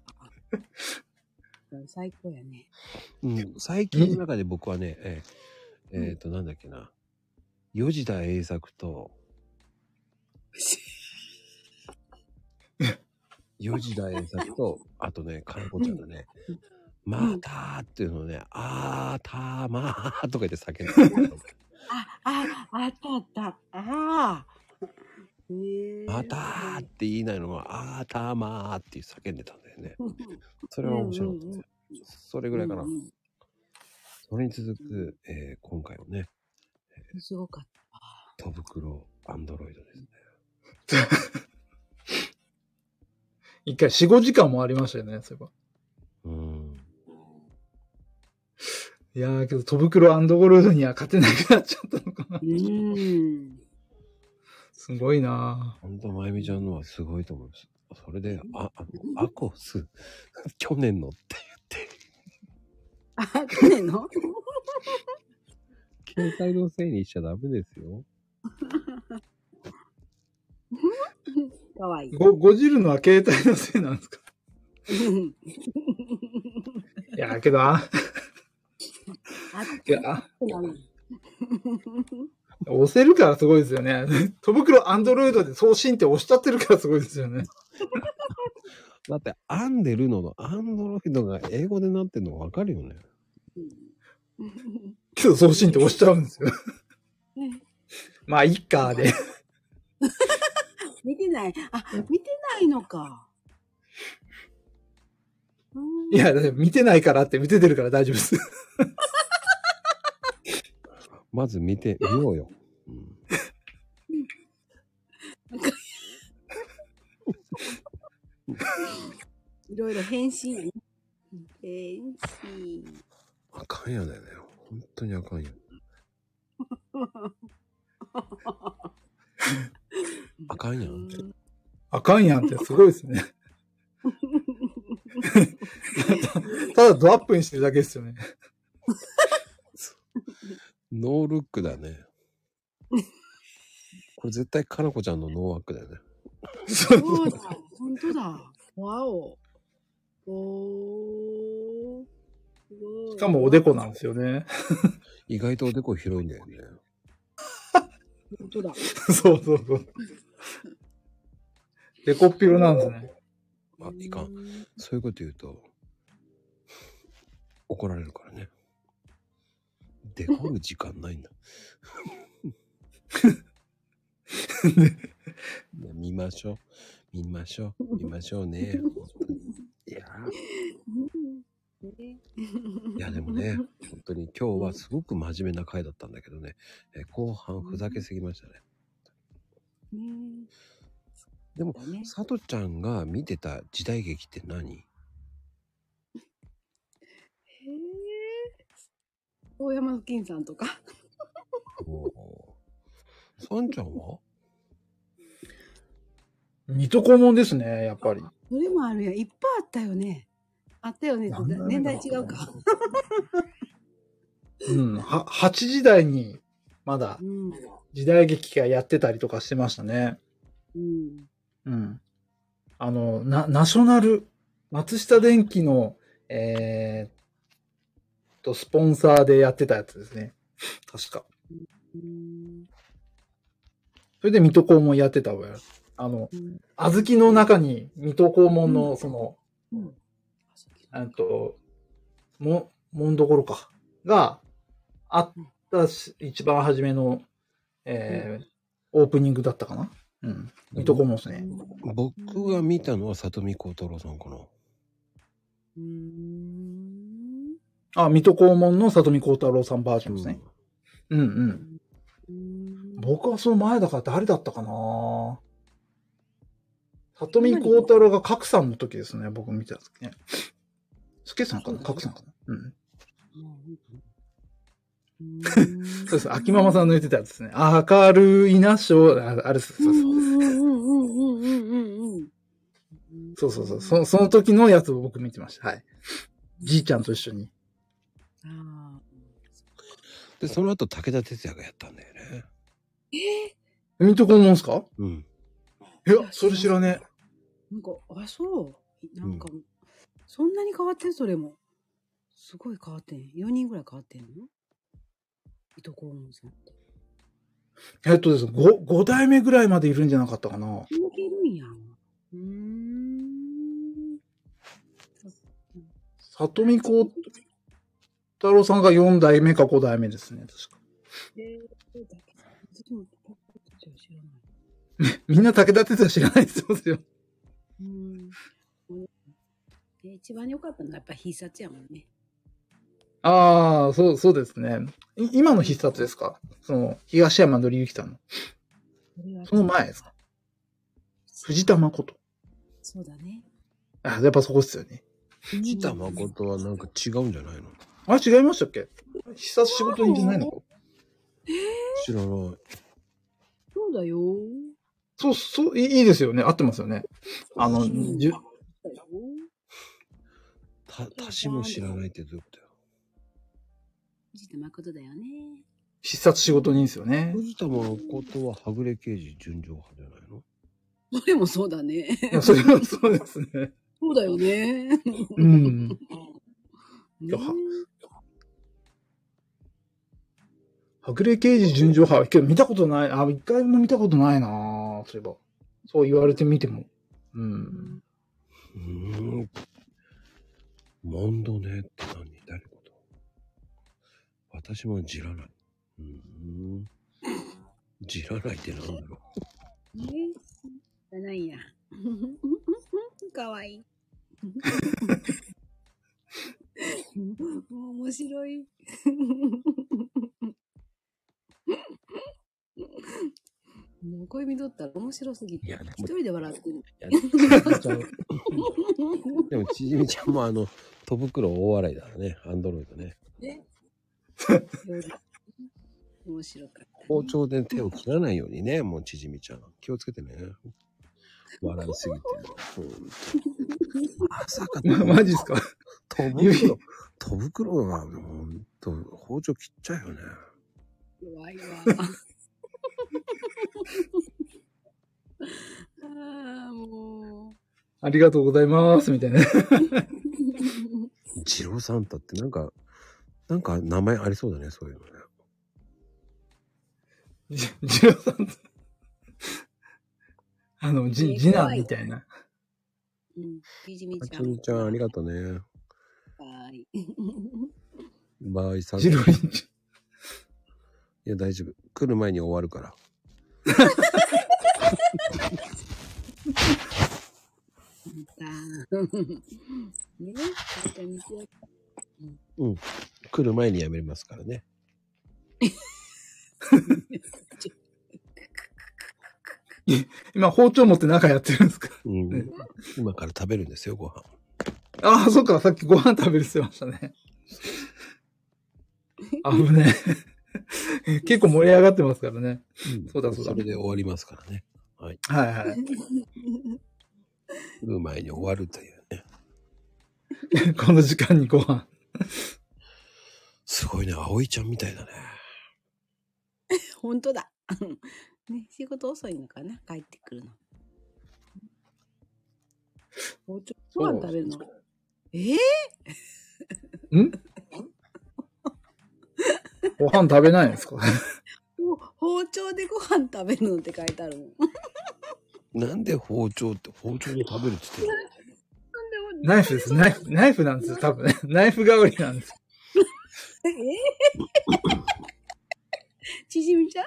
最高やね。 うん。最近の中で僕はね、えっ、ー、えー、と、なんだっけな。吉田栄作と、吉田栄作と、あとね、かなこちゃんがね、またーっていうのをね、あーたーまーとか言って叫んでる。 あ、あ、あったあった。ああ。 えー、またーって言いないのが、あーたーまーって叫んでたんだよね。それは面白かったですよ。それぐらいかな。うんうん、それに続く、えー、今回はね、 えー、すごかった。 戸袋アンドロイドですね。 一回よん、ごじかんもありましたよね、そういえば。うん。いやー、けど戸袋アンドロイドには勝てなくなっちゃったのかな。うん。すごいなぁ。ほんと、まゆみちゃんのはすごいと思います。それで、あ、あの、アコス、去年のって言って。 あ、去年の携帯のせいにしちゃダメですよ。 かわいい。 ご、ごじるのは携帯のせいなんですか？いやーけど、あ、いや、押せるからすごいですよね。戸袋アンドロイドで送信って押しちゃってるからすごいですよね。 だって、アンデルノのアンドロイドが英語でなってるの分かるよね。 けど送信って押しちゃうんですよ。まあ、いっかで。 見てない。あ、見てないのか。 いや、だって見てないからって見ててるから大丈夫です。 まず見てみようよ。うん、 いろいろ返信やね。返信。 あかんやだよね。本当にあかんよ。 あかんやん。 あかんやんってすごいですね。ただドアップにしてるだけですよね。 ノールックだね。これ絶対かなこちゃんのノーワークだよね。 そうだ、本当だ。わお。おー。すごい。 しかもおでこなんですよね。 意外とおでこ広いんだよね。 本当だ。 そうそうそう。デコっぴろなんですね。 あ、いかん。そういうこと言うと、怒られるからね。デコる時間ないんだ。見ましょう。見ましょう。見ましょうね。いやー。いやでもね、本当に今日はすごく真面目な回だったんだけどね、え後半ふざけすぎましたね。 ねでも、 ねさとちゃんが見てた時代劇って何？ へえ。大山の金さんとか。 おーさんちゃんは？ 水戸黄門ですね、やっぱり。 それもあるやん。いっぱいあったよね。あったよね。 なんだろう年代違うか。 うん。は、はちじ台に、まだう、ん。 時代劇がやってたりとかしてましたね。 うん。 うん。あの、な、ナショナル、松下電器の、えーっと、スポンサーでやってたやつですね。確か。 うん。 それで水戸黄門やってたわよ。あの、 うん。 小豆の中に水戸黄門の、その、 うん。 えっと、も、もんどころか。があったし、一番初めの、えーオープニングだったかな。うん。水戸黄門ですね。 僕が見たのは里見幸太郎さんかな。 うーん。 あ、水戸黄門の里見幸太郎さんバージョンですね。うん、うん、 うーん。 僕はその前だから誰だったかな。里見幸太郎が角さんの時ですね。僕見てた時ね。スケさんかな角さんかな。うん。 うーん。 そうです。秋ママさんの言ってたやつですね。明るいなしょ、ああれです。そうそううんうんうんうんうんうんうん。 そうそうそうそ。その時のやつを僕見てました。はい。じいちゃんと一緒に。 ああ。 で、その後武田鉄矢がやったんだよね。 え水戸黄門ですか？ うん。 いや、それ知らねー、なんか、あ、そう。なんか、そんなに変わってんそれも。すごい変わってん。よにんぐらい変わってんの伊藤黄門さんって。 え。えっとですね、ご、ご代目ぐらいまでいるんじゃなかったかな。 そんだけいるんや。うーん。 里見幸太郎さんがよん代目かご代目ですね、確か。 えー、だけ私も知らない。 みんな武田鉄矢知らないですよ。 うーん。で一番良かったのはやっぱ必殺やもんね。 ああ、そう、そうですね。い今の必殺ですか？その、東山紀之さんの。その前ですか？藤田誠。 そうだね。 あ、やっぱそこっすよね。 藤田誠はなんか違うんじゃないの？ あれ違いましたっけ？必殺仕事人じゃないのか？ 知らない。 そうだよ。 そう、そう、いいいいですよね。合ってますよね。あの、じゅ、 た、たしも知らないってどういうことよ。 藤田誠だよね。 必殺仕事人ですよね。 藤田誠ははぐれ刑事純情派じゃないの？ それもそうだね。 いや、それはそうですね。 そうだよね。 うん。 ねいやははぐれ刑事純情派は、けど見たことない。あ、一回も見たことないな。そういえば。そう言われてみても。うん。 うーん。モンドネって何？誰のこと？私も知らない。うーん。知らないってなんだろう。 えじゃないや。かわいい。もう面白い。もう恋人ったら面白すぎて。 いやでも一人で笑ってる。 いやでもちじみちゃんもあの戸袋大笑いだね。アンドロイドね。 ね。 面白かった、ね。 包丁で手を切らないようにね、もうちじみちゃん。気をつけてね。笑いすぎて。まさか、 ま、マジっすか？ 戸袋、戸袋が、ほんと、包丁切っちゃうよね。 弱いわ。ああ、もう。 ありがとうございます、みたいな。 ジローサンタってなんか、なんか名前ありそうだね、そういうのね。 ジジローサンタ。あの、じ、次男みたいな。 うん。ちじみちゃん。 ちじみちゃん、ありがとうね。 はい。 バイさん。 ジロリンちゃん。 いや、大丈夫。来る前に終わるから。 ね、 うん。来る前にやめますからね。 今、包丁持って中やってるんですか？ うん。ね、今から食べるんですよ、ご飯。 ああ、そっか、さっきご飯食べるって言ってましたね。危ねえ。結構盛り上がってますからね。うん、そうだそうだ。 それで終わりますからね。はい。 はいはい。 来る前に終わるというね。 この時間にご飯。 すごいね、葵ちゃんみたいだね。 本当だ。ね、仕事遅いのかな、帰ってくるの。包丁ご飯食べるの？ええー、んご飯食べないんですか？ 包丁でご飯食べるのって書いてあるもん。 なんで包丁って包丁で食べるって言ってるの？ナイフです。ナイフ、ナイフなんですよ、多分ね。ナイフ代わりなんです。 えー、ちじみちゃん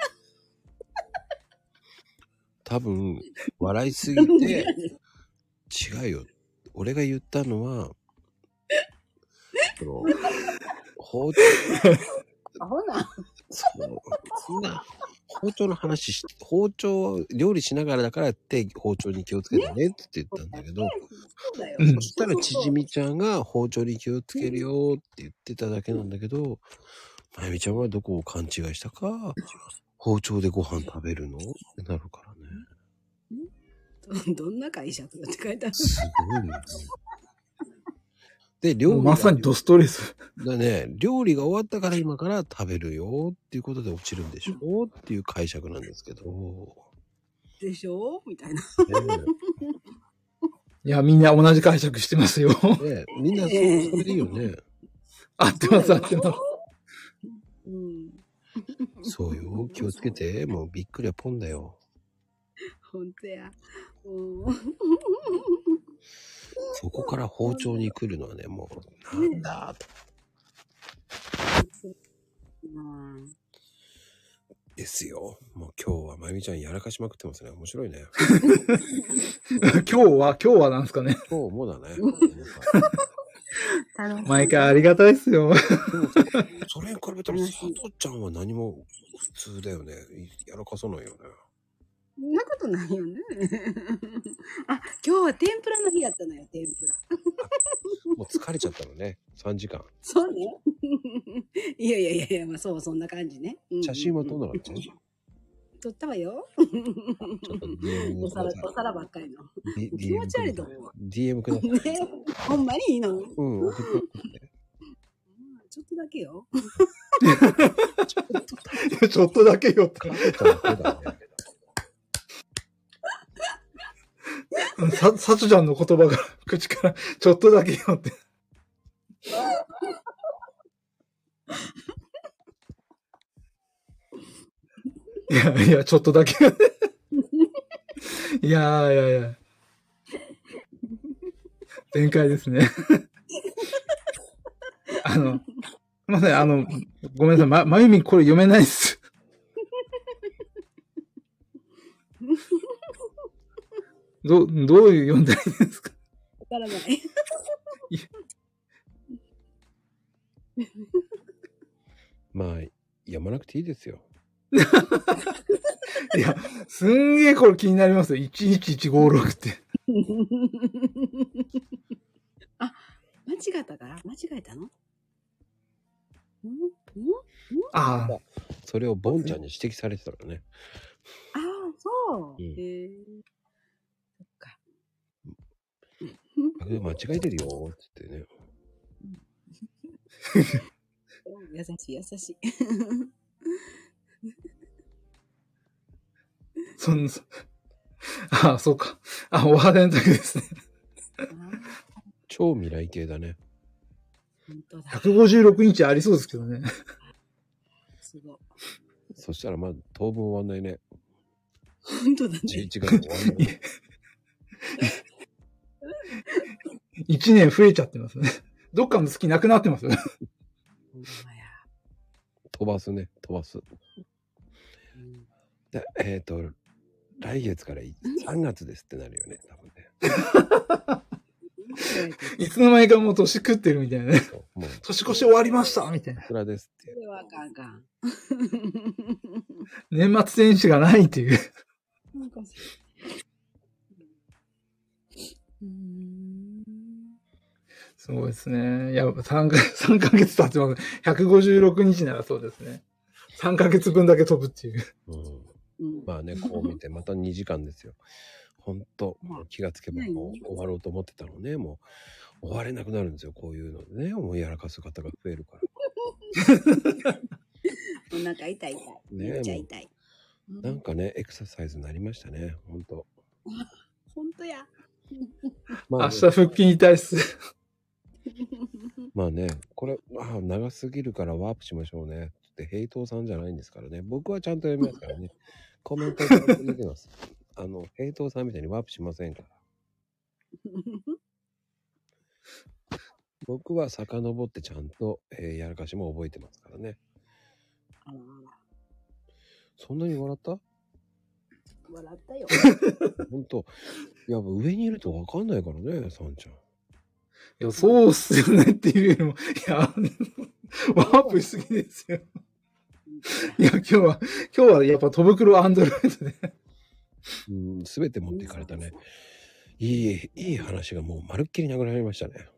多分、笑いすぎて、違うよ。俺が言ったのは、その、包丁、 アホな。 その、そんな、包丁の話し、包丁、料理しながらだからって包丁に気をつけてねって言ったんだけど、そしたらちじみちゃんが包丁に気をつけるよって言ってただけなんだけど、まゆみちゃんはどこを勘違いしたか、包丁でご飯食べるのってなるからね。どんな会社とかって書いてある。 すごいね。で、料理まさにドストレス。 だね、料理が終わったから今から食べるよっていうことで落ちるんでしょっていう解釈なんですけど。 でしょみたいな。 ね、 いや、みんな同じ解釈してますよ。 ね、みんなそれでいいよね。 合ってます、合ってます。 うん、 そうよ。気をつけて。もうびっくりはポンだよ。 ほんとや。うん、 そこから包丁に来るのはね、もう、なんだと。うん、ですよ。もう今日はまゆみちゃんやらかしまくってますね。面白いね。 今日は、今日はなんですかね。 今日もだね。 毎回ありがたいっすよ。 それに比べたら佐藤ちゃんは何も普通だよね。やらかさないよね。 そんなことないよね。あ、今日は天ぷらの日やったのよ、天ぷら。 もう疲れちゃったのね、さんじかん。 そうね。いやいやいやいや、まあそう、そんな感じね。 写真は撮んなかったの？ 撮ったわよ。 ちょっと ディーエムお皿、お皿ばっかりの。 D、 気持ち悪いと思うわ。 ディーエム ください。 ね、ほんまにいいの？ うん、送って送って。 ちょっとだけよ。 ちょっとだけよって。さ、さつちゃんの言葉が口からちょっとだけよって。いやいや、ちょっとだけ。いやいやいや。展開ですね。あの、すいません、あの、ごめんなさい、ま、まゆみこれ読めないっす。ど、どういう読んだらいいんですか？ わからない。 まあ、読まなくていいですよ。 いや、すんげえこれ気になりますよ。いちいちいちごろくって。 あ、間違ったから間違えたの？んんああ。 それをボンちゃんに指摘されてたからね。 ああ、そう。 うん。 へえ。そっか。 あれ間違えてるよっつってね。 優しい優しい。 そんな、ああ、そうか。あ、お肌の時ですね。 超未来系だね。 本当だ。 ひゃくごじゅうろくにちありそうですけどね。 すごい。 そしたらまあ当分終わんないね。 本当だね。 じゅういちがつ終わんない。 いちねん増えちゃってますね。どっかの月なくなってますよね。 飛ばすね、飛ばす。で、えっと、来月からさんがつですってなるよね、多分ね。 いつの間にかもう年食ってるみたいなね。もう年越し終わりましたみたいな。 いくらですって。 それはあかんかん。 年末年始がないっていう。 なんかそうですね。いや、3か、さんかげつ経ってます。ひゃくごじゅうろくにちならそうですね。さんかげつぶんだけ飛ぶっていう。 うん、まあね、こう見て、またにじかんですよ。ほんと、気がつけばもう終わろうと思ってたのね、もう終われなくなるんですよ、こういうのでね、思いやらかす方が増えるから。 お腹痛い痛い。めっちゃ痛い。 なんかね、エクササイズになりましたね、ほんと。 ほんとや。 まあ、明日腹筋痛いっす。 まあね、これ、あ長すぎるからワープしましょうねってヘイトーさんじゃないんですからね。僕はちゃんと読みますからね。コメントちゃんと出てます。あの、ヘイトーさんみたいにワープしませんから。僕は遡ってちゃんと、えー、やらかしも覚えてますからね。そんなに笑った？ 笑ったよ。 ほんと。いや、上にいるとわかんないからね、さんちゃん。 いや、そうっすよねっていうよりも、いや、ワープしすぎですよ。いや、今日は、今日はやっぱ戸袋アンドロイドで。 うん、すべて持っていかれたね。いい、いい話がもうまるっきりなくなりましたね。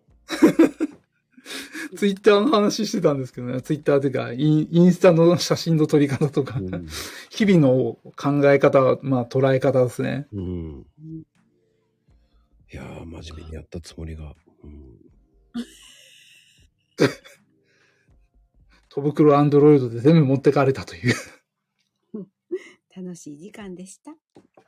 ツイッターの話してたんですけどね、ツイッターというか、イン、インスタの写真の撮り方とか、うん、日々の考え方、まあ捉え方ですね。 うん。いやー、真面目にやったつもりが。うん、戸袋アンドロイドで全部持ってかれたという。 楽しい時間でした。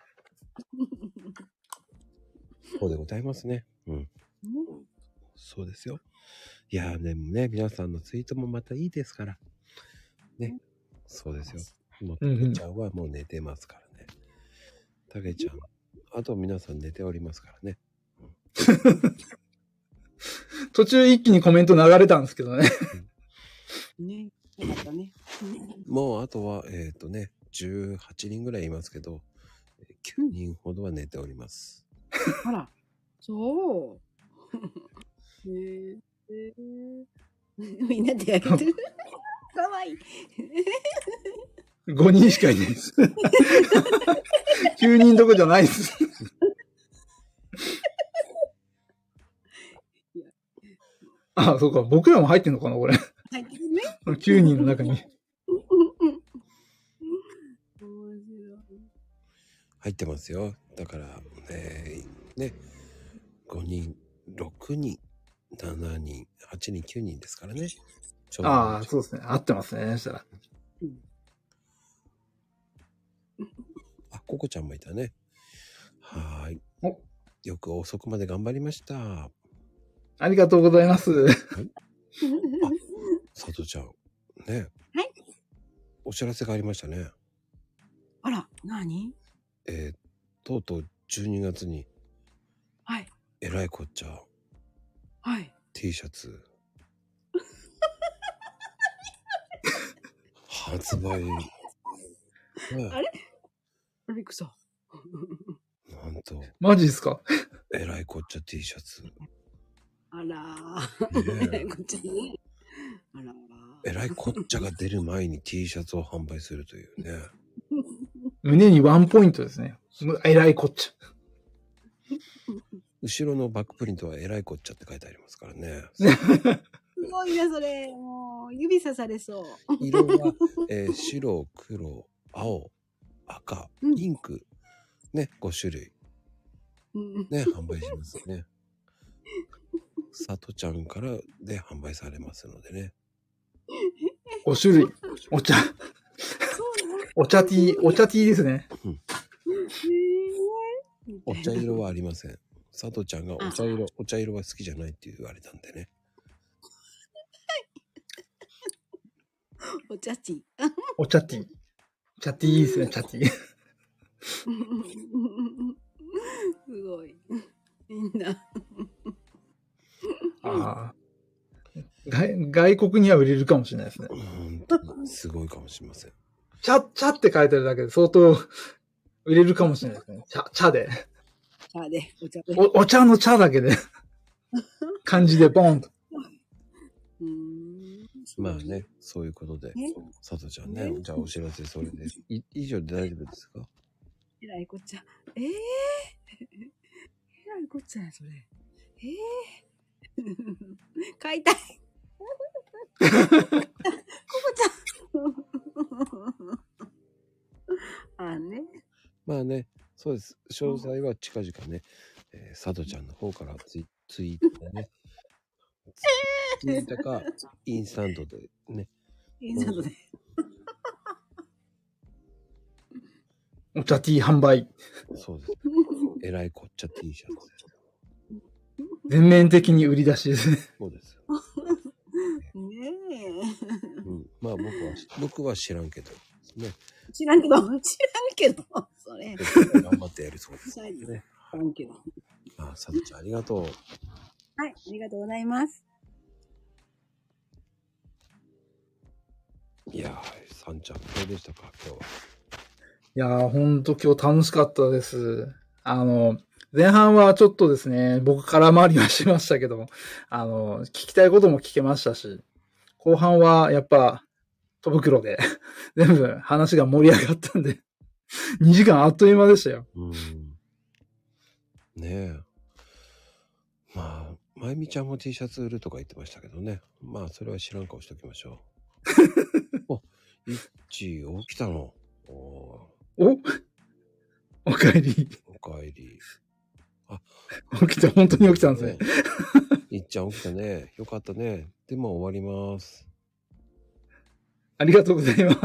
そうでございますね。うん。うん、そうですよ。いやーでもね、皆さんのツイートもまたいいですから。ね。そうですよ。もう、たけちゃんはもう寝てますからね。たけちゃん。あと皆さん寝ておりますからね。うん、 途中一気にコメント流れたんですけどね。 ね。よかったね。 もうあとは、えっとね、じゅうはちにんぐらいいますけど、きゅうにんほどは寝ております。 あら、そう。へえ。えー、みんなでやってる。かわいい。 ごにんしかいないです。きゅうにんどこじゃないです。ああ、そうか。僕らも入ってんのかな、これ。 入ってるね。 きゅうにんの中に。 入ってますよ。だから、えー、ね、ごにん、ろくにん、しちにん、はちにん、きゅうにんですからね。 ああ、そうですね。合ってますね。したら。うん、 あ、ココちゃんもいたね。はーい。よく遅くまで頑張りました。 ありがとうございます。はい、 あ、さとちゃん。ね。 はい。 お知らせがありましたね。 あら、何？ えー、とうとうじゅうにがつに。 はい。 えらいこっちゃ。 はい。 T シャツ。発売。ね、 あれ？びっくりした。 なんと。 マジですか？ えらいこっちゃ T シャツ。 あらー。えらいこっちゃね。 あらー。えらいこっちゃが出る前に T シャツを販売するというね。 胸にワンポイントですね。えらいこっちゃ。 後ろのバックプリントはえらいこっちゃって書いてありますからね。 ごいな、それ。もう、指さされそう。 色は、えー白、黒、青、赤、ピンク、ね、ご種類、 うんね、販売しますね。さとちゃんからで販売されますのでね。 ご種類。お茶。お茶ティー、お茶ティーですね。 お茶色はありません。さとちゃんがお茶色、お茶色は好きじゃないって言われたんでね。 お茶ティー。 お茶ティー。茶ティーですね、茶ティー。 すごい。みんな。 ああ。外、外国には売れるかもしれないですね。 うん、すごいかもしれません。 茶、茶って書いてあるだけで相当売れるかもしれないですね。茶、茶で。 茶で、お茶で。 お、お茶の茶だけで。漢字でボンと。 うーんまあね、そういうことで、さとちゃんね、じゃあお知らせそれです。い以上で大丈夫ですか？ えらいこっちゃ。ええー、えらいこっちゃや、それ。ええー、買いたい。ここちゃん。あね。 まあね、そうです。詳細は近々ね、えー、さとちゃんの方からツイツイートでね、ツイートかインスタントでね。 インスタントで。 お茶ティー販売。 そうです。えらいこっちゃ T シャツです。 全面的に売り出しですね。 そうですよ。 ねえ。 うん。まあ僕は、僕は知らんけど。ね。 知らんけど、知らんけど、それ。 頑張ってやるそうですね。 知らんけど。 あ、さとちゃんありがとう。 はい、ありがとうございます。 いやー、さんちゃん、どうでしたか、今日は。 いやー、ほんと今日楽しかったです。あの、前半はちょっとですね、僕空回りはしましたけども、あの、聞きたいことも聞けましたし、後半はやっぱ、戸袋で全部話が盛り上がったんで、にじかんあっという間でしたよ。 うん。ねえ。まあ、まゆみちゃんも T シャツ売るとか言ってましたけどね。まあ、それは知らん顔しときましょう。お、いっち起きたの。おおおかえり。 おかえり。あ、 起きた、本当に起きたんですね。 いっちゃん起きたね。よかったね。でも終わります。 ありがとうございます。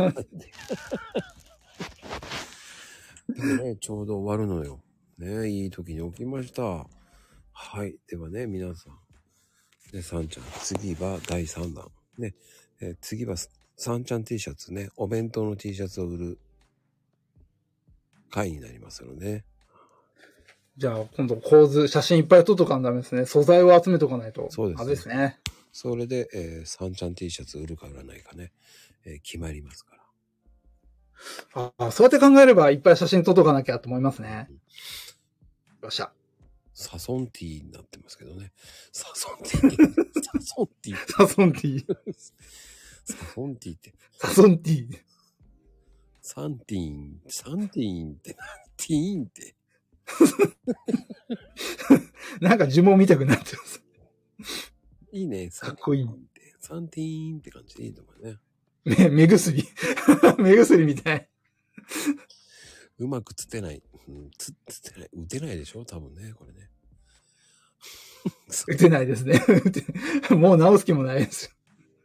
でもね、ちょうど終わるのよ。ね、いい時に起きました。はい。ではね、皆さん。ね、さんちゃん、次はだいさんだん。ね、えー次はさんちゃん T シャツね、お弁当の T シャツを売る回になりますので、ね。 じゃあ、今度構図、写真いっぱい撮っとかんダメですね。素材を集めとかないと。 そうですねあれですね。 それで、えー、さんちゃん T シャツ売るか売らないかね、えー決まりますから。 ああ、そうやって考えればいっぱい写真撮っとかなきゃと思いますね。よっしゃ。 サソンティーになってますけどね。サソンティー。サソンティー。 サソンティー。 サソンティーって。 サソンティー。 サンティーン、サンティーンって、ティーンって。 なんか呪文見たくなってます。 いいね。 かっこいい。 サンティーンって感じでいいと思うね。 目、目薬。目薬みたい。 うまくつってない。うん、つ、つってない。打てないでしょ多分ね、これね。 打てないですね。もう直す気もないです。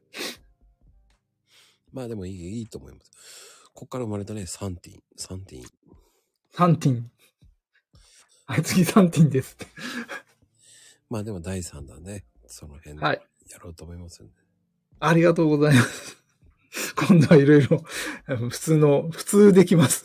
まあでもいい、いいと思います。こっから生まれたね、サンティーン。サンティーン。 サンティン。はい、次サンティンです。 まあでもだいさんだね。その辺ではい。 やろうと思いますんで。 ありがとうございます。今度はいろいろ、普通の、普通できます。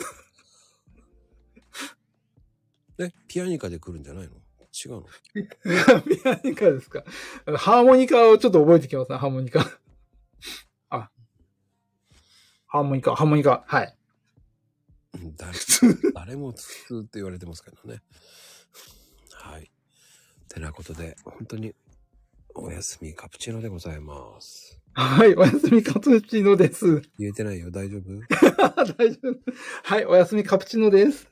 え、ピアニカで来るんじゃないの？違うの？ ピアニカですか。ハーモニカをちょっと覚えてきますね、ハーモニカ。あ。ハーモニカ、ハーモニカ、はい。 誰, 誰も普通って言われてますけどね。はい。てなことで、本当におやすみカプチーノでございます。 はい、おやすみカプチーノです。 言えてないよ、大丈夫？ 大丈夫。はい、おやすみカプチーノです。